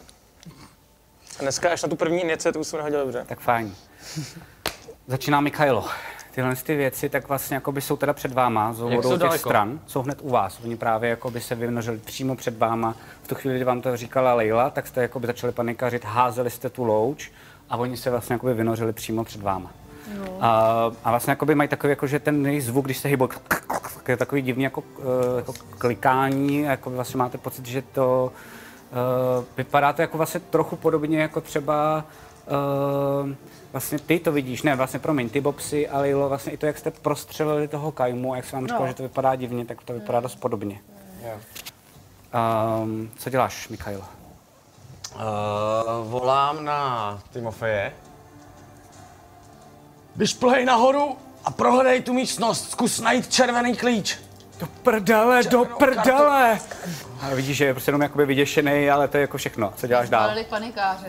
A dneska až na tu první iniciativu jsem nehodil dobře. Tak fajn. Začíná Mikhailo. Tyhle ty věci tak vlastně jakoby jsou teda před váma, z obou těch stran, jsou hned u vás. Oni právě jakoby se vynořili přímo před váma. V tu chvíli, kdy vám to říkala Lejla, tak jste jakoby začali panikařit, házeli jste tu louč a oni se vlastně jakoby vynořili přímo před váma. No. A vlastně jakoby mají takový, jako, že ten jejich zvuk, když se hýbou, je takový divný jako klikání, jako vlastně máte pocit, že to vypadá to jako vlastně trochu podobně jako třeba vlastně ty to vidíš, ne, vlastně promiň, ty Bobsi a Lilo, vlastně i to, jak jste prostřelili toho Kajmu, a jak jsem vám říkal, že to vypadá divně, tak to vypadá dost podobně. Co děláš, Mikhailo? Volám na Timofeje. Vyšplhej nahoru a prohledej tu místnost, zkus najít červený klíč. Do prdele! A vidíš, že je prostě jenom jakoby vyděšený, ale to je jako všechno. Co děláš dál? Zbalili panikáře.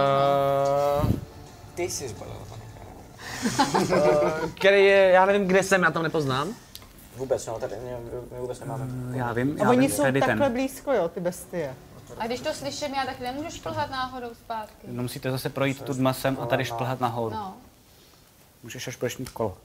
Ty jsi zbalil panikáře. Který je, já nevím, kde jsem, já to nepoznám. Vůbec, no, tady my vůbec nemáme. Já vím, a oni jsou takhle blízko, jo, ty bestie. A když to slyším, já tak nemůžu šplhat náhodou zpátky. No musíte zase projít tu dmasem a tady šplhat nahoru. No. Můžeš až budeš mít kolo.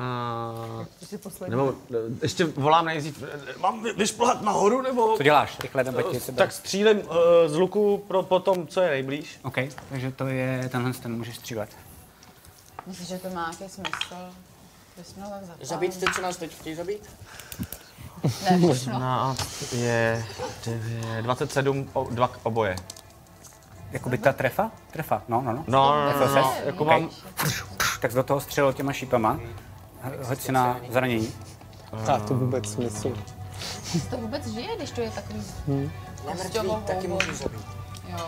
Nebo ještě volám nejdřív, mám vyšplhat nahoru, nebo... Co děláš? Rychle nebo Tak střílím z luku po tom, co je nejblíž. OK, takže to je tenhle, ten můžeš střílet. Myslíš, že to má nějaký smysl? Zabít ty, co nás teď chtějí zabít? Ne, všechno. Je 27, dva oboje. Jakoby ta trefa? Trefa, no. No, jako mám... Tak do toho střelil těma šípama. Hoď si na zranění. A to vůbec smysl. To vůbec žije, když to je takový... Nemrtvý, taky můžu zabít. Jo.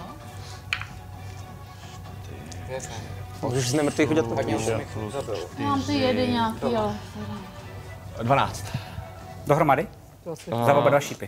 Můžeš z nemrtvých udělat Hodně pohodně, jsem jich zabil. Mám ty jedy nějaký, ale... 12. Dohromady? Za oba dva šípy.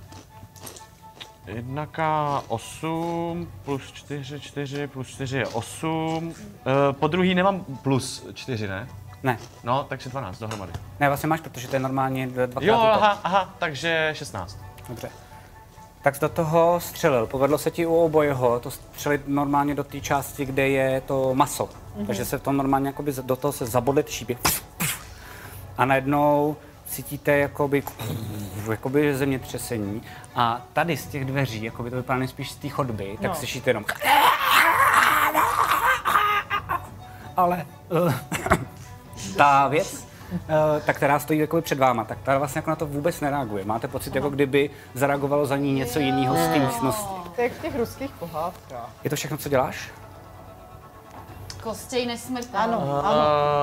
1K8 plus 4, 4 plus 4 je 8. Po druhý nemám plus 4, ne? Ne. No, takže 12 dohromady. Ne, vlastně máš, protože to je normálně dvakrát. Jo, aha, takže 16. Dobře. Tak jsi do toho střelil. Povedlo se ti u obojeho to střelit normálně do té části, kde je to maso. Takže se to normálně jakoby do toho se zabodly ty šípy. A najednou cítíte jakoby zemětřesení. A tady z těch dveří, jakoby to vypadá nejspíš z té chodby, tak slyšíte jenom... Ale ta věc, ta, která stojí jakoby před váma, tak ta vlastně jako na to vůbec nereaguje. Máte pocit, jako kdyby zareagovalo za ní něco jiného z té místnosti. To je jak v těch ruských pohádkách. Je to všechno, co děláš? Kostěj nesmrtelný. Ano.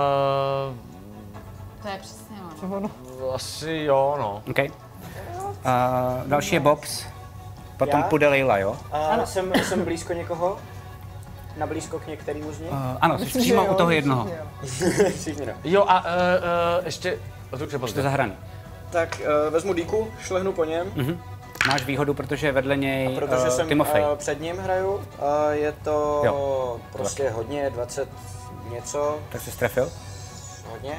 To je přesně ono. Asi jo, no. OK. Další je Bobs. Potom Já? půjde Leila, jo? Jsem blízko někoho? Na blízko k některýmu z nich? Ano, jsi přímo u toho jednoho. Jo a ještě... Ještě za hrany. Tak vezmu díku, šlehnu po něm. Máš výhodu, protože je vedle něj Protože jsem Timofej. před ním hraju, je to prostě hodně, 20 něco. Tak jsi strefil? Hodně.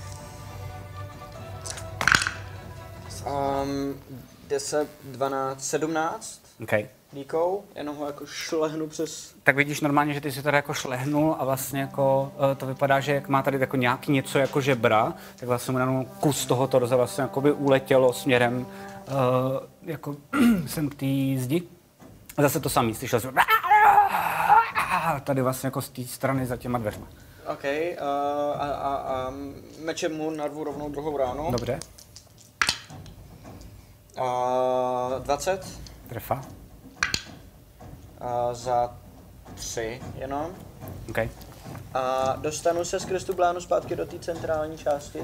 10, 12, 17 Okay. díkou, jenom ho jako šlehnu přes... Tak vidíš normálně, že ty si tady jako šlehnul a vlastně jako to vypadá, že jak má tady jako nějaký něco jako žebra, tak vlastně mu jenom kus toho torza vlastně jakoby uletělo směrem jako sem k té zdi. A zase to samý, slyšel jsem tady vlastně jako z té strany za těma dveřma. OK, a mečem mu narvu rovnou druhou ránu. Dobře. 20. Trefa. Za 3 jenom. OK. A dostanu se skrz tu blánu zpátky do té centrální části.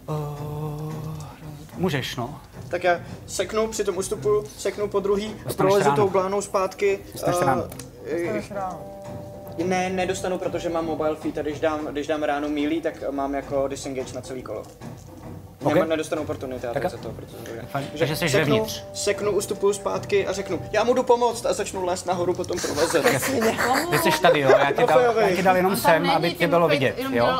Můžeš, no. Tak já seknu, při tom ustupuju, seknu po druhý, prolezu tou blánou zpátky. Ne, nedostanu, protože mám mobile feed a když dám ránu melee, tak mám jako disengage na celý kolo. Okay. Nedostanu opportunity za to, protože... Takže jsi vevnitř. Seknu, ustupuju zpátky a řeknu, já mu jdu pomoct a začnu lézt nahoru po tom provaze. Ty jsi tady, jo, já ti dal jenom sem, aby tě bylo vidět, jo?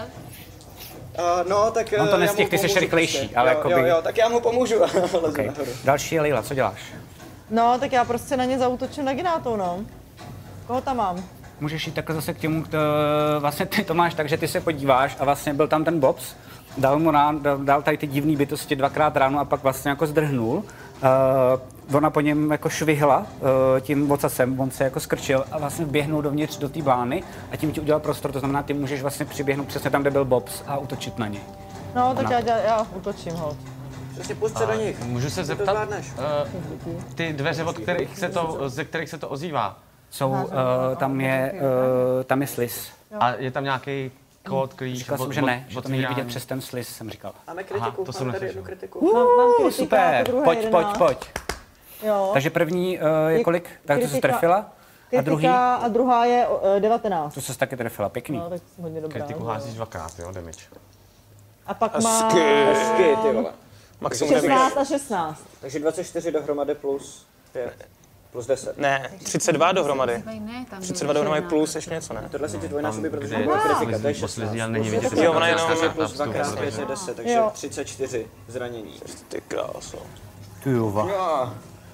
No, tak on to nestihl, ty jsi rychlejší, ale jakoby... Jo, tak já mu pomůžu a lezu okay. nahoru. Další je Leila, co děláš? No, tak já prostě na ně zaútočím naginátou, no. Koho tam mám? Můžeš jít takhle zase k těmu, vlastně ty to máš tak, že ty se podíváš a vlastně byl tam ten Bobs, dal tady ty divný bytosti dvakrát ráno a pak vlastně jako zdrhnul. Ona po něm jako švihla tím ocasem, on se jako skrčil a vlastně vběhnul dovnitř do té blány a tím ti udělal prostor, to znamená, ty můžeš vlastně přiběhnout přesně tam, kde byl Bobs a útočit na něj. No, tak já útočím ho. Přesně pust se do nich. Můžu se zeptat, ty dveře, ze kterých se to ozývá, jsou, tam je sliz. A je tam nějaký kód, klíč? Říkal jsem, že ne, že to není vidět přes ten sliz, jsem říkal. Máme kritiku, to mám tady jednu kritiku. Mám super, pojď. Jo. Takže první je kolik? Tak to se trefila? A druhá je 19. To se taky trefila, pěkný. No, tak hodně dobrá. Kritiku házíš dvakrát, jo, damage. A pak má... Hezky, ty vole. 16 a 16. Takže 24 dohromady plus 5. Plus 10. Ne, 32 dohromady. 32 dohromady plus ještě něco, ne? Tohle si ty dvojnásobí, protože byla kritika, to je 16. Není vidět. Jo, ona jenom plus 2x5 je 10, takže 34 zranění. Ty kráso. Ty jova.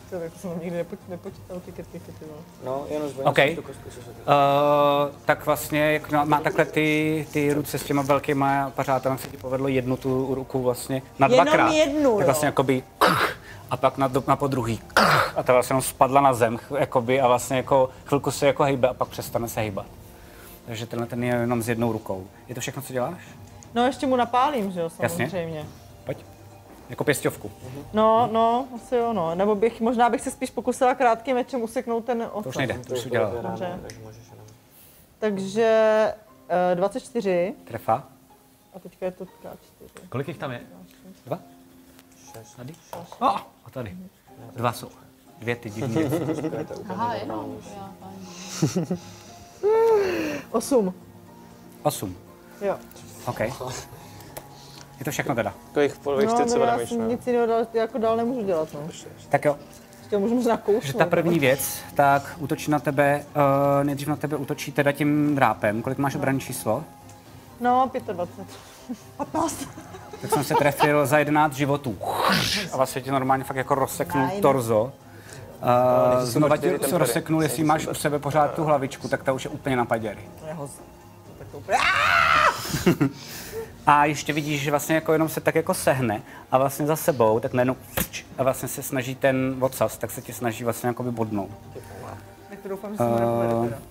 To jsem nikdy nepočítal ty krky, ty vole. No, jenom zbojím okay. Tu kostku, tak vlastně, jak má takhle ty ruce s těma velkýma pařátelem, se ti povedlo jednu tu ruku vlastně na dvakrát. Jednu, tak vlastně jakoby a pak na podruhý a ta vlastně spadla na zem jakoby, a vlastně jako chvilku se jako hejbe a pak přestane se hejbat. Takže tenhle ten je jenom s jednou rukou. Je to všechno, co děláš? No ještě mu napálím, že jo, samozřejmě. Jasně. Pojď. Jako pěsťovku. No, asi jo, no. Nebo možná bych se spíš pokusila krátkým mečem useknout ten ocas. To už nejde, to už si udělala. Dobře. Takže 24. Trefa. A teďka je to K4. Kolik jich tam je? 2? 6. Tady? A tady. 2 jsou. 2 ty divný věci. Aha, jenom. 8. 8. Jo. OK. Je to všechno teda. Kolik polových ty, co já nic jiného dál nemůžu dělat, no. Tak jo. Ještě můžu možná kousnout. Takže ta první věc, tak útočí na tebe, nejdřív na tebe útočí teda tím drápem. Kolik máš obranné číslo? No, 25. 15. Tak jsem se trefil za 11 životů. A vlastně ti normálně fakt jako rozseknul torzo. Znova ti se rozseknul, jestli máš u sebe pořád tu hlavičku, tak ta už je úplně na paděry. A ještě vidíš, že vlastně jako jenom se tak jako sehne a vlastně za sebou, tak najednou a vlastně se snaží ten ocas, tak se ti snaží vlastně jakoby bodnout. Tak to doufám, že se mu nepovede teda.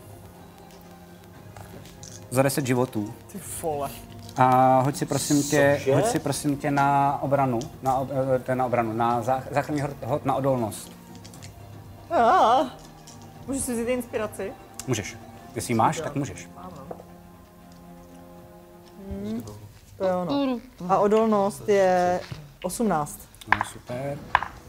Za 10 životů. Ty vole. A hoď si prosím tě na obranu, na záchranný hod na odolnost. Můžu si vzít inspiraci? Můžeš. Jestli ji máš, tak můžeš. To je ono. A odolnost je 18. No, super.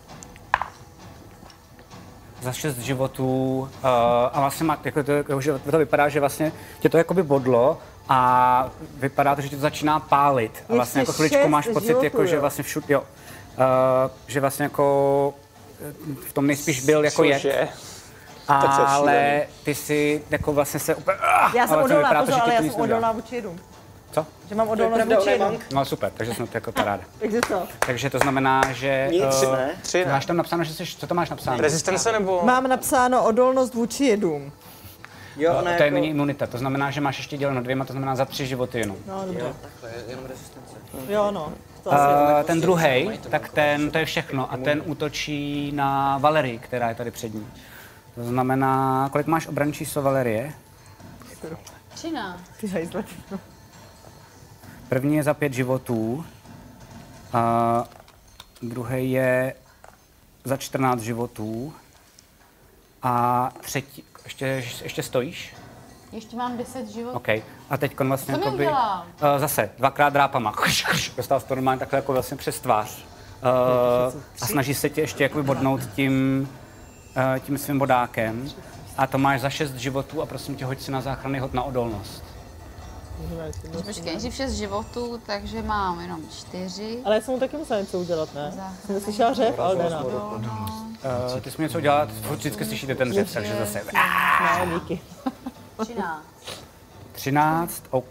Za 6 životů a vlastně má, jako to vypadá, že vlastně tě to jakoby bodlo a vypadá to, že tě to začíná pálit. A vlastně jako chviličku máš pocit, životů, jako, že vlastně všude, jo. Že vlastně jako v tom nejspíš byl jako jed. Ale ty si jako vlastně se úplně... Já jsem odolná, pozor, ale já jsem odolná vůči jedům. Co? Že mám odolnost vůči jedům. No super, takže jsme to jako paráda. Takže co? Takže to znamená, že... Tři ne. Máš tam napsáno, že jsi... Co to máš napsáno? Rezistence nebo... Mám napsáno odolnost vůči jedům. Jo, to je není imunita, to znamená, že máš ještě děleno 2, to znamená za 3 životy jenom. No, dobře. Jo, takhle, jenom rezistence. Jo, no. Ten druhej, tak ten, to je všechno a ten útočí na Valerii, která je tady před ní. To znamená, kolik máš obranné číslo Valerie? 13. Ty hajzle. První je za 5 životů, a druhý je za 14 životů a třetí, ještě stojíš? Ještě mám 10 životů. OK. A teď vlastně co mi udělám? Zase dvakrát drápama. Dostal to normálně takhle jako vlastně přes tvář. A snaží se tě ještě jakoby bodnout tím svým bodákem. A to máš za 6 životů a prosím tě, hoď si na záchranný hod na odolnost. Počkej, nejdřív 6 životů, takže mám jenom 4. Ale já jsem mu taky musela něco udělat, ne? Jsem neslyšela řev, Aldena. Ty jsi mi něco udělat, vždycky slyšíte ten řev, takže zase... Ne, díky. 13. 13, OK.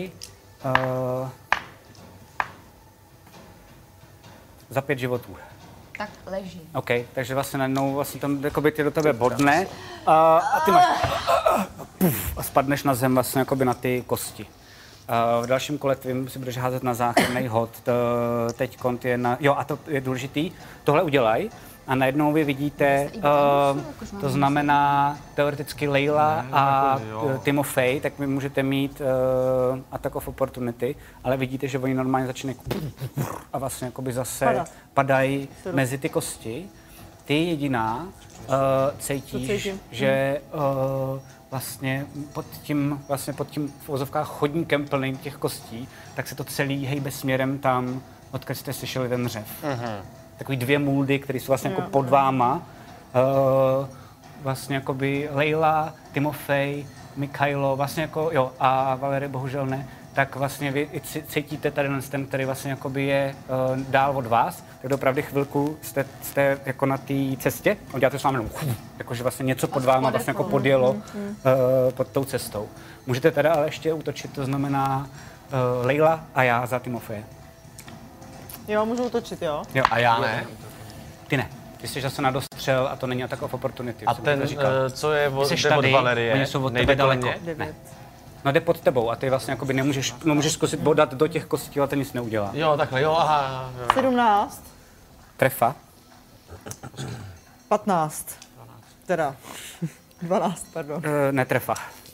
Za 5 životů. Tak leží. OK, takže vlastně najednou vlastně tam jakoby tě do tebe bodne a ty máš a spadneš na zem vlastně jakoby na ty kosti. V dalším kole tvým si budeš házet na záchranný hod. Teď kont je na... Jo, a to je důležitý. Tohle udělaj a najednou vy vidíte, to znamená teoreticky Leila a Timofej, tak vy můžete mít attack of opportunity, ale vidíte, že oni normálně začínají a vlastně jakoby zase padají mezi ty kosti. Ty jediná cítíš, že vlastně pod tím v uvozovkách chodníkem plným těch kostí, tak se to celý hejbe směrem tam, odkud jste slyšeli ten řev. Takový 2 muldy, které jsou vlastně jako pod váma. Vlastně jakoby Leila, Timofej, Mikhailo, vlastně jako jo, a Valerie bohužel ne, tak vlastně vy cítíte tady ten, který vlastně jakoby je dál od vás, tak opravdu chvilku jste jako na té cestě, on děláte s vámi jakože vlastně něco pod váma vlastně jako podjelo pod tou cestou. Můžete teda ale ještě útočit, to znamená Leila a já za Timofeje. Jo, můžu útočit, jo? Jo. A já ne? Ty ne. Ty jsi zase na dost střel a to není attack of opportunity. A ten, co je od Valerie, oni jsou od tebe daleko. Ne. No jde pod tebou a ty vlastně jakoby můžeš zkusit bodat do těch kostí, ale to nic neudělá. Jo, takhle, jo, aha. Jo. 17. Trefa. 15. Teda. 12, pardon. Netrefa.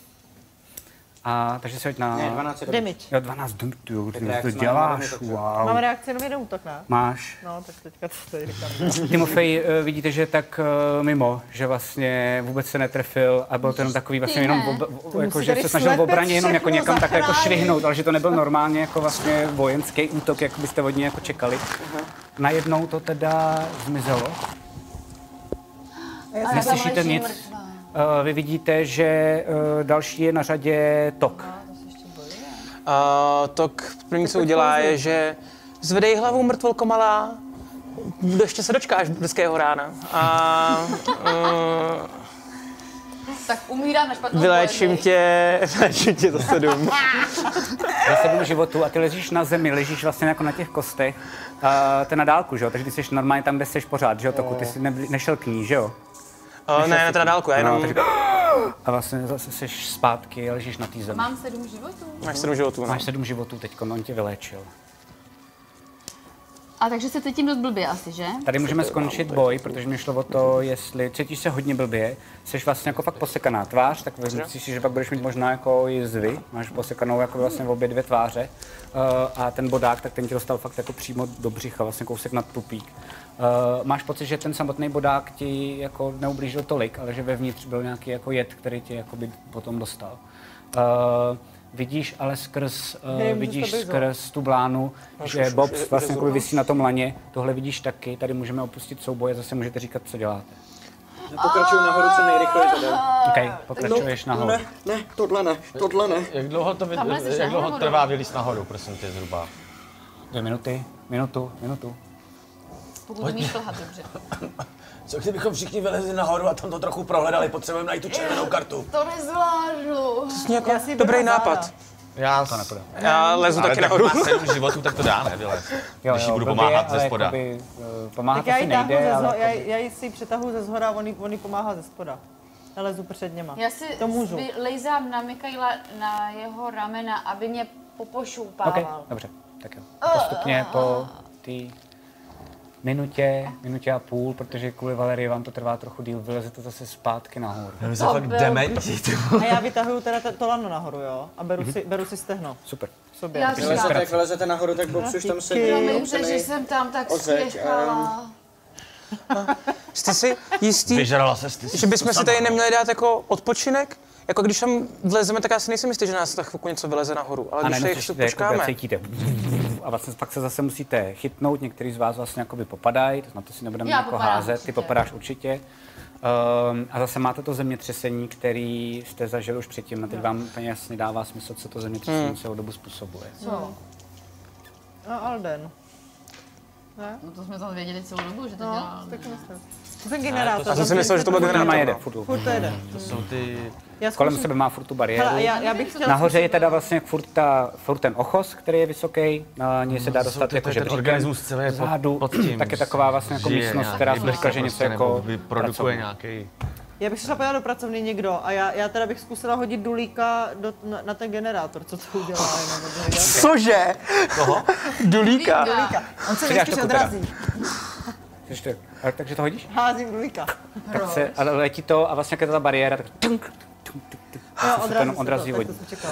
A takže se hoď na... Ne, 12 damage. Jo, 12 damage, to děláš, wow. Mám reakci jenom jeden útok, ne? Máš. No, tak teďka to tady říkám. Timofej, vidíte, že tak mimo, že vlastně vůbec se netrefil a byl to jenom takový vlastně jenom, jako, že se snažil v obraně jenom jako někam tak jako švihnout, ale že to nebyl normálně jako vlastně vojenský útok, jak byste od něj jako čekali. Najednou to teda zmizelo. Neslyšíte nic. Vy vidíte, že další je na řadě Tok. Tok první, co udělá, je, že zvedej hlavu, mrtvolko malá, ještě se dočkáš brzkého rána. Tak umírám na špatnou Vyléčím tě za 7. Za 7 životů a ty ležíš na zemi, ležíš vlastně jako na těch kostech. To je na dálku, že jo? Takže ty jsi normálně tam, kde jsi pořád, že jo? Toku, ty jsi nešel k ní, že jo? Ne, na dálku, já jenom... A vlastně zase jsi zpátky a ležíš na té zemi. Mám 7 životů. Máš 7 životů, no. Máš 7 životů teďko, on tě vyléčil. A takže se cítím dost blbě asi, že? Tady můžeme skončit boj, protože mi šlo o to, jestli cítíš se hodně blbě, jsi vlastně jako fakt posekaná tvář, tak myslíš si, že pak budeš mít možná jako jizvy, máš posekanou jako vlastně v obě dvě tváře a ten bodák, tak ten ti dostal fakt jako přímo do břicha, vlastně kousek nad pupík. Máš pocit, že ten samotný bodák ti jako neublížil tolik, ale že vevnitř byl nějaký jako jed, který ti jakoby potom dostal. Vidíš ale skrz tu blánu, že Bob vlastně jako visí na tom laně. Tohle vidíš taky, tady můžeme opustit souboj a zase můžete říkat, co děláte. Pokračuju nahoru co nejrychleji teda. OK, pokračuješ nahoru. Ne, tohle ne. Jak dlouho trvá vylíz nahoru, prosím tě, zhruba? 2 minuty, minutu. Pokud umíš plhat, dobře. Co kdybychom všichni vylezli nahoru a tam to trochu prohledali, potřebujeme najít tu červenou kartu. To nezvládnu. To je jako dobrý nápad. Já to nepůjdu. Já lezu taky nahoru. Ale 7 životů, tak to dá, ne, vylez. Když jí budu pomáhat ze spoda. Pomáhat tak asi nejde, ale... Já si ji přetahuji ze zhora a on jí pomáhá ze spoda. Já lezu před něma. Já si lejzám na Mikaela na jeho ramena, aby mě popošoupával. Okay, dobře, tak jo. Postupně po té minutě a půl, protože kvůli Valerii vám to trvá trochu díl, vylezete zase zpátky nahoru. My jsme fakt dementi, ty vole. A já vytahuju teda to lano nahoru, jo? A beru si stehno. Super. Jak vylezete nahoru, tak Bob už tam sedí. Dobře, že jsem tam tak spěchala. Jste si jistý, že bychom si tady neměli dát jako odpočinek? Jako když tam vlezeme, tak já si nejsem jistý, že nás tak chvilku něco vyleze nahoru, ale když ještě počkáme. A vlastně pak se zase musíte chytnout, některý z vás vlastně jakoby popadají, na to si nebudeme jako házet, určitě. Ty popadáš určitě. A zase máte to zemětřesení, který jste zažili už předtím, a teď vám úplně jasně dává smysl, co to zemětřesení celou dobu způsobuje. Co? No, Alden. Ne? No to jsme to věděli celou dobu, že to dělá. Tak myslím. Ten generátor. Já jsem si myslel, že to byl generátor. Jede, furt to jede. To jsou ty... Kolem sebe má furt tu bariéru. Hele, já bych chtěla nahoře je teda vlastně furt ten ochos, který je vysoký, na něj se dá dostat jako ten organismus celý pod tím. Tak je taková vlastně jako místnost, která jsem říkal, že něco jako vyprodukuje nějaký. Já bych šla podívat do pracovny někdo a já teda bych zkusila hodit Dulíka na ten generátor, co to udělá. Cože? Koho? Dulíka. On se vždycky odrazí. Takže to hodíš? Házím Dulíka. Tak se, ale letí to a vlastně jak je ta bariéra, tak odrazí vodí.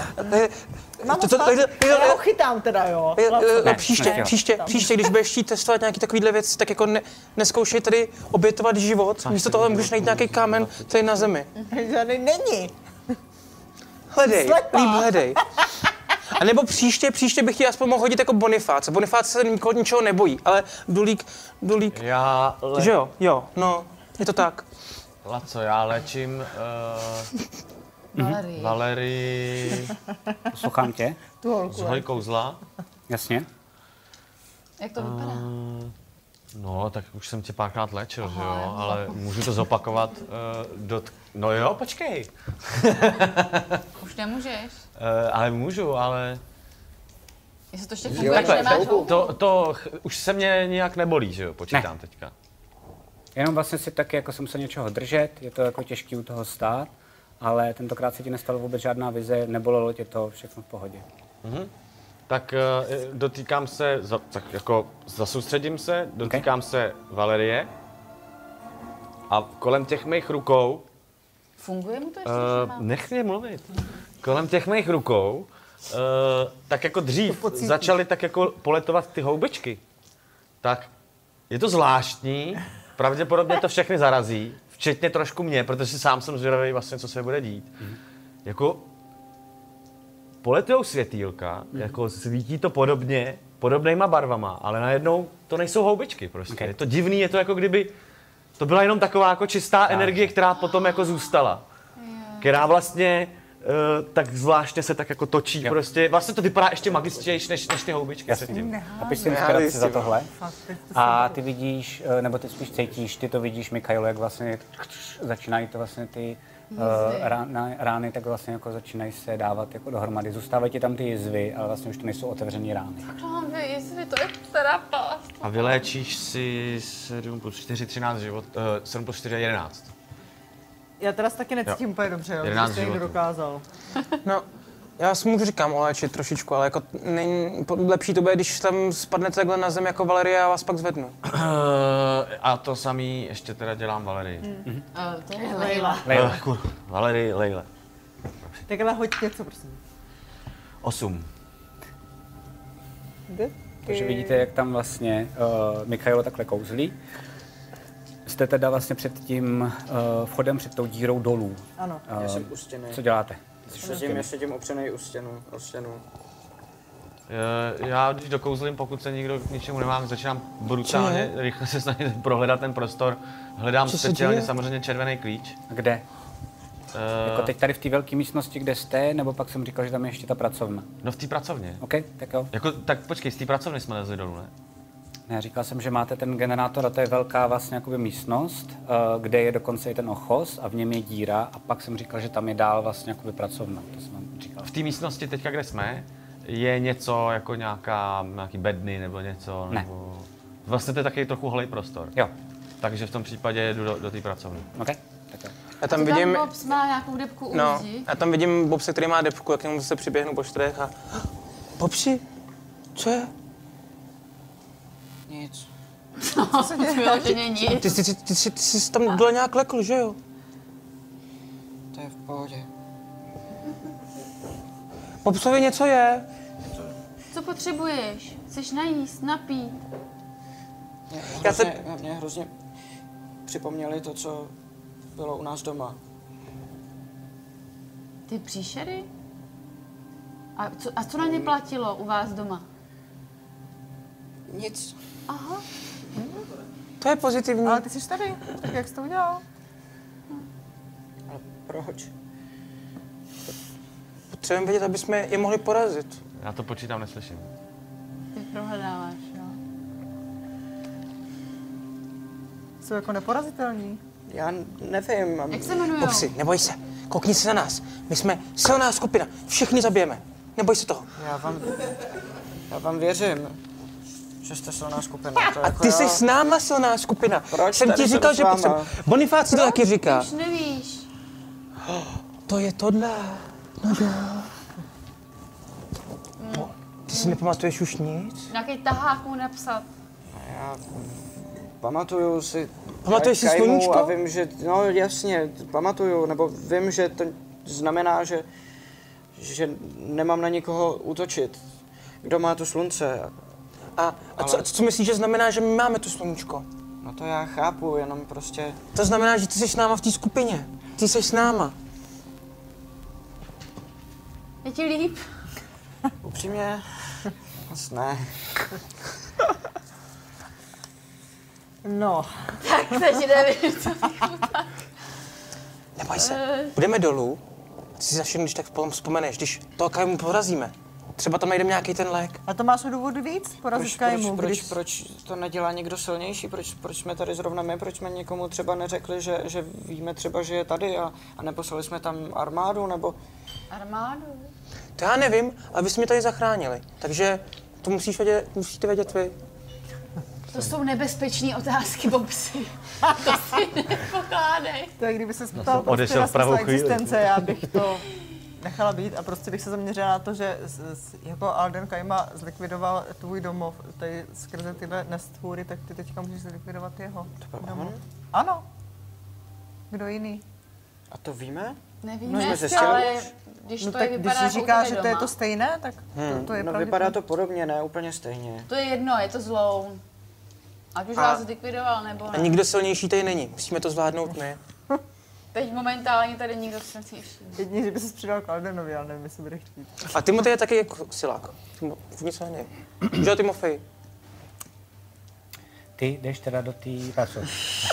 Já ho chytám teda, jo. Příště, když budeš chtít testovat nějaký takovýhle věci, tak jako neskoušej tady obětovat život. Místo toho můžeš najít nějaký kámen tady na zemi. Žádný není. Líp hledej. A nebo příště bych ti aspoň mohl hodit jako Bonifác. Bonifác se ničeho nebojí, ale Dulík... Že jo, no, je to tak. Laco, já léčím... Valerii. Poslouchám tě. S hojkou zla. Jasně. Jak to vypadá? No, tak už jsem tě párkrát léčil, že jo, ale můžu to zopakovat No jo, počkej. Už nemůžeš. Ale můžu, ale... Jestli to ještě funguje, že nemáš houbu. To už se mě nějak nebolí, že jo, počítám teďka. Jenom vlastně si taky jako jsem se něčeho držet, je to jako těžký u toho stát, ale tentokrát se ti nestalo vůbec žádná vize, nebolelo tě to, všechno v pohodě. Tak dotýkám se, tak jako zasoustředím se, dotýkám se Valerie a kolem těch mých rukou... Funguje mu to ještě? Nech mě mluvit. Kolem těch mých rukou, tak jako dřív začaly tak jako poletovat ty houbičky. Tak je to zvláštní, pravděpodobně to všechny zarazí, včetně trošku mě, protože sám jsem zvědavý vlastně, co se bude dít. Jako poletujou světýlka, jako svítí to podobnýma barvama, ale najednou to nejsou houbičky prostě. Okay. Je to divný, je to jako kdyby to byla jenom taková jako čistá energie, která potom jako zůstala. Která vlastně tak zvláštně se tak jako točí prostě. Vlastně to vypadá ještě magičtější než ty houbičky. A si inspiraci za tohle. A ty vidíš, nebo ty spíš cítíš, ty to vidíš, Mikhailo, jak vlastně začínají to vlastně ty rány, tak vlastně jako začínají se dávat jako dohromady. Zůstávají ti tam ty jizvy, ale vlastně už to nejsou otevřené rány. Mám dvě jizvy, to je teda past. A vyléčíš si 7 plus 4, 13 život, 7 plus 4 je 11. Já teda taky necítím úplně dobře, jo, že jste někdo dokázal. No, já si můžu říkám oléčit trošičku, ale jako lepší to bude, když tam spadnete takhle na zem jako Valerie a vás pak zvednu. A to samý ještě teda dělám Valerii. To je Lejla. Valerii, Lejle. Tak ale hoď něco, prosím. 8. Takže vidíte, jak tam vlastně Mikhailo takhle kouzlí. Jste teda vlastně před tím vchodem, před tou dírou dolů. Ano. Já jsem u stěny. Co děláte? Já sedím opřenej o stěnu. Já když dokouzlím, pokud se nikdo k ničemu nemá, začínám brutálně rychle se snažit prohledat ten prostor. Hledám speciálně samozřejmě červený klíč. A kde? Jako teď tady v té velké místnosti, kde jste, nebo pak jsem říkal, že tam je ještě ta pracovna? No v té pracovně. OK, tak jo. Jako, tak počkej, z té pracovny jsme lezli dolů, ne? Ne, říkal jsem, že máte ten generátor a to je velká vlastně jakoby místnost, kde je dokonce i ten ochos a v něm je díra a pak jsem říkal, že tam je dál vlastně jakoby pracovna. To jsem vám říkal. V té místnosti teďka, kde jsme, je něco jako nějaký bedny nebo něco? Ne. Nebo... Vlastně to je taky trochu holý prostor. Jo. Takže v tom případě jdu do té pracovny. OK, tak jo. Já tam vidím... Bobs má nějakou debku u zdi? Já tam vidím Bobse, který má debku, jak jenom se přiběhnu po čtyřech a... Bobsi, co je? Nic. Co se děje? Nic. Ty jsi tam dole nějak lekl, že jo? To je v pohodě. Bobsovi něco je. Co potřebuješ? Chceš najíst, napít? Mě hrozně připomněli to, co bylo u nás doma. Ty příšery? A co na ně platilo u vás doma? Nic. Aha. To je pozitivní. Ale ty jsi tady, tak jak jsi to udělal? Ale proč? Potřebujeme vědět, aby jsme je mohli porazit. Já to počítám, neslyším. Ty prohledáváš, jo. Jsou jako neporazitelní. Já nevím. Jak se jmenujou? Bobsi, neboj se. Koukni se na nás. My jsme silná skupina. Všechny zabijeme. Neboj se toho. Já vám věřím, že jste silná skupina. A ty jsi s náma silná skupina. Proč jsem ti říkal, že potřebuji. Bonifáci to taky říká. Už nevíš. To je tohle. No jo. Ty si nepamatuješ už nic? Nějaký taháků napsat. Já pamatuju si... Pamatuješ si sluníčko? A vím, že... No jasně, pamatuju, nebo vím, že to znamená, že nemám na nikoho útočit. Kdo má tu slunce. A co myslíš, že znamená, že my máme tu sluníčko? No to já chápu, jenom prostě... To znamená, že ty jsi s náma v té skupině. Ty jsi s náma. Je ti líp? Upřímně? Ne. No. Tak teď nevím, co vychutná. Neboj se. Půjdeme dolů. Ty si za všechno, když tak vzpomeneš, když toho Kajmu porazíme. Třeba tam najdeme nějaký ten lék. A to máš důvod víc porazit Kajmu, proč to nedělá někdo silnější? Proč jsme tady zrovna my? Proč jsme někomu třeba neřekli, že víme třeba, že je tady a neposlali jsme tam armádu, nebo... Armádu? To já nevím, ale vy jste mě tady zachránili. Takže to musíte vědět vy. To jsou nebezpečné otázky, Bobsi. To si nepokládej. To je, kdyby se ptal prostě na existence, já bych to nechala být a prostě bych se zaměřila na to, že jako Alden Kajma zlikvidoval tvůj domov tady skrze tyhle nestvůry, tak ty teďka můžeš zlikvidovat jeho domov. Ano. Kdo jiný? A to víme? Nevíme, ale když to je vypadá když říká, že to je to stejné, tak to je pravděpodobně. Vypadá to podobně, ne úplně stejně. To je jedno, je to zloun. Ať už vás zlikvidoval, nebo ne. A nikdo silnější tady není, musíme to zvládnout my. Teď momentálně tady nikdo silnější. Jedině, že by se přidal k Aldenovi, ale nevím, jestli bude chtít. A Timotej je taky jako silák. Nic se nevím. Že jo, Timofej? Ty jdeš teda do té pracovny.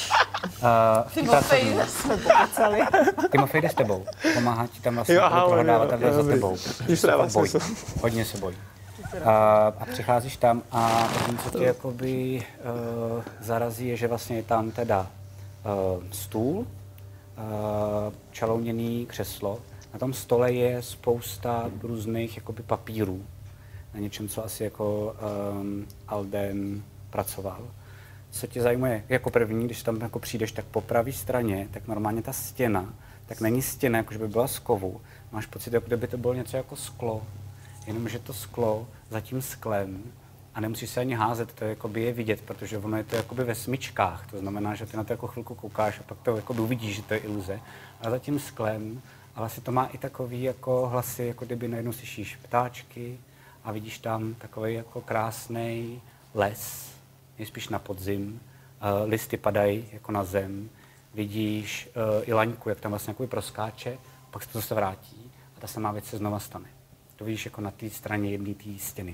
Timofej jde s tebou. Pomáhá ti tam vlastně prohledávat takhle za tebou. Hodně se bojí. A přicházíš tam a první, co tě jakoby zarazí, je, že vlastně je tam teda stůl, čalouněný křeslo. Na tom stole je spousta různých jakoby papírů. Na něčem, co asi jako Alden pracoval. Co tě zajímá jako první, když tam jako přijdeš, tak po pravé straně, tak normálně ta stěna, tak není stěna, jako že by byla z kovu. Máš pocit, jako kdyby to bylo něco jako sklo. Jenomže to sklo za tím sklem a nemusíš se ani házet, to jakoby je vidět, protože ono je to jakoby ve smyčkách. To znamená, že ty na to jako chvilku koukáš a pak to jako uvidíš, že to je iluze. A za tím sklem, a vlastně to má i takový jako hlasy, jako kdyby najednou slyšíš ptáčky a vidíš tam takový jako krásný les, nejspíš na podzim, listy padají jako na zem, vidíš i laňku, jak tam vlastně proskáče, pak se to zase vrátí a ta samá věc se znova stane. To vidíš jako na té straně jedné té stěny.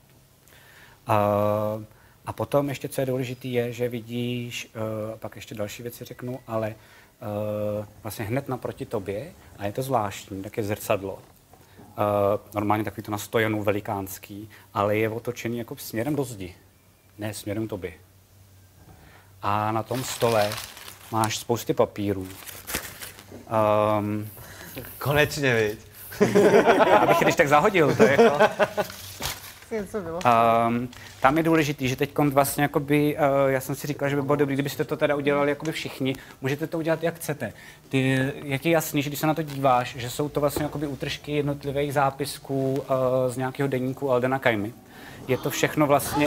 A potom ještě, co je důležité, je, že vidíš, pak ještě další věci řeknu, ale vlastně hned naproti tobě, a je to zvláštní, tak je zrcadlo. Normálně takový to na stojanu velikánský, ale je otočený jako směrem do zdi, ne směrem tobě. A na tom stole máš spousty papírů. Konečně, viď? Abych když tak zahodil, to je jako... Tam je důležitý, že teď vlastně jakoby, já jsem si říkal, že by bylo dobré, kdybyste to teda udělali jakoby všichni, můžete to udělat jak chcete. Jak je jasný, že když se na to díváš, že jsou to vlastně jakoby útržky jednotlivých zápisků z nějakého deníku Aldena Kajmy. Je to všechno vlastně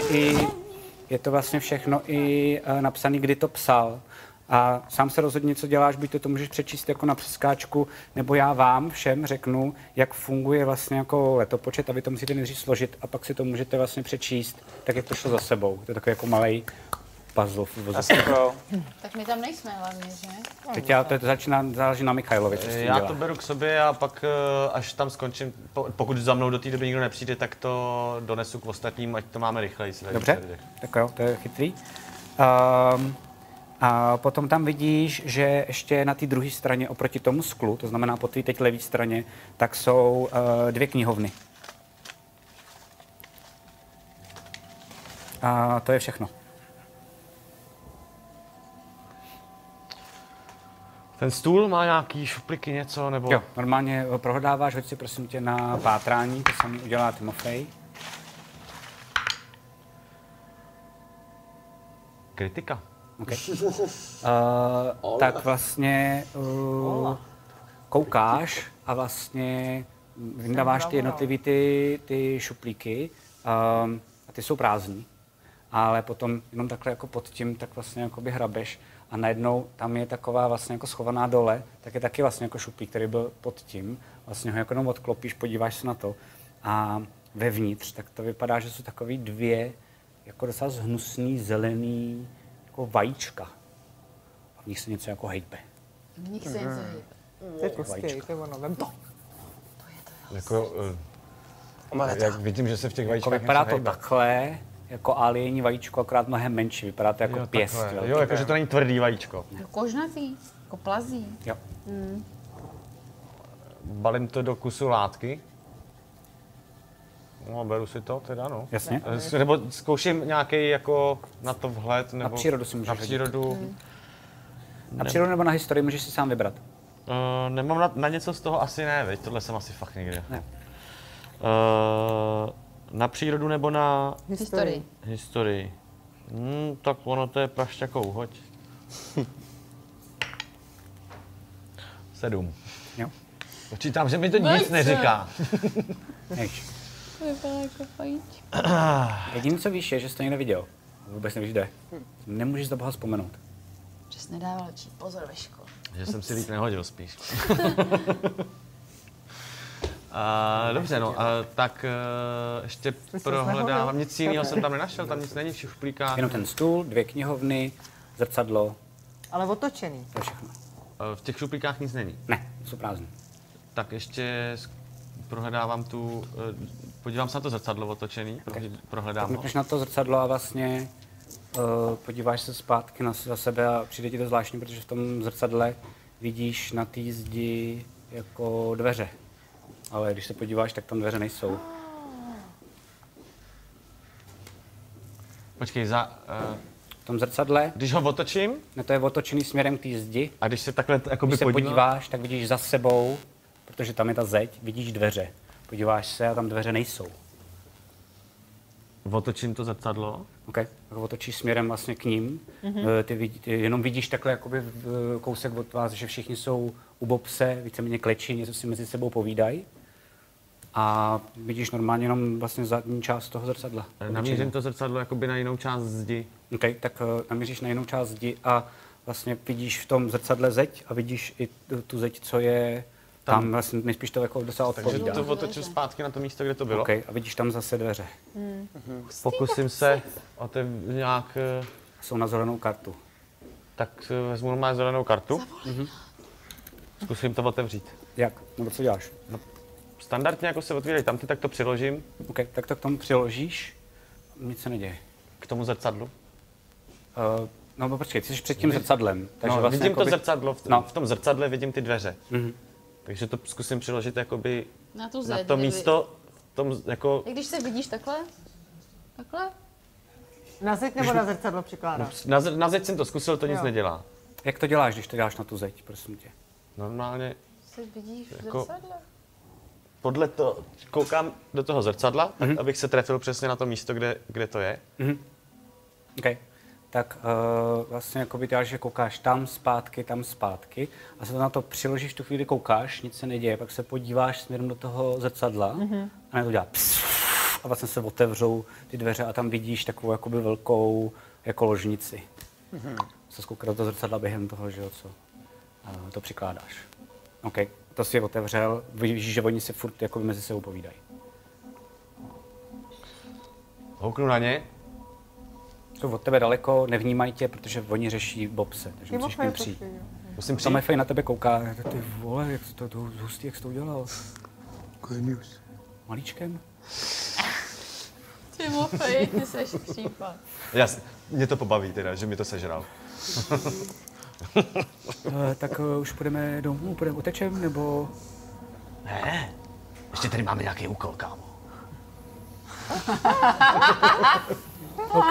i napsané, kdy to psal. A sám se rozhodně, co děláš, buď to můžeš přečíst jako na přeskáčku, nebo já vám všem řeknu, jak funguje vlastně jako letopočet a vy to musíte nejdřív složit a pak si to můžete vlastně přečíst, tak jak to šlo za sebou. To je takový jako malej puzzle. Tak my tam nejsme hlavně, že? Teď to záleží na Michailovi, co s tím Já dělá. to beru k sobě a pak, až tam skončím, pokud za mnou do té doby nikdo nepřijde, tak to donesu k ostatním, ať to máme rychleji. Dobře, tak jo, to je chytrý. A potom tam vidíš, že ještě na té druhé straně oproti tomu sklu, to znamená po té teď levé straně, tak jsou 2 knihovny. A to je všechno. Ten stůl má nějaký šupliky něco, nebo? Jo, normálně prohledáváš, hoď si prosím tě na pátrání, to samý udělá Timofej. Kritika. Okay. Tak vlastně koukáš a vlastně vyndáváš ty jednotlivý ty šuplíky a ty jsou prázdný. Ale potom jenom takhle jako pod tím tak vlastně jakoby hrabeš a najednou tam je taková vlastně jako schovaná dole, tak je taky vlastně jako šuplík, který byl pod tím. Vlastně ho jako jenom odklopíš, podíváš se na to a vevnitř, tak to vypadá, že jsou takový 2 jako docela zhnusný, zelený jako vajíčka. A v nich se něco jako hejbe. V nich se něco hejbe. To je kostkej, to je ono, vem to. To je to. Jako, jak vidím, že se v těch vajíčkách jako vypadá to takhle, jako alieni vajíčko, akorát mnohem menší. Vypadá to jako pěst. Jo, jakože to není tvrdý vajíčko. Kožnatý, jako plazí. Jo. Balím to do kusu látky. No, beru si to teda, no. Jasně. Nebo zkouším nějaký jako na to vhled, nebo... Na přírodu si můžeš Na přírodu. Na přírodu nebo na historii můžeš si sám vybrat. Nemám na něco z toho asi ne, veď? Tohle jsem asi fakt někde. Ne. Na přírodu nebo na... Historii. Historii. Tak ono to je prašťakou, hoď. 7. Jo. Počítám, že mi to nic neříká. Jediné, co víš, je, že jsi to někde viděl. Vůbec nevíš, kde. Nemůžeš za boha vzpomenout. Že jsi nedával lepší pozor ve škole. Že jsem si líp nehodil spíš. Dobře, no, tak ještě prohledávám. Nic jiného jsem tam nenašel, tam nic není v šuplíkách. Jenom ten stůl, 2 knihovny, zrcadlo. Ale otočený. To je všechno. V těch šuplíkách nic není? Ne, jsou prázdné. Tak ještě prohledávám podívám se na to zrcadlo otočený, prohledám ho. Tak na to zrcadlo a vlastně podíváš se zpátky za sebe a přijde ti to zvláštní, protože v tom zrcadle vidíš na té zdi jako dveře. Ale když se podíváš, tak tam dveře nejsou. Počkej, v tom zrcadle. Když ho otočím? No to je otočený směrem k té zdi. A když se takhle když se podíváš, tak vidíš za sebou, protože tam je ta zeď, vidíš dveře. Podíváš se a tam dveře nejsou. Otočím to zrcadlo? OK, tak otočíš směrem vlastně k ním. Ty jenom vidíš takhle jakoby kousek od vás, že všichni jsou u Bobse, víceméně kleči, něco si mezi sebou povídají. A vidíš normálně jenom vlastně zadní část toho zrcadla. Namířím to zrcadlo jakoby na jinou část zdi. OK, tak namíříš na jinou část zdi a vlastně vidíš v tom zrcadle zeď a vidíš i tu zeď, co je tam vlastně nejspíš to jako docela odpovídá. Takže to otočím zpátky na to místo, kde to bylo. OK, a vidíš tam zase dveře. Pokusím se nějak... Jsou na zelenou kartu. Tak vezmu normálně zelenou kartu. Zkusím to otevřít. Jak? Nebo co děláš? No, standardně jako se otvírají tamty, tak to přiložím. OK, tak to k tomu přiložíš, nic se neděje. K tomu zrcadlu? No počkej, ty jsi před tím zrcadlem. Takže no, vlastně vidím to zrcadlo, v tom zrcadle vidím ty dveře. Takže to zkusím přiložit jakoby na tu zeď, na to místo, v tom jako... Jak když se vidíš takhle? Takhle? Na zeď nebo na zrcadlo přikládáš? Na zeď jsem to zkusil, to nic nedělá. Jak to děláš, když to děláš na tu zeď, prosím tě? Normálně... Se vidíš v zrcadle? Podle toho, koukám do toho zrcadla, tak, abych se trefil přesně na to místo, kde to je. OK. Tak vlastně jako by děláš, že koukáš tam zpátky a se to na to přiložíš, tu chvíli koukáš, nic se neděje, pak se podíváš směrem do toho zrcadla a na to dělá a vlastně se otevřou ty dveře a tam vidíš takovou jakoby velkou jako ložnici. Se zkouká do toho zrcadla během toho, že jo, co to přikládáš. OK, to si je otevřel, vidíš, že oni se furt jakoby mezi sebou povídají. Houknu na ně. Jsou od tebe daleko, nevnímají tě, protože oni řeší Bobse, takže musíš k ním přijít. Samefej na tebe kouká, ty vole, jak to hustý, jak jsi to udělal? Genius. Malíčkem? Timofej, ty seš případ. Mě to pobaví teda, že mi to sežral. Tak už půjdeme domů, utečem, nebo... Ne, ještě tady máme nějaký úkol, kámo. OK.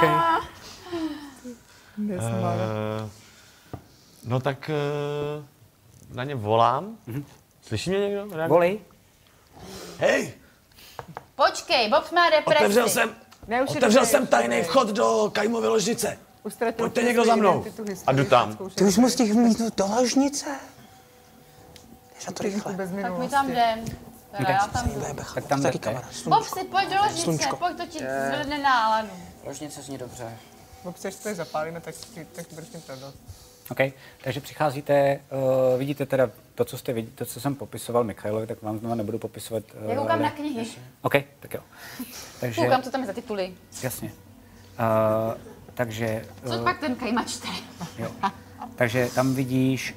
No tak na ně volám. Slyší mě někdo? Volej. Hej! Počkej, Bob má depresi. Otevřel jsem tajný vchod do Kaimovy ložnice. Pojďte někdo za mnou. A jdu tam. Ty už mu stihl mít do ložnice? Jdeš na to rychle. Tak my tam jdem. Já tam jdu. Tak tam jdete. Bob si pojď do ložnice, pojď, to ti zvedne náladu. Ložnice zní dobře. Bob, chceš to zapálíme, tak budeš mít radost. OK, takže přicházíte, vidíte teda to, co jsem popisoval Michailovi, tak vám znovu nebudu popisovat. Já koukám na knihy. OK, tak jo. Takže, koukám, co tam je za tituly. Jasně. Takže... Co pak ten Kaima čte? Jo. Takže tam vidíš,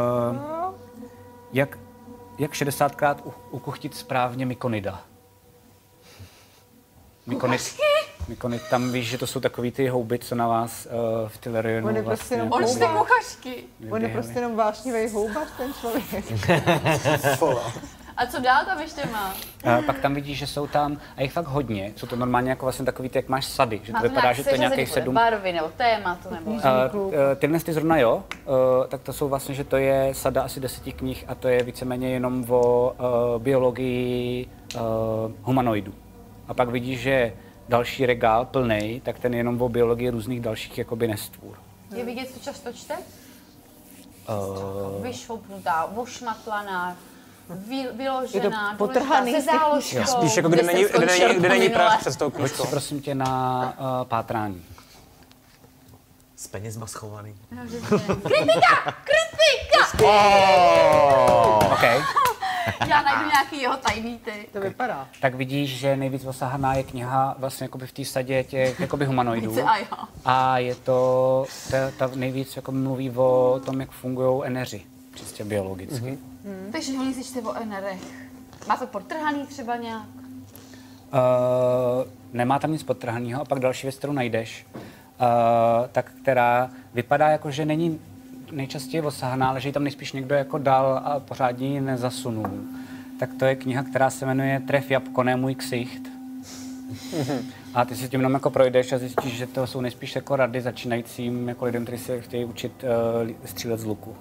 jak 60krát ukuchtit správně Mykonida. Mykonid, tam víš, že to jsou takový ty houby, co na vás v Tylerionu On je prostě jenom kuchařky. On je prostě jenom vášnivý houbař, ten člověk. A co dál tam ještě má? Pak tam vidíš, že jsou tam, a jich fakt hodně, jsou to normálně jako vlastně takový, jak máš sady, že to vypadá, že to je nějakých 7... barvy nebo tématu nebo... Tyhle ty zrovna jo, tak to jsou vlastně, že to je sada asi 10 knih a to je víceméně jenom o biologii humanoidů. A pak vidíš, že další regál plný, tak ten je jenom o biologii různých dalších jakoby nestvůr. Je vidět, co často čte? Vyšoupnutá, ošmatlaná, vyložená, potrhaný se záložkou. Spíš jako kde není prach přes tou knížkou. Hoď si prosím tě na pátrání. S penězma schovaný. No, kritika! Okay. Já najdu nějaký jeho tajný ty. To vypadá. Tak vidíš, že nejvíc osahaná je kniha vlastně jakoby v té sadě těch jakoby humanoidů. A je to, ta nejvíc jako mluví o tom, jak fungují eneři, čistě biologicky. Takže oni si čte o enerech. Má to podtrhaný třeba nějak? Nemá tam nic podtrhanýho a pak další věc, kterou najdeš, tak která vypadá jako, že není nejčastěji osahaná, ale že ji tam nejspíš někdo jako dal a pořádně ji nezasunul. Tak to je kniha, která se jmenuje Tref jabko, ne můj ksicht. A ty si tím jenom jako projdeš a zjistíš, že to jsou nejspíš jako rady začínajícím jako lidem, kteří se chtějí učit střílet z luku.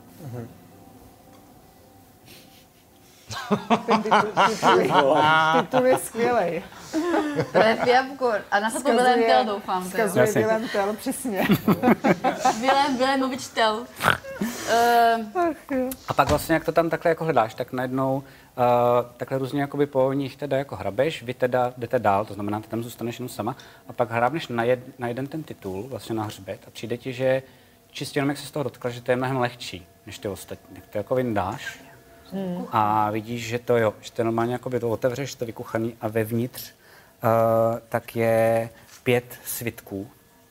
Ten titul je skvělej. Tref jabko. A na to Willem Tell doufám. Vzkazuje Willem Tell, přesně. Willemovič Tell. A pak vlastně, jak to tam takhle jako hledáš, tak najednou takhle různě jakoby po nich teda jako hrabeš, vy teda jdete dál, to znamená, ty tam zůstaneš jenom sama a pak hrábneš na jeden ten titul, vlastně na hřbet a přijde ti, že čistě jenom jak se z toho dotkla, že to je mnohem lehčí než ty ostatní. Tak to jako vyndáš a vidíš, že to jo, že to normálně jakoby to otevřeš, to vykuchaný a vevnitř tak je 5 svitků.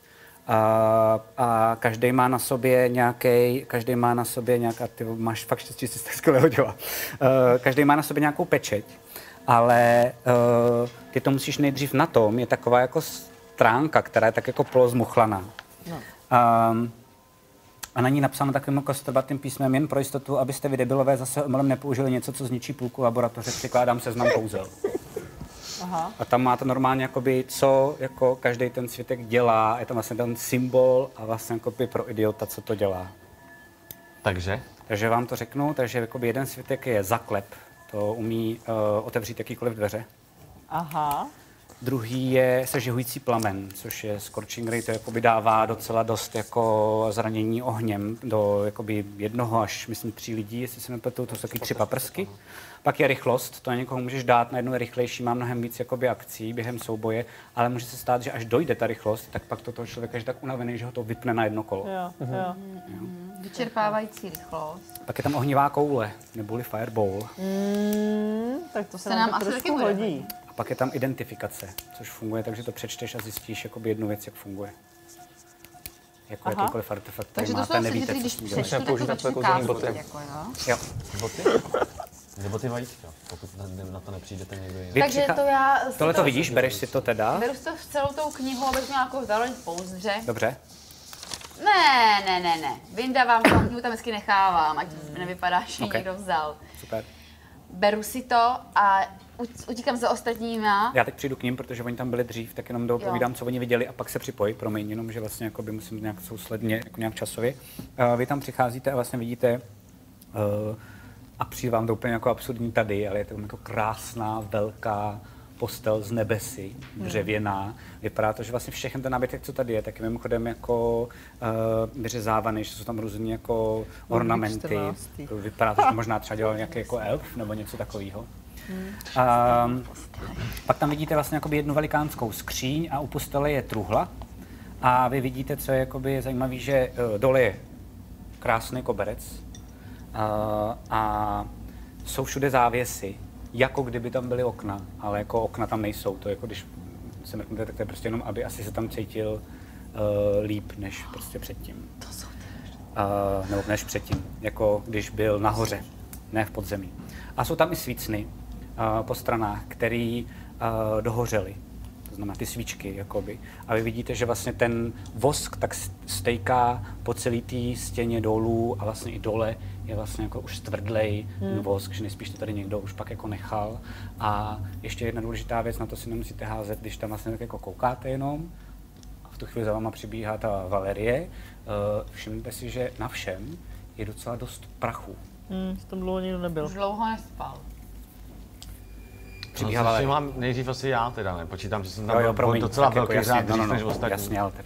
A každý má na sobě nějaká, ty máš fakt štěstí, že jsi tak skvěle hodila. Každý má na sobě nějakou pečeť, ale ty to musíš nejdřív na tom, je taková jako stránka, která je tak jako polozmuchlaná. No. A na ní napsáno takovým jako strbatým písmem jen pro jistotu, abyste vy debilové zase omylem nepoužili něco, co zničí půlku laboratoře, přikládám seznam kouzel. Aha. A tam máte normálně jakoby, co jako každý ten svitek dělá, je tam vlastně ten symbol a vlastně jakoby pro idiota, co to dělá. Takže vám to řeknu, takže jakoby jeden svitek je zaklep, to umí otevřít jakýkoliv dveře. Aha. Druhý je sežihující plamen, což je scorching ray, to jakoby dává docela dost jako zranění ohněm do jakoby 1 až myslím 3 lidí, jestli se nepletu, to jsou taky 3 paprsky. Pak je rychlost, to na někoho můžeš dát, najednou je rychlejší, má mnohem víc jakoby akcí během souboje, ale může se stát, že až dojde ta rychlost, tak pak to toho člověka je tak unavený, že ho to vypne na jedno kolo. Jo. Vyčerpávající rychlost. Pak je tam ohnivá koule, neboli fireball. Tak to se nám asi taky hodí. A pak je tam identifikace, což funguje, takže to přečteš a zjistíš jakoby jednu věc, jak funguje. Jako jakýkoliv artefakt, který máte, nevíte, co s ním dělat. Musíme použít takové kouzelní boty. Jo. Boty? Kde boty vajíčka, pokud na to nepřijdete někdo jiný. Takže to já... Tohle to vidíš, bereš si to teda? Beru si to v celou tou knihu, abych měla jako zároveň pouzdře. Dobře. Ne. Vyndávám tu knihu, tam vždycky nechávám, ať nevypadá, že ji někdo vzal. Super. Beru si to a utíkám za ostatníma. Já teď přijdu k ním, protože oni tam byli dřív, tak jenom dopovídám, co oni viděli a pak se připojí, promiň, jenom, že vlastně jakoby musím nějak sousledně, jako nějak časově. Vy tam přicházíte a vlastně vidíte, a přijde vám to úplně jako absurdní tady, ale je to jako krásná, velká postel z nebesy, dřevěná. Vypadá to, že vlastně všechny ten nábytek, co tady je, tak je mimochodem jako vyřezávaný, že jsou tam různý jako ornamenty. Vypadá to, že možná třeba dělal nějaký jako elf nebo něco takového. Pak tam vidíte vlastně jakoby jednu velikánskou skříň a u postele je truhla. A vy vidíte, co je jakoby zajímavý, že dole je krásný koberec a jsou všude závěsy, jako kdyby tam byly okna, ale jako okna tam nejsou. To jako když se mrknete, tak to je prostě jenom, aby asi se tam cítil líp, než prostě předtím. To jsou nebo než předtím, jako když byl nahoře, ne v podzemí. A jsou tam i svícny po stranách, které dohořely. To znamená ty svíčky, jakoby. A vy vidíte, že vlastně ten vosk tak stejká po celé té stěně dolů a vlastně i dole je vlastně jako už stvrdlej vosk, že nejspíš to tady někdo už pak jako nechal. A ještě jedna důležitá věc, na to si nemusíte házet, když tam vlastně tak jako koukáte jenom. A v tu chvíli za váma přibíhá ta Valerie. Všimněte si, že na všem je docela dost prachu. Tam dlouho nikdo nebyl. Už dlouho nespal. přibíhala. No, mám nejdřív asi já teda, ne? Počítám, že jsem tam byl docela velký řád dřív než ostatní. Jasně, ale tak.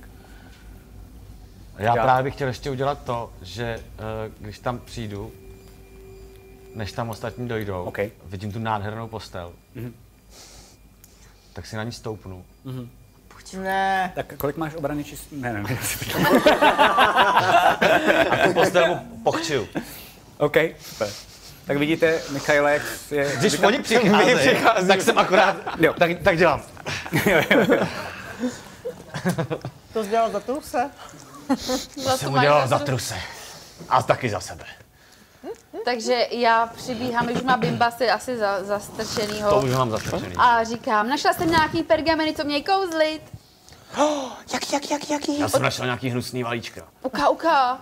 Já právě bych chtěl ještě udělat to, že když tam přijdu, než tam ostatní dojdou, vidím tu nádhernou postel, tak si na ní stoupnu. Ne. Tak kolik máš obrany čistý? Ne. A tu postel mu pochčiju. OK, super. Tak vidíte, Michaile, jak je... Když oni přicházejí, tak jsem akorát... Jo. Tak dělám. To jsi dělal za truse? To jsem udělal za truse. A taky za sebe. Takže já přibíhám, když má Bimbasy asi zastrčenýho. To už mám zastrčený. A říkám, našla jsem nějaký pergameny, co měj kouzlit. Jaký? Já jsem našel nějaký hnusný vajíčka. Uka.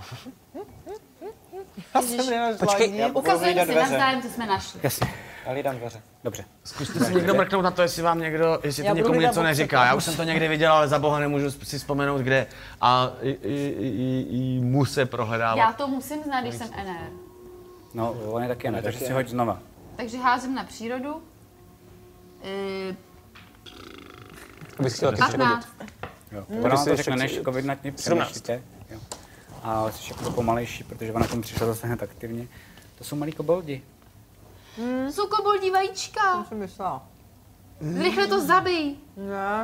Počkej, ukazujeme si navzájem, co jsme našli. Jasně. Já hlídám dveře. Dobře. Zkuste si někdo mrknout na to, jestli vám někdo, jestli to někomu něco neříká. Já už jsem to někdy viděl, ale za boha nemůžu si vzpomenout kde. A mu se prohledávat. Já to musím znát, když jsem NR. No, on je taky ne, takže si hoď znova. Takže házím na přírodu. 15. Jo. Ona to řekne, než jako vydnatně přemýšlíte. Ale jsi jako pomalejší, protože ona tomu přišla zase hned aktivně. To jsou malí koboldi. Jsou koboldi vajíčka. To jsem myslela. Rychle to zabij. Ne.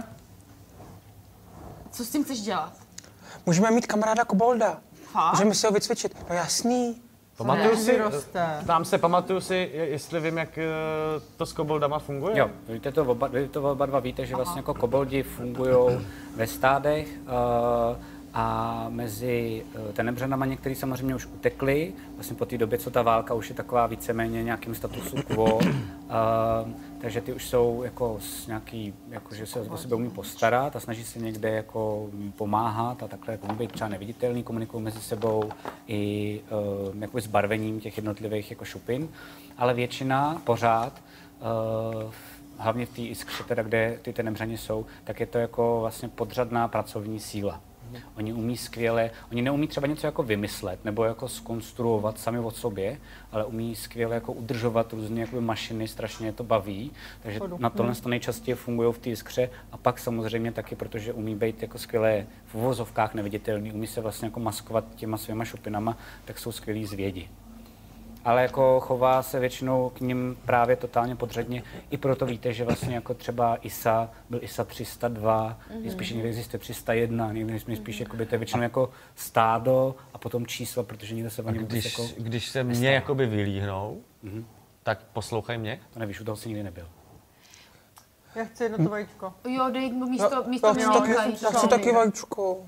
Co s tím chceš dělat? Můžeme mít kamaráda kobolda. Fakt? Můžeme si ho vycvičit. No jasný. Pamatuju si, jestli vím, jak to s koboldama funguje? Jo, vy to oba dva víte, že vlastně jako koboldi fungují ve stádech a mezi tenebřanama některý samozřejmě už utekli, vlastně po té době, co ta válka už je taková víceméně nějakým statusu quo, takže ty už jsou jako nějaký, jako, že se o sebe umí postarat a snaží se někde jako pomáhat a takhle jako být třeba neviditelný, komunikují mezi sebou i jako s barvením těch jednotlivých jako šupin, ale většina pořád hlavně v té Iskře, teda, kde ty tenebřani jsou, tak je to jako vlastně podřadná pracovní síla. Oni umí skvěle, oni neumí třeba něco jako vymyslet nebo jako zkonstruovat sami od sobě, ale umí skvěle jako udržovat různé jako mašiny, strašně je to baví, takže na tohle to nejčastěji fungují v té Iskře a pak samozřejmě taky, protože umí být jako skvěle v uvozovkách neviditelný, umí se vlastně jako maskovat těma svýma šupinama, tak jsou skvělí zvědi. Ale jako chová se většinou k nim právě totálně podřadně. I proto víte, že vlastně jako třeba ISA, byl ISA 302, spíš někdy existuje 301, někdy spíš jakoby, to je většinou jako stádo a potom čísla, protože nikdo se o ně vůbec jako když se mě jakoby vylíhnou, tak poslouchej mě. To nevíš, u toho jsi nikdy nebyl. Já chci jedno to vajíčko. Jo, dej místo mě Já chci taky vajíčko.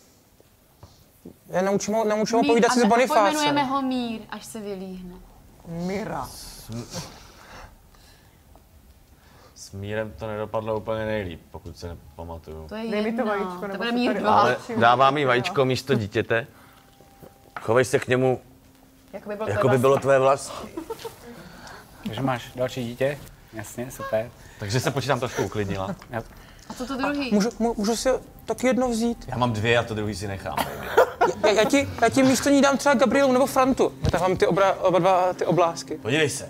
Já naučím ho povídat si z Bonifáce. Pojmenujeme ho Mír, až se vylíhne. Míra. S Mírem to nedopadlo úplně nejlíp, pokud se nepamatuju. To je jedno. To bude Mír 2. Ale dávám jí vajíčko místo dítěte. Chovej se k němu, jako by bylo tvé vlastní. Takže máš další dítě? Jasně, super. Takže se počítám trošku uklidnila. A co to druhý? Můžu si taky jedno vzít? Já mám 2 a to druhý si nechám. Já ti místo ní dám třeba Gabrielu nebo Frantu. Já tam mám oba dva ty oblásky. Podívej se.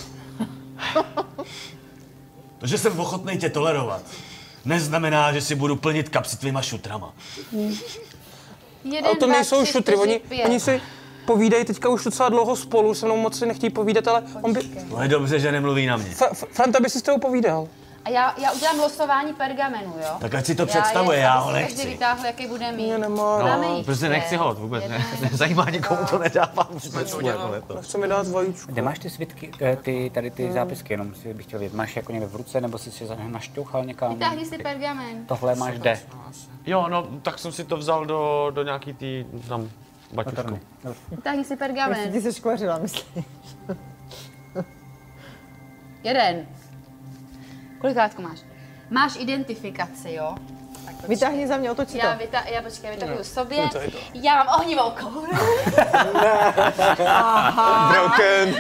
To, že jsem ochotnej tě tolerovat, neznamená, že si budu plnit kapsy tvýma šutrama. Ale to nejsou šutry, oni si povídají teďka už docela dlouho spolu, se mnou moc si nechtějí povídat, ale on by... To je dobře, že nemluví na mě. Franta by si s tebou povídal. A já udělám losování pergamenu, jo? Tak ať si to představuje, já ho nechci. Každý vytáhl, jaký bude mít. No, prostě nechci ho, vůbec nezajímá nikomu, to nedávám. Nechci mi dát vajíčko. Kde máš ty svitky, tady ty zápisky, jenom si bych chtěl vědět. Máš jako někde v ruce, nebo jsi si našťouchal někam? Vytáhni si pergamen. Tohle máš kde? Jo, no, tak jsem si to vzal do nějaký tý, tam, baťušku. Vytáhni si pergamen. Jestli ty se škvařila, myslíš? 1. Kolikátko máš? Máš identifikaci, jo? Vytáhni za mě, otoč si to. Já vytahuju sobě. Já mám ohnivou kouli. Broken.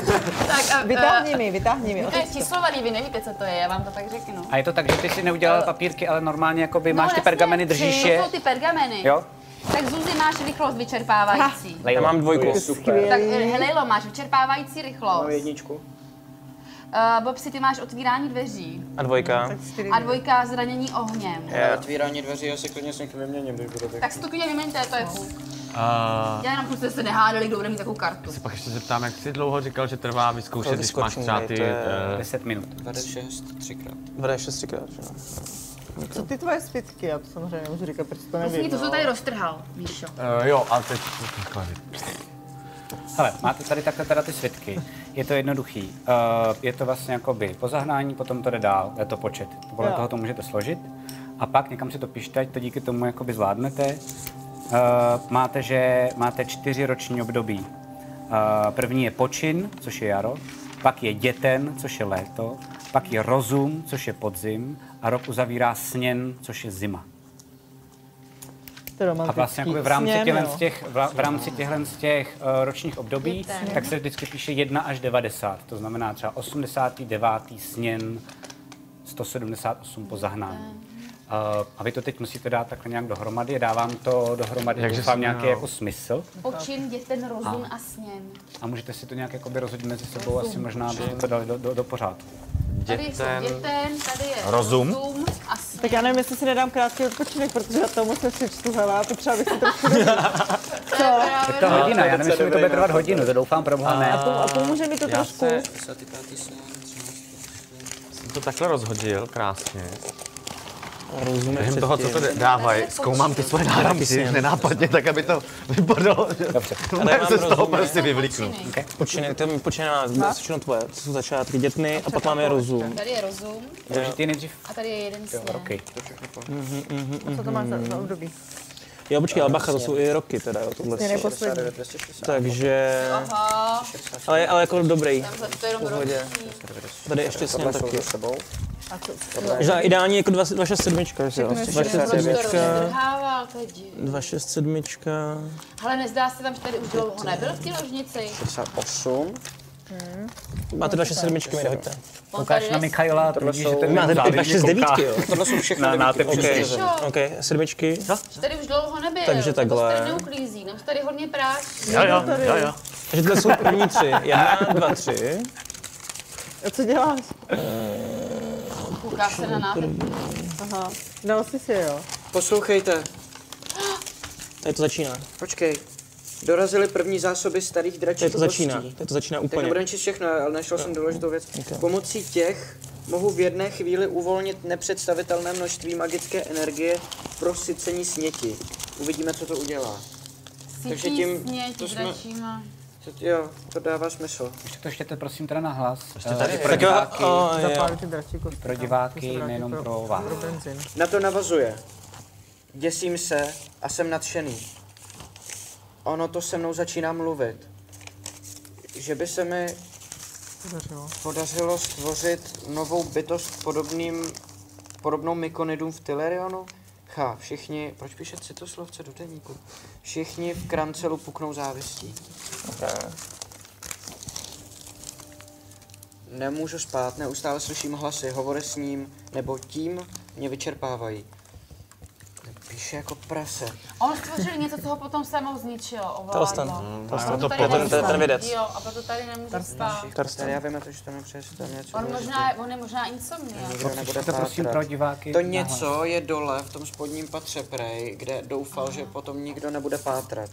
Vytáhni mi. To je číslovaný, vy nevíte, co to je, já vám to pak řeknu. A je to tak, že ty si neudělal papírky, ale normálně jakoby máš ty pergameny, držíš je? To jsou ty pergameny. Jo? Tak Zuzi, máš rychlost vyčerpávající. Já mám 2. Tak Lejlo, máš vyčerpávající rychlost. Mám 1. Bobsi, ty máš otvírání dveří. A 2. A 2 zranění ohněm. Otvírání dveří, já se klidně s někým vyměním, když budu tak si to klidně vyměňte, to je cool. Já jenom prostě se nehádali, kdo bude mít takovou kartu. Si pak ještě zeptám, jak jsi dlouho říkal, že trvá vyzkoušet, když máš třeba ty 10 minut. 2D6 3krát. 2D6 3krát, jo. Co ty tvoje svitky? Já to samozřejmě nemůžu říkat, protože to nevím. To jsou tady roztrhal, Míšo. Jo, ale teď Hele, máte tady takhle teda ty svitky. Je to jednoduchý. Je to vlastně jakoby po zahnání, potom to jde dál, je to počet. Podle toho to můžete složit. A pak někam si to pište, ať to díky tomu jakoby zvládnete. Máte 4 roční období. První je počin, což je jaro, pak je děten, což je léto, pak je rozum, což je podzim a rok uzavírá sněn, což je zima. A vlastně jakoby v rámci těchto ročních období, tak se vždycky píše 1 až 90. To znamená třeba 89. sněn, 178 po zahnání. A vy to teď musíte dát takhle nějak dohromady, dávám to dohromady, doufám nějaký jako smysl. Počin, děten, rozum a sněn. A můžete si to nějak jakoby rozhodit mezi sebou, asi možná byste to dali do pořádku. Tady je děten, tady je rozum a sněn. Tak já nevím, jestli si nedám krátký odpočinek, protože já tomu se přečtu, hele, a potřeba bych si trošku dobit. Tak to hodina, já nevím, jestli mi to bude trvat hodinu, to doufám problém ne. A pomůže mi to trošku. Jsem to takhle rozhodil, krásně. Rozumím. Během toho, co to dávají, zkoumám ty svoje náramky nenápadně, tak aby to vypadalo, že se z toho prostě vyvlíknu. Počínek má všechno tvoje, to jsou začátky dětny a pak máme rozum. Tady je rozum. A tady je jeden sněn. Roky. A co to máš za období? Jo, počkej, ale bacha, to jsou i roky teda, jo, tohle. Ty neposlední. Takže... Aha. Ale jako dobrý. To je jenom roky. Tady ještě sněm taky. Že ideální jako 267, že jo? 267. Ale nezdá se tam, že tady už dlouho nebyl v té ložnici. 68. Máte 267, mi nehoďte. Ukáž na Mikhaila, to vidíš, že ten máte 269, jo? Tohle jsou všechno devítky. OK, 7. Tady už dlouho nebyl. Takže takhle. To tady neuklízí, nám tady hodně práší. Jo. Takže tohle jsou první 3. 1, 2, 3. A co děláš? Koukáš se na nábytek. Aha, dal jsi si, jo. Poslouchejte. Tady to začíná. Počkej. Dorazily první zásoby starých dračích kostí. Tady to začíná úplně. Tak nebudeme číst všechno, ale našel jsem důležitou věc. Pomocí těch mohu v jedné chvíli uvolnit nepředstavitelné množství magické energie pro sycení sněti. Uvidíme, co to udělá. Takže tím to jsme... Jo, to dává smysl. Ještě to čtěte prosím teda nahlas. Tady pro diváky, Zapálit ty dračí kosti. pro diváky, nejenom pro vás. Na to navazuje. Děsím se a jsem nadšený. Ono to se mnou začíná mluvit. Že by se mi podařilo stvořit novou bytost podobnou mykonidům v Tylerionu? Všichni, proč píše citoslovce do deníku? Všichni v Krancelu puknou závistí. Nemůžu spát, neustále slyším hlasy, hovory s ním nebo tím mě vyčerpávají. Píše jako prase. On stvořil něco, co ho potom samo zničilo, ovládlo. Ten vědec. Jo, a proto tady nemůže spát. Tady já vím, že to nepřestane něco. On je možná insomniák. Nikdo nebude To prosím pro diváky. To něco je dole v tom spodním patře prej, kde doufal, že potom nikdo nebude pátrat.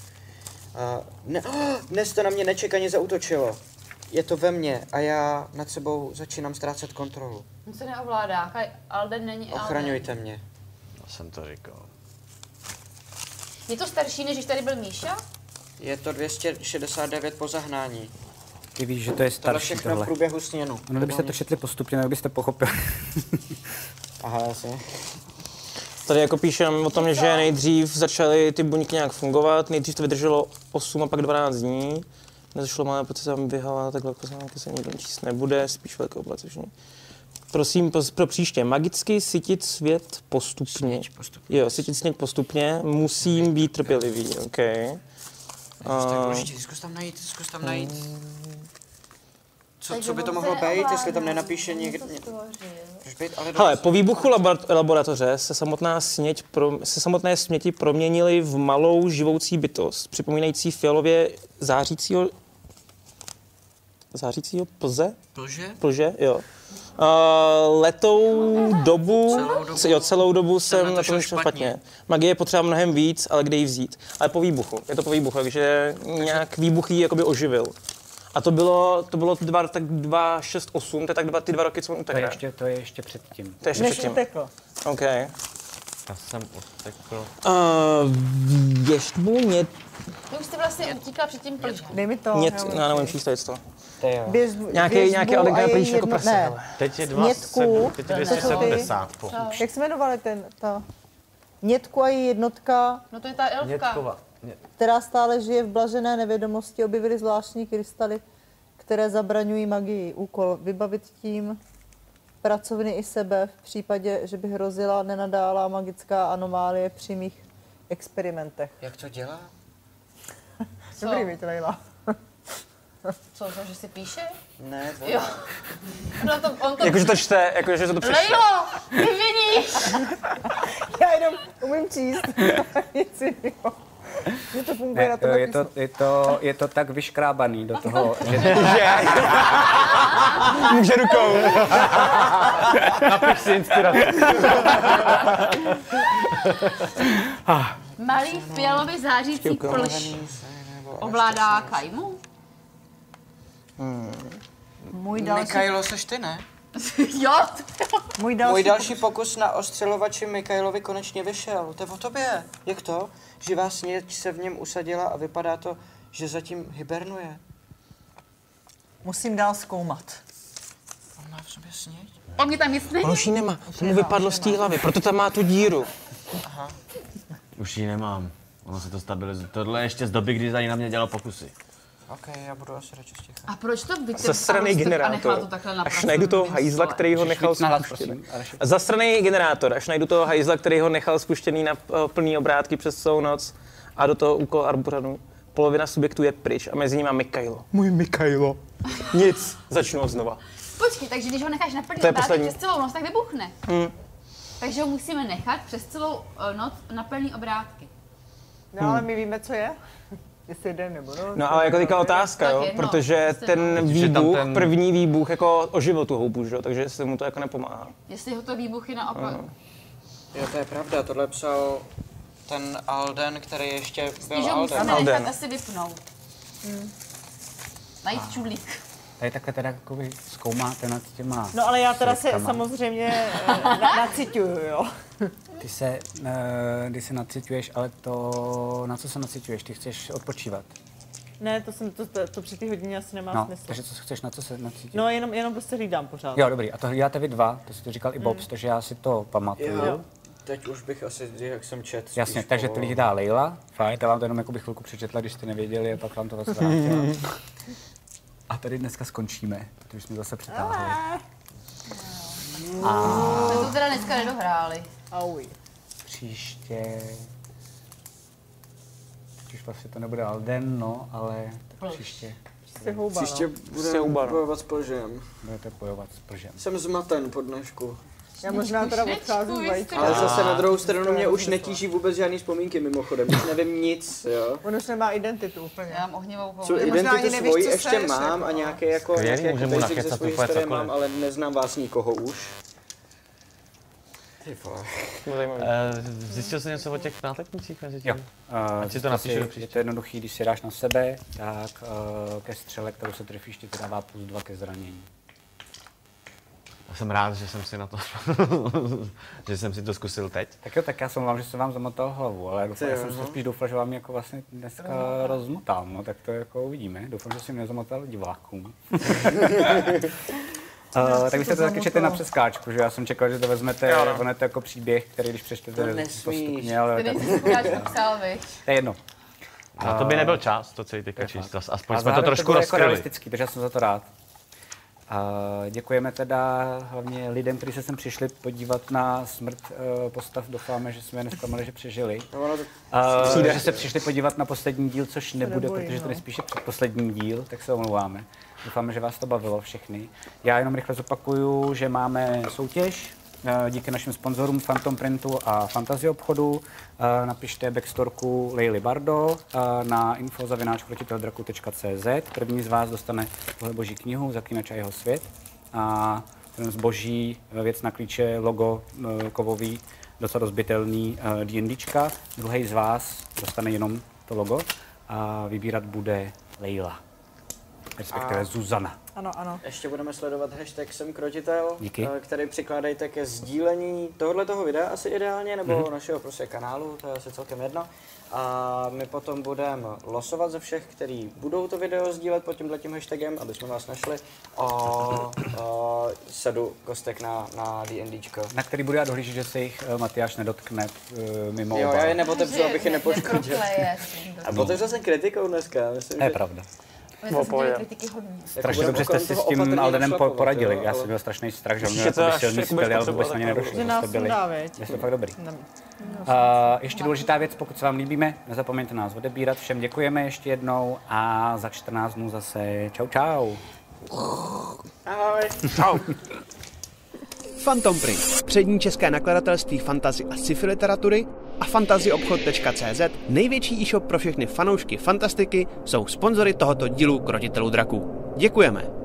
Dnes to na mě nečekaně zaútočilo. Je to ve mně a já nad sebou začínám ztrácet kontrolu. On se neovládá, Alden není Alden. Ochraňujte mě. Já jsem to říkal. Je to starší, než když tady byl Míša? Je to 269 po zahnání. Ty víš, že to je starší všechno v průběhu sněnu. No, kdybyste to četli postupně, tak byste pochopili. Aha, jasně. Tady jako píšem o tom, že nejdřív začaly ty buňky nějak fungovat, nejdřív to vydrželo 8 a pak 12 dní. Nezašlo malé pocit, tam běhala, takhle poznámky se nikdo číst nebude, spíš velké oblacečně. Prosím pro příště, magicky sytit svět postupně. Jo, sytit snět postupně, musím být trpělivý, OK. Zkus tam najít. Co by to mohlo být, jestli tam nenapíše někdo? Hele, po výbuchu laboratoře se samotné směti proměnily v malou živoucí bytost, připomínající fialově zářícího zářícího Plze? Plže, jo. Celou dobu jsem na tom špatně. Magie je potřeba mnohem víc, ale kde ji vzít? Ale po výbuchu. Je to po výbuchu, takže nějak výbuch ji jakoby oživil. A to bylo 2, 6, 8, to je tak ty 2 roky, co on utekl. To je ještě předtím. To je ještě předtím. Utekl. OK. Já jsem utekl. Věštbu, To už jste vlastně utíkala před tím Plžem. Dej mi to. já nevím číslo je to. Nějaký Aldenka plíš jako prase. Ne. Teď je Mětku, 270. Jak se jmenovaly ta Mětku a její jednotka, No to je ta elfka. která stále žije v blažené nevědomosti, objevily zvláštní krystaly, které zabraňují magii. Úkol vybavit tím pracovny i sebe v případě, že by hrozila nenadálá magická anomálie při mých experimentech. Jak to dělá? Dobrý, viď, Lejla. Co, že si píše? Ne, to Jo. No to, on to... Jakože to čte, jakože to přečte. Lejlo, ty vidíš? Já jenom umím číst. Nic jiného. Že to funguje na tohle písmu. Je to tak vyškrábaný do toho, že Může rukou. Napiš si inspiraci. Malý fialový zářící plž ovládá Kaimu? Mikailo, seš ty, ne? Jo, Můj další pokus na ostřelovači Mikailovi konečně vyšel. To je o tobě. Jak to? Živá sněď se v něm usadila a vypadá to, že zatím hibernuje. Musím dál zkoumat. On má v sobě sněď? on mi tam nic není. On už ji nemá, to mu vypadlo z té hlavy, proto tam má tu díru. Aha. Už ji nemám. Ono se to stabilizuje. Tohle je ještě z doby, kdy tady na mě dělal pokusy. OK, já budu asi radši sticha. A proč to Zasraný generátor. Až najdu toho hajzla, který ho nechal spuštěný. Zasraný generátor, až najdu toho hajzla, který ho nechal spuštěný na plný obrátky přes celou noc a do toho úkol Arburanu. Polovina subjektů je pryč a mezi nimi Mikailo. Můj Mikailo. Nic, začnu od znova. Počkej, takže když ho necháš na plný obrátky přes celou noc, tak vybuchne. Takže ho musíme nechat přes celou noc na plný obrátky. No ale my víme, co je. Jestli jde nebo no. No ale jako teďka otázka, jo, protože ten výbuch, první výbuch jako oživil tu houbu, že? Takže se mu to jako nepomáhá. Jestli ho to výbuchy naopak. Jo, to je pravda, tohle psal ten Alden, který ještě byl Alden. Musíme nechat asi vypnout. Najít čudlík. Tady takhle teda jakoby zkoumáte nad těma. No ale já teda se samozřejmě naciťuju, jo. Ty se naciťuješ, ale to, na co se naciťuješ? Ty chceš odpočívat? Ne, to při té hodině asi nemá smysl. Takže co chceš, na co se naciťuješ? No jenom prostě hlídám pořád. Jo, dobrý. A to hlídáte vy dva, to si to říkal i Bobs, takže já si to pamatuju. Jo. Teď už bych asi, jak jsem četl. Jasně, takže to hlídá Lejla. Fajn, já vám to jenom jako bych chvilku přečetla, když jste nevěděli, a pak vám to vlastně vrátila. A tady dneska skončíme, protože jsme zase přitáhli. My to teda dneska nedohráli. Auj. Příště... Teď už vlastně to nebude Alden, no, ale příště... Příště budeme bojovat s Plžem. Budete bojovat s Plžem. Jsem zmaten po dnešku. Já možná teda odcházím z vajíčka. Ale zase na druhou stranu mě už netíží vůbec žádný vzpomínky mimochodem. Už nevím nic, jo. On už nemá identitu úplně. Já mám ohnivou pohled. Co identitu svoji ještě mám a nějaké jako basic ze svojí historie mám, ale neznám vás nikoho už. Zjistil jsi něco o těch nátetnicích mezi tím? Jo. Ať si to napíšu do Je to jednoduchý, když si dáš na sebe, tak ke střele, kterou se trefíš, ti dává +2 ke zranění. Jsem rád, že jsem si na to, že jsem si to zkusil teď. Tak jo, tak já jsem vám, že jsem vám zamotal hlavu, ale já jsem si spíš doufal, že vám jako vlastně dneska rozmotal, no tak to jako uvidíme. Doufám, že jsem nezamotal divákům. Tak byste to taky četli na přeskáčku, že já jsem čekal, že to vezmete, ono je to jako příběh, který když přečtete postupně, ale... Ty nejsi přeskáčku psal, viď? To je jedno. Na to by nebyl čas, to celý teďka číst, aspoň jsme to trošku rozkryli. Jako realistický, takže já jsem za to rád. Děkujeme teda hlavně lidem, kteří se sem přišli podívat na smrt postav. Doufáme, že jsme je nesklamali, že přežili. Že se přišli podívat na poslední díl, což nebude, protože to je spíše předposlední díl, tak se omlouváme. Doufáme, že vás to bavilo všechny. Já jenom rychle zopakuju, že máme soutěž. díky našim sponzorům Phantom Printu a Fantasy obchodu. Napište backstorku Leily Bardo na info@krotiteldraku.cz. První z vás dostane tohle boží knihu Zaklínač a jeho svět. A ten zboží věc na klíče, logo kovový, docela rozbitelný D&Dčka. Druhý z vás dostane jenom to logo a vybírat bude Leila, respektive Zuzana. Ano. Ještě budeme sledovat hashtag #SemKrotitel, díky, který přikládejte ke sdílení tohoto videa asi ideálně, nebo našeho prostě kanálu, to je asi celkem jedno. A my potom budeme losovat ze všech, kteří budou to video sdílet pod tímhletím hashtagem, aby jsme vás našli, o sadu kostek na D&Dčko. Na který budu já dohlížet, že se jich Matyáš nedotkne mimo Jo, já je nepotepřu, abych je nepoškodil. A potepřel jsem kritikou dneska. Myslím, je pravda. Strašně jako dobře jste si s tím Aldenem poradili. Já jsem měl strašný strach, že on měl takový silný spěl, ale vůbec na ně nedošlo. Jste fakt dobrý. Ještě důležitá věc, pokud se vám líbíme, nezapomeňte nás odebírat. Všem děkujeme ještě jednou a za 14 dnů zase čau. Ahoj. Čau. Phantom Print, přední české nakladatelství fantasy a sci-fi literatury, a fantasyobchod.cz, největší e-shop pro všechny fanoušky fantastiky, jsou sponzory tohoto dílu Krotitelů draků. Děkujeme!